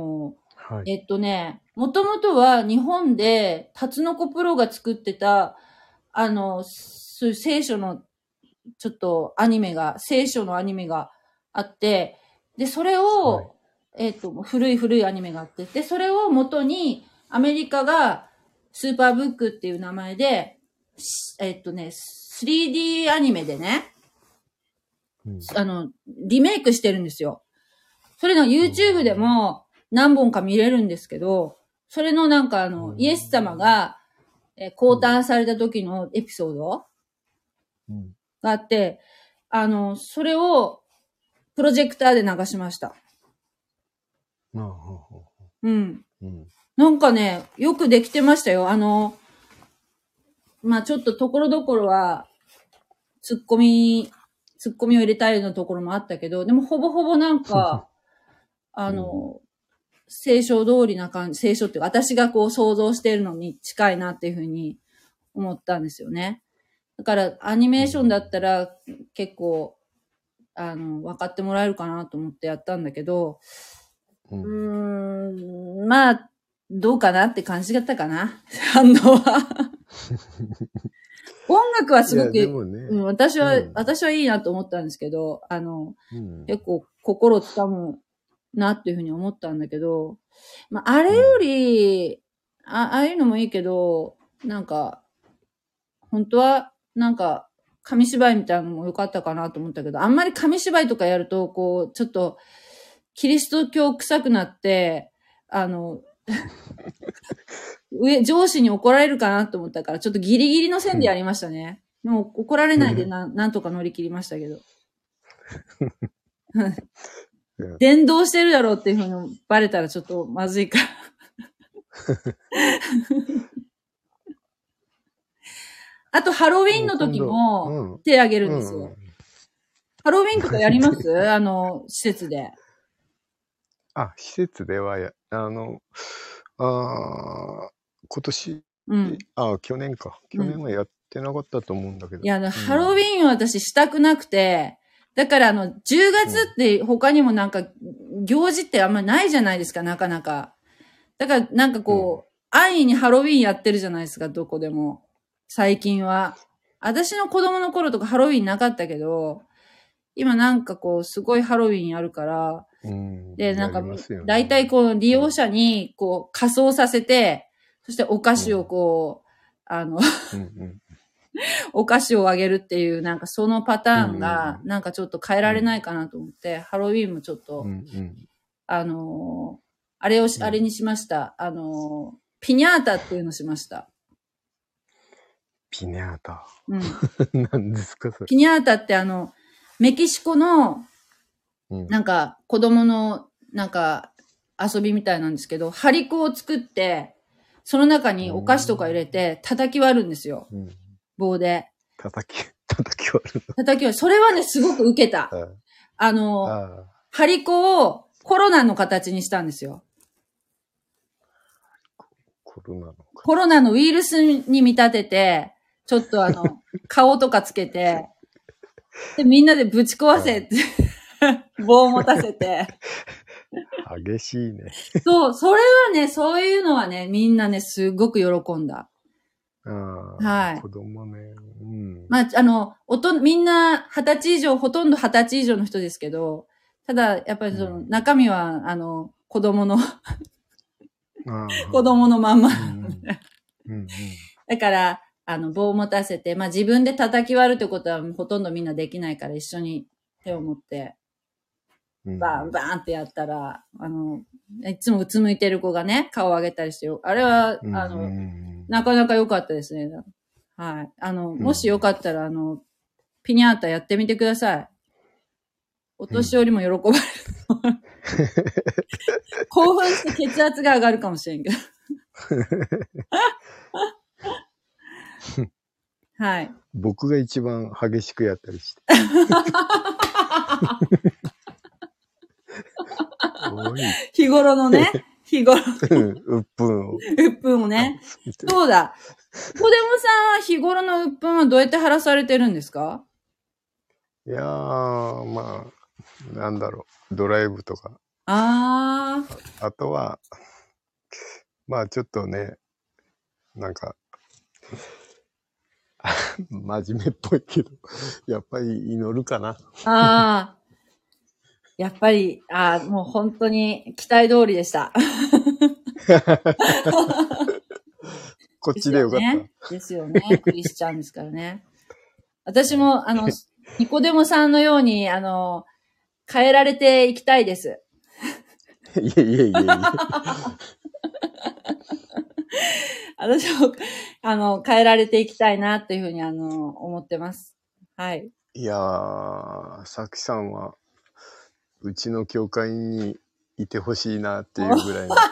もともとは日本で、タツノコプロが作ってた、聖書の、ちょっと聖書のアニメがあって、で、それを、古いアニメがあって、で、それを元に、アメリカが、スーパーブックっていう名前で、3D アニメでね、リメイクしてるんですよ。それの YouTube でも何本か見れるんですけど、それのなんかイエス様が、降誕された時のエピソードがあって、それをプロジェクターで流しました。なんかね、よくできてましたよ。ちょっとところどころは、ツッコミを入れたいのところもあったけど、でもほぼほぼなんか、聖書通りな感じ、聖書っていうか、私がこう想像しているのに近いなっていうふうに思ったんですよね。だから、アニメーションだったら結構、分かってもらえるかなと思ってやったんだけど、どうかなって感じだったかな、反応は。音楽はすごく、私はいいなと思ったんですけど、結構心をつかむなっていうふうに思ったんだけど、あれより、ああいうのもいいけど、なんか、本当は、なんか、紙芝居みたいなのも良かったかなと思ったけど、あんまり紙芝居とかやると、こう、ちょっと、キリスト教臭くなって、上司に怒られるかなと思ったから、ちょっとギリギリの線でやりましたね。でも怒られないでなんとか乗り切りましたけど。伝道してるだろうっていうふうにバレたらちょっとまずいから。あと、ハロウィンの時も手あげるんですよ。ハロウィンとかやります？施設で。 施設では今年、去年か。去年はやってなかったと思うんだけど。 いや、ハロウィンは私したくなくて、だから10月って他にもなんか行事ってあんまないじゃないですか、なかなか。だからなんかこう、安易にハロウィンやってるじゃないですか、どこでも。最近は。私の子供の頃とかハロウィンなかったけど、今なんかこう、すごいハロウィンやるから、で、なんか、大体こう、利用者にこう、仮装させて、そしてお菓子をこう、お菓子をあげるっていう、なんかそのパターンが、なんかちょっと変えられないかなと思って、ハロウィンもちょっと、あれにしました。ピニャータっていうのしました。 ピニャータ。何ですかそれ。 ピニャータってメキシコの、なんか子供のなんか遊びみたいなんですけど、張り子を作って、その中にお菓子とか入れて叩き割るんですよ。棒で。 叩き割る。 叩き割る。それはね、すごく受けた。張り子をコロナの形にしたんですよ。コロナのウイルスに見立てて、ちょっと顔とかつけて、で、みんなでぶち壊せって、棒を持たせて。 激しいね。 そう、それはね、そういうのはね、みんなね、すごく喜んだ。はい。 子供ね。うん。 まあ、みんな20歳以上、ほとんど20歳以上の人ですけど、ただ、やっぱりその、中身は、子供の子供のまんま。だから、棒を持たせて、まあ自分で叩き割るってことはほとんどみんなできないから一緒に手を持って、バーンバーンってやったら、いつもうつむいてる子がね、顔を上げたりしてよ。あれは、なかなか良かったですね。はい。もしよかったら、ピニャータやってみてください。お年寄りも喜ばれる。興奮して血圧が上がるかもしれんけど。はい。 僕が一番激しくやったりして。 日頃のね、日頃の。 うっぷんを。 うっぷんをね。そうだ。子供さんは日頃のうっぷんはどうやって晴らされてるんですか？ いやー、まあ、なんだろう。ドライブとか。 あとは、まあちょっとね、なんか、真面目っぽいけど、やっぱり祈るかな。 ああ。やっぱり、もう本当に期待通りでした。 こっちでよかった。 ですよね。クリスチャンですからね。私も、ニコデモさんのように、変えられていきたいです。 いえ。 私も、変えられていきたいな、というふうに、思ってます。はい。 いやー、さきさんは、うちの教会にいてほしいなっていうぐらいの。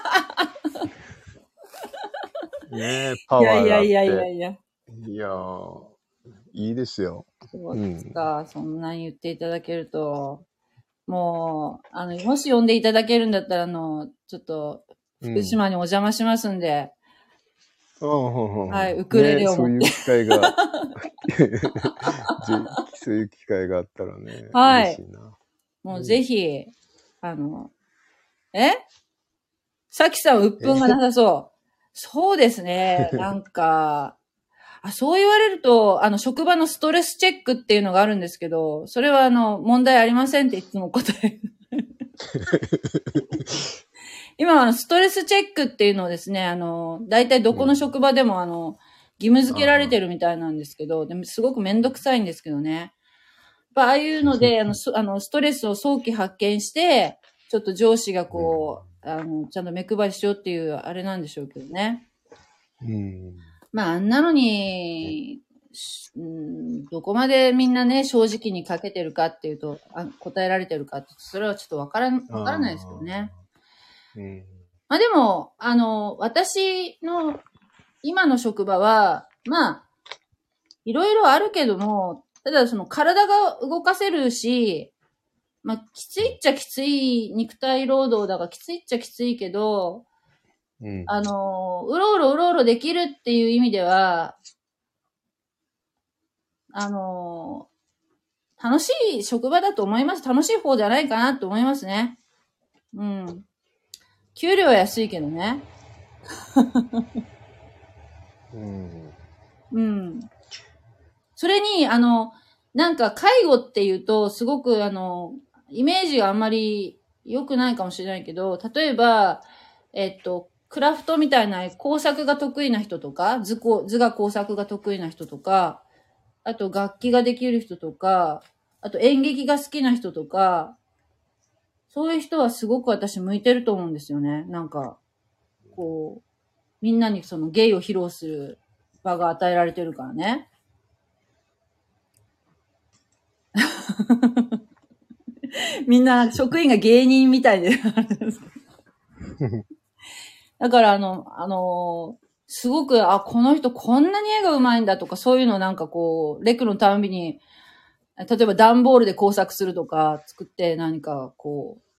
ねえ、パワーがあって。いや。いやー、いいですよ。 そうですか、そんなに言っていただけると。もう、もし呼んでいただけるんだったら、ちょっと、福島にお邪魔しますんで。はい、ウクレレを持って。 ね、そういう機会が、そういう機会があったらね、 はい。 嬉しいな。 もうぜひ、さきさん、鬱憤がなさそう。そうですね。なんか、そう言われると、職場のストレスチェックっていうのがあるんですけど、それは問題ありませんっていつも答える。今はストレスチェックっていうのをですね、大体どこの職場でも義務付けられてるみたいなんですけど、でもすごくめんどくさいんですけどね。ああいうので、ストレスを早期発見して、ちょっと上司がこう、ちゃんと目配りしようっていう、あれなんでしょうけどね。まあ、あんなのに、どこまでみんなね、正直にかけてるかっていうと、答えられてるかって、それはちょっとわからないですけどね。まあでも、私の今の職場は、まあ、いろいろあるけども、ただその体が動かせるし、まあ、きついっちゃきつい肉体労働だからきついっちゃきついけど、うろうろできるっていう意味では、楽しい職場だと思います。楽しい方じゃないかなと思いますね。うん。給料は安いけどね。うん。それに、なんか介護っていうと、すごくイメージがあんまり良くないかもしれないけど、例えば、クラフトみたいな工作が得意な人とか、図画工作が得意な人とか、あと楽器ができる人とか、あと演劇が好きな人とか、そういう人はすごく私向いてると思うんですよね。なんか、こう、みんなにその芸を披露する場が与えられてるからね。 みんな職員が芸人みたいで。だからすごく、この人こんなに絵が上手いんだとか、そういうのなんかこう、レクのたんびに、例えば段ボールで工作するとか、作って何かこう、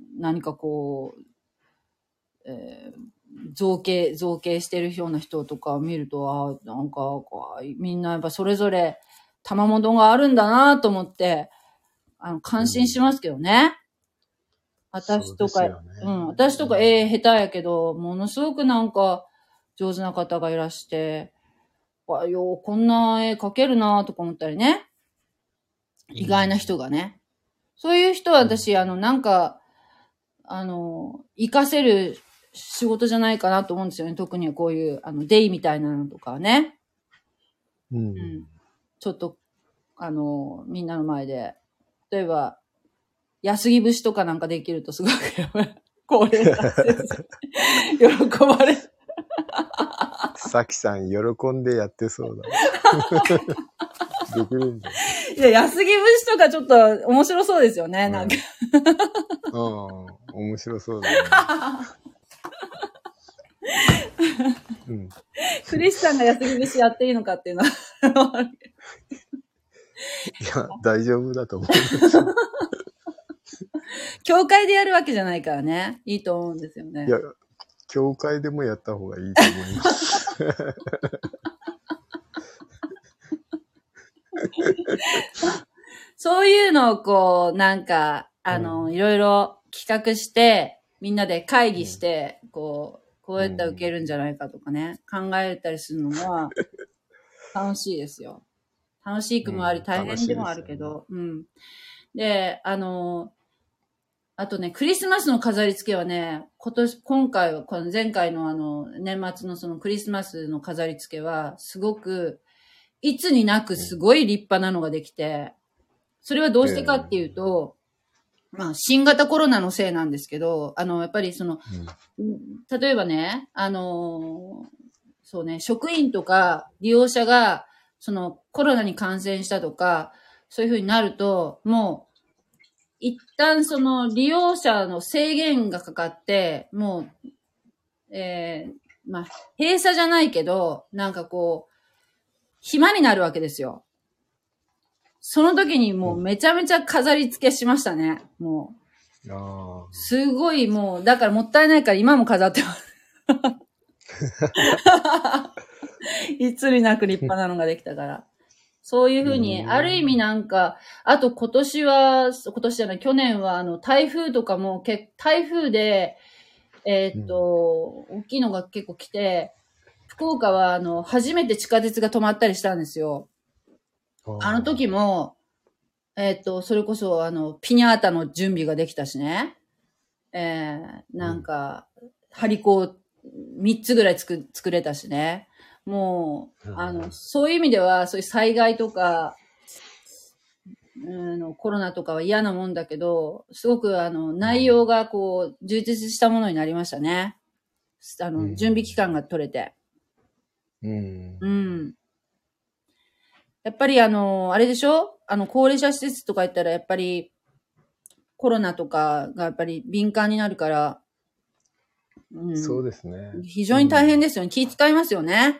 造形してるような人とかを見ると、なんか、みんなやっぱそれぞれ賜物があるんだなと思って、感心しますけどね。私とか、私とか絵下手やけど、ものすごくなんか上手な方がいらして、こんな絵描けるなとか思ったりね。意外な人がね。そういう人は私、なんか、活かせる仕事じゃないかなと思うんですよね。特にこういう、デイみたいなのとかね。ちょっと、みんなの前で、例えば、安木節とかなんかできるとすごく、これ、喜ばれ。 さきさん、喜んでやってそうだ。できるんじゃない？ いや、安木節とかちょっと面白そうですよね、なんか。 面白そうだね。 クリスさんが安木節やっていいのかっていうのは。 いや、大丈夫だと思う。 教会でやるわけじゃないからね。いいと思うんですよね。 いや、教会でもやった方がいいと思います。 そういうのをこう、なんか、いろいろ企画して、みんなで会議して、こうやったら受けるんじゃないかとかね、考えたりするのは、楽しいですよ。楽しくもあり、大変でもあるけど、で、あとね、クリスマスの飾り付けはね、今回は、この前回の年末のそのクリスマスの飾り付けは、すごく、いつになくすごい立派なのができて、それはどうしてかっていうと、新型コロナのせいなんですけど、やっぱり例えばね、そうね、職員とか利用者が、コロナに感染したとか、そういう風になると、もう、一旦利用者の制限がかかって、もう、閉鎖じゃないけど、なんかこう、暇になるわけですよ。その時にもうめちゃめちゃ飾り付けしましたね。もう。すごいもう、だからもったいないから今も飾ってます。いつになく立派なのができたから。そういうふうに、ある意味なんか、あと去年は台風とかも台風で、大きいのが結構来て、福岡は初めて地下鉄が止まったりしたんですよ。あの時も、それこそピニャータの準備ができたしね。なんか、張り子を3つぐらい作れたしね。もう、そういう意味では、そういう災害とか、コロナとかは嫌なもんだけど、すごく内容がこう、充実したものになりましたね。準備期間が取れて。やっぱりあれでしょ？高齢者施設とか行ったらやっぱりコロナとかがやっぱり敏感になるから、 そうですね。 非常に大変ですよね。気遣いますよね。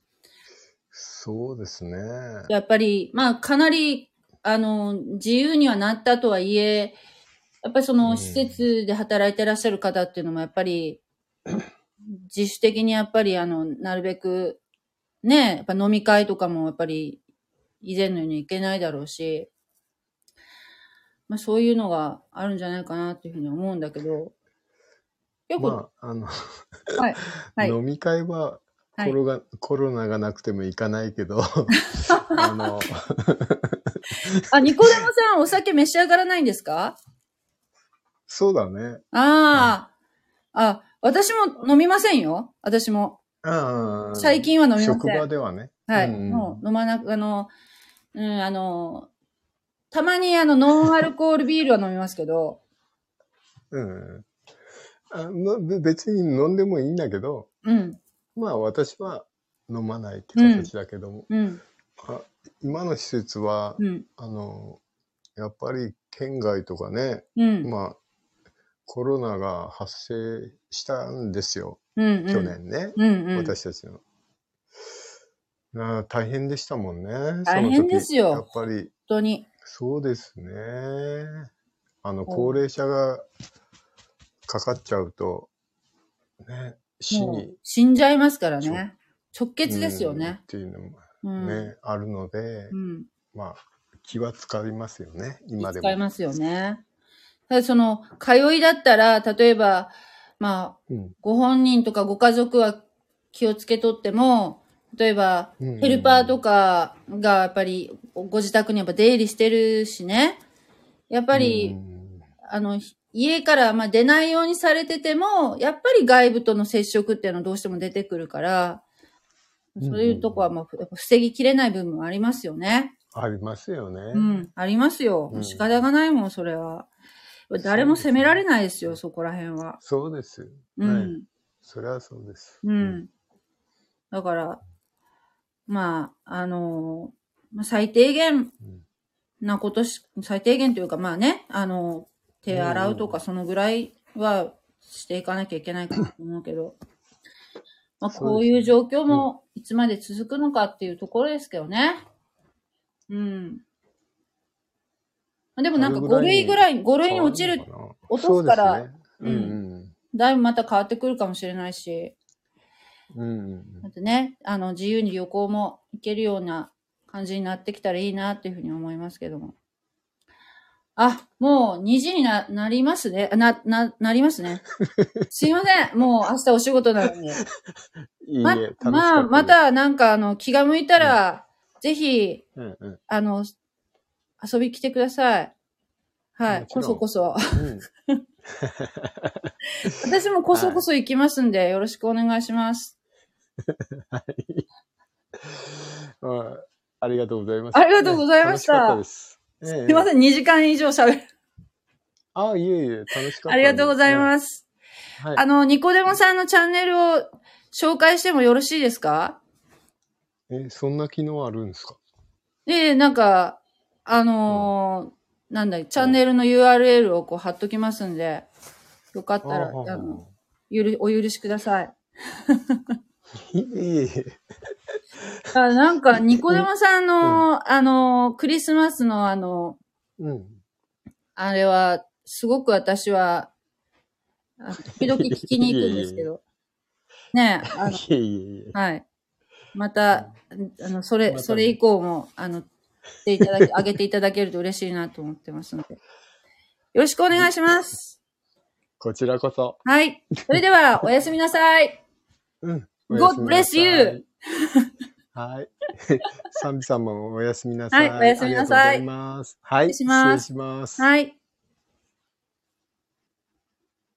そうですね。 やっぱり、かなり、自由にはなったとはいえ、やっぱり施設で働いてらっしゃる方っていうのもやっぱり、自主的にやっぱりなるべく、ね、やっぱ飲み会とかもやっぱり、以前のようにいけないだろうし、そういうのがあるんじゃないかなっていうふうに思うんだけど、 結構、飲み会はコロナがなくても行かないけど、 ニコデモさんお酒召し上がらないんですか？ そうだね。 私も飲みませんよ。私も。最近は飲みません。 職場ではね。 はい。もう飲まなく、たまにノンアルコールビールは飲みますけど。 別に飲んでもいいんだけど、私は飲まないって形だけども、今の施設は、 やっぱり県外とかね、まあ、コロナが発生したんですよ。去年ね、私たちの。大変でしたもんね。 大変ですよ。 やっぱり。 本当に。 そうですね。高齢者がかかっちゃうと、ね、 死んじゃいますからね。直結ですよね。 っていうのもね、あるので、まあ、気は使いますよね、今でも。 使いますよね。ただ通いだったら、例えば、まあ、ご本人とかご家族は気をつけとっても、例えば、ヘルパーとかがやっぱりご自宅にやっぱ出入りしてるしね。やっぱり、家からまあ出ないようにされてても、やっぱり外部との接触っていうのはどうしても出てくるから、そういうとこはもうやっぱ防ぎきれない部分もありますよね。 ありますよね。 ありますよ。仕方がないもん、それは。誰も責められないですよ、そこら辺は。 そうです。それはそうです。 だから、まあ、最低限なこと最低限というか、まあね、手洗うとかそのぐらいはしていかなきゃいけないかなと思うけど、まあこういう状況もいつまで続くのかっていうところですけどね。でもなんか5類に落とすから、だいぶまた変わってくるかもしれないし、あとね、自由に旅行も行けるような感じになってきたらいいなっていうふうに思いますけども。もう2時になりますね。なりますね。すいません。もう明日お仕事なのに。またなんか気が向いたら、ぜひ、遊び来てください。はい。こそこそ。私もこそこそ行きますんで、よろしくお願いします。 はい。ありがとうございます。 ありがとうございました。 楽しかったです。 すいません、2時間以上喋る。 いえ、楽しかったです。 ありがとうございます。ニコデモさんのチャンネルを紹介してもよろしいですか？ そんな機能あるんですか？ なんか、なんだい、チャンネルの URL を貼っときますんで、よかったら、お許しください。なんか、ニコデモさんの、クリスマスのあれは、すごく私は、時々聞きに行くんですけど。ねえ、はい。また、それ以降も、上げていただけると嬉しいなと思ってますので。よろしくお願いします。 こちらこそ。 はい。それでは、おやすみなさい。 God bless you! はい。サンビさんもおやすみなさい。 はい、おやすみなさい。 ありがとうございます。はい、失礼します。 はい。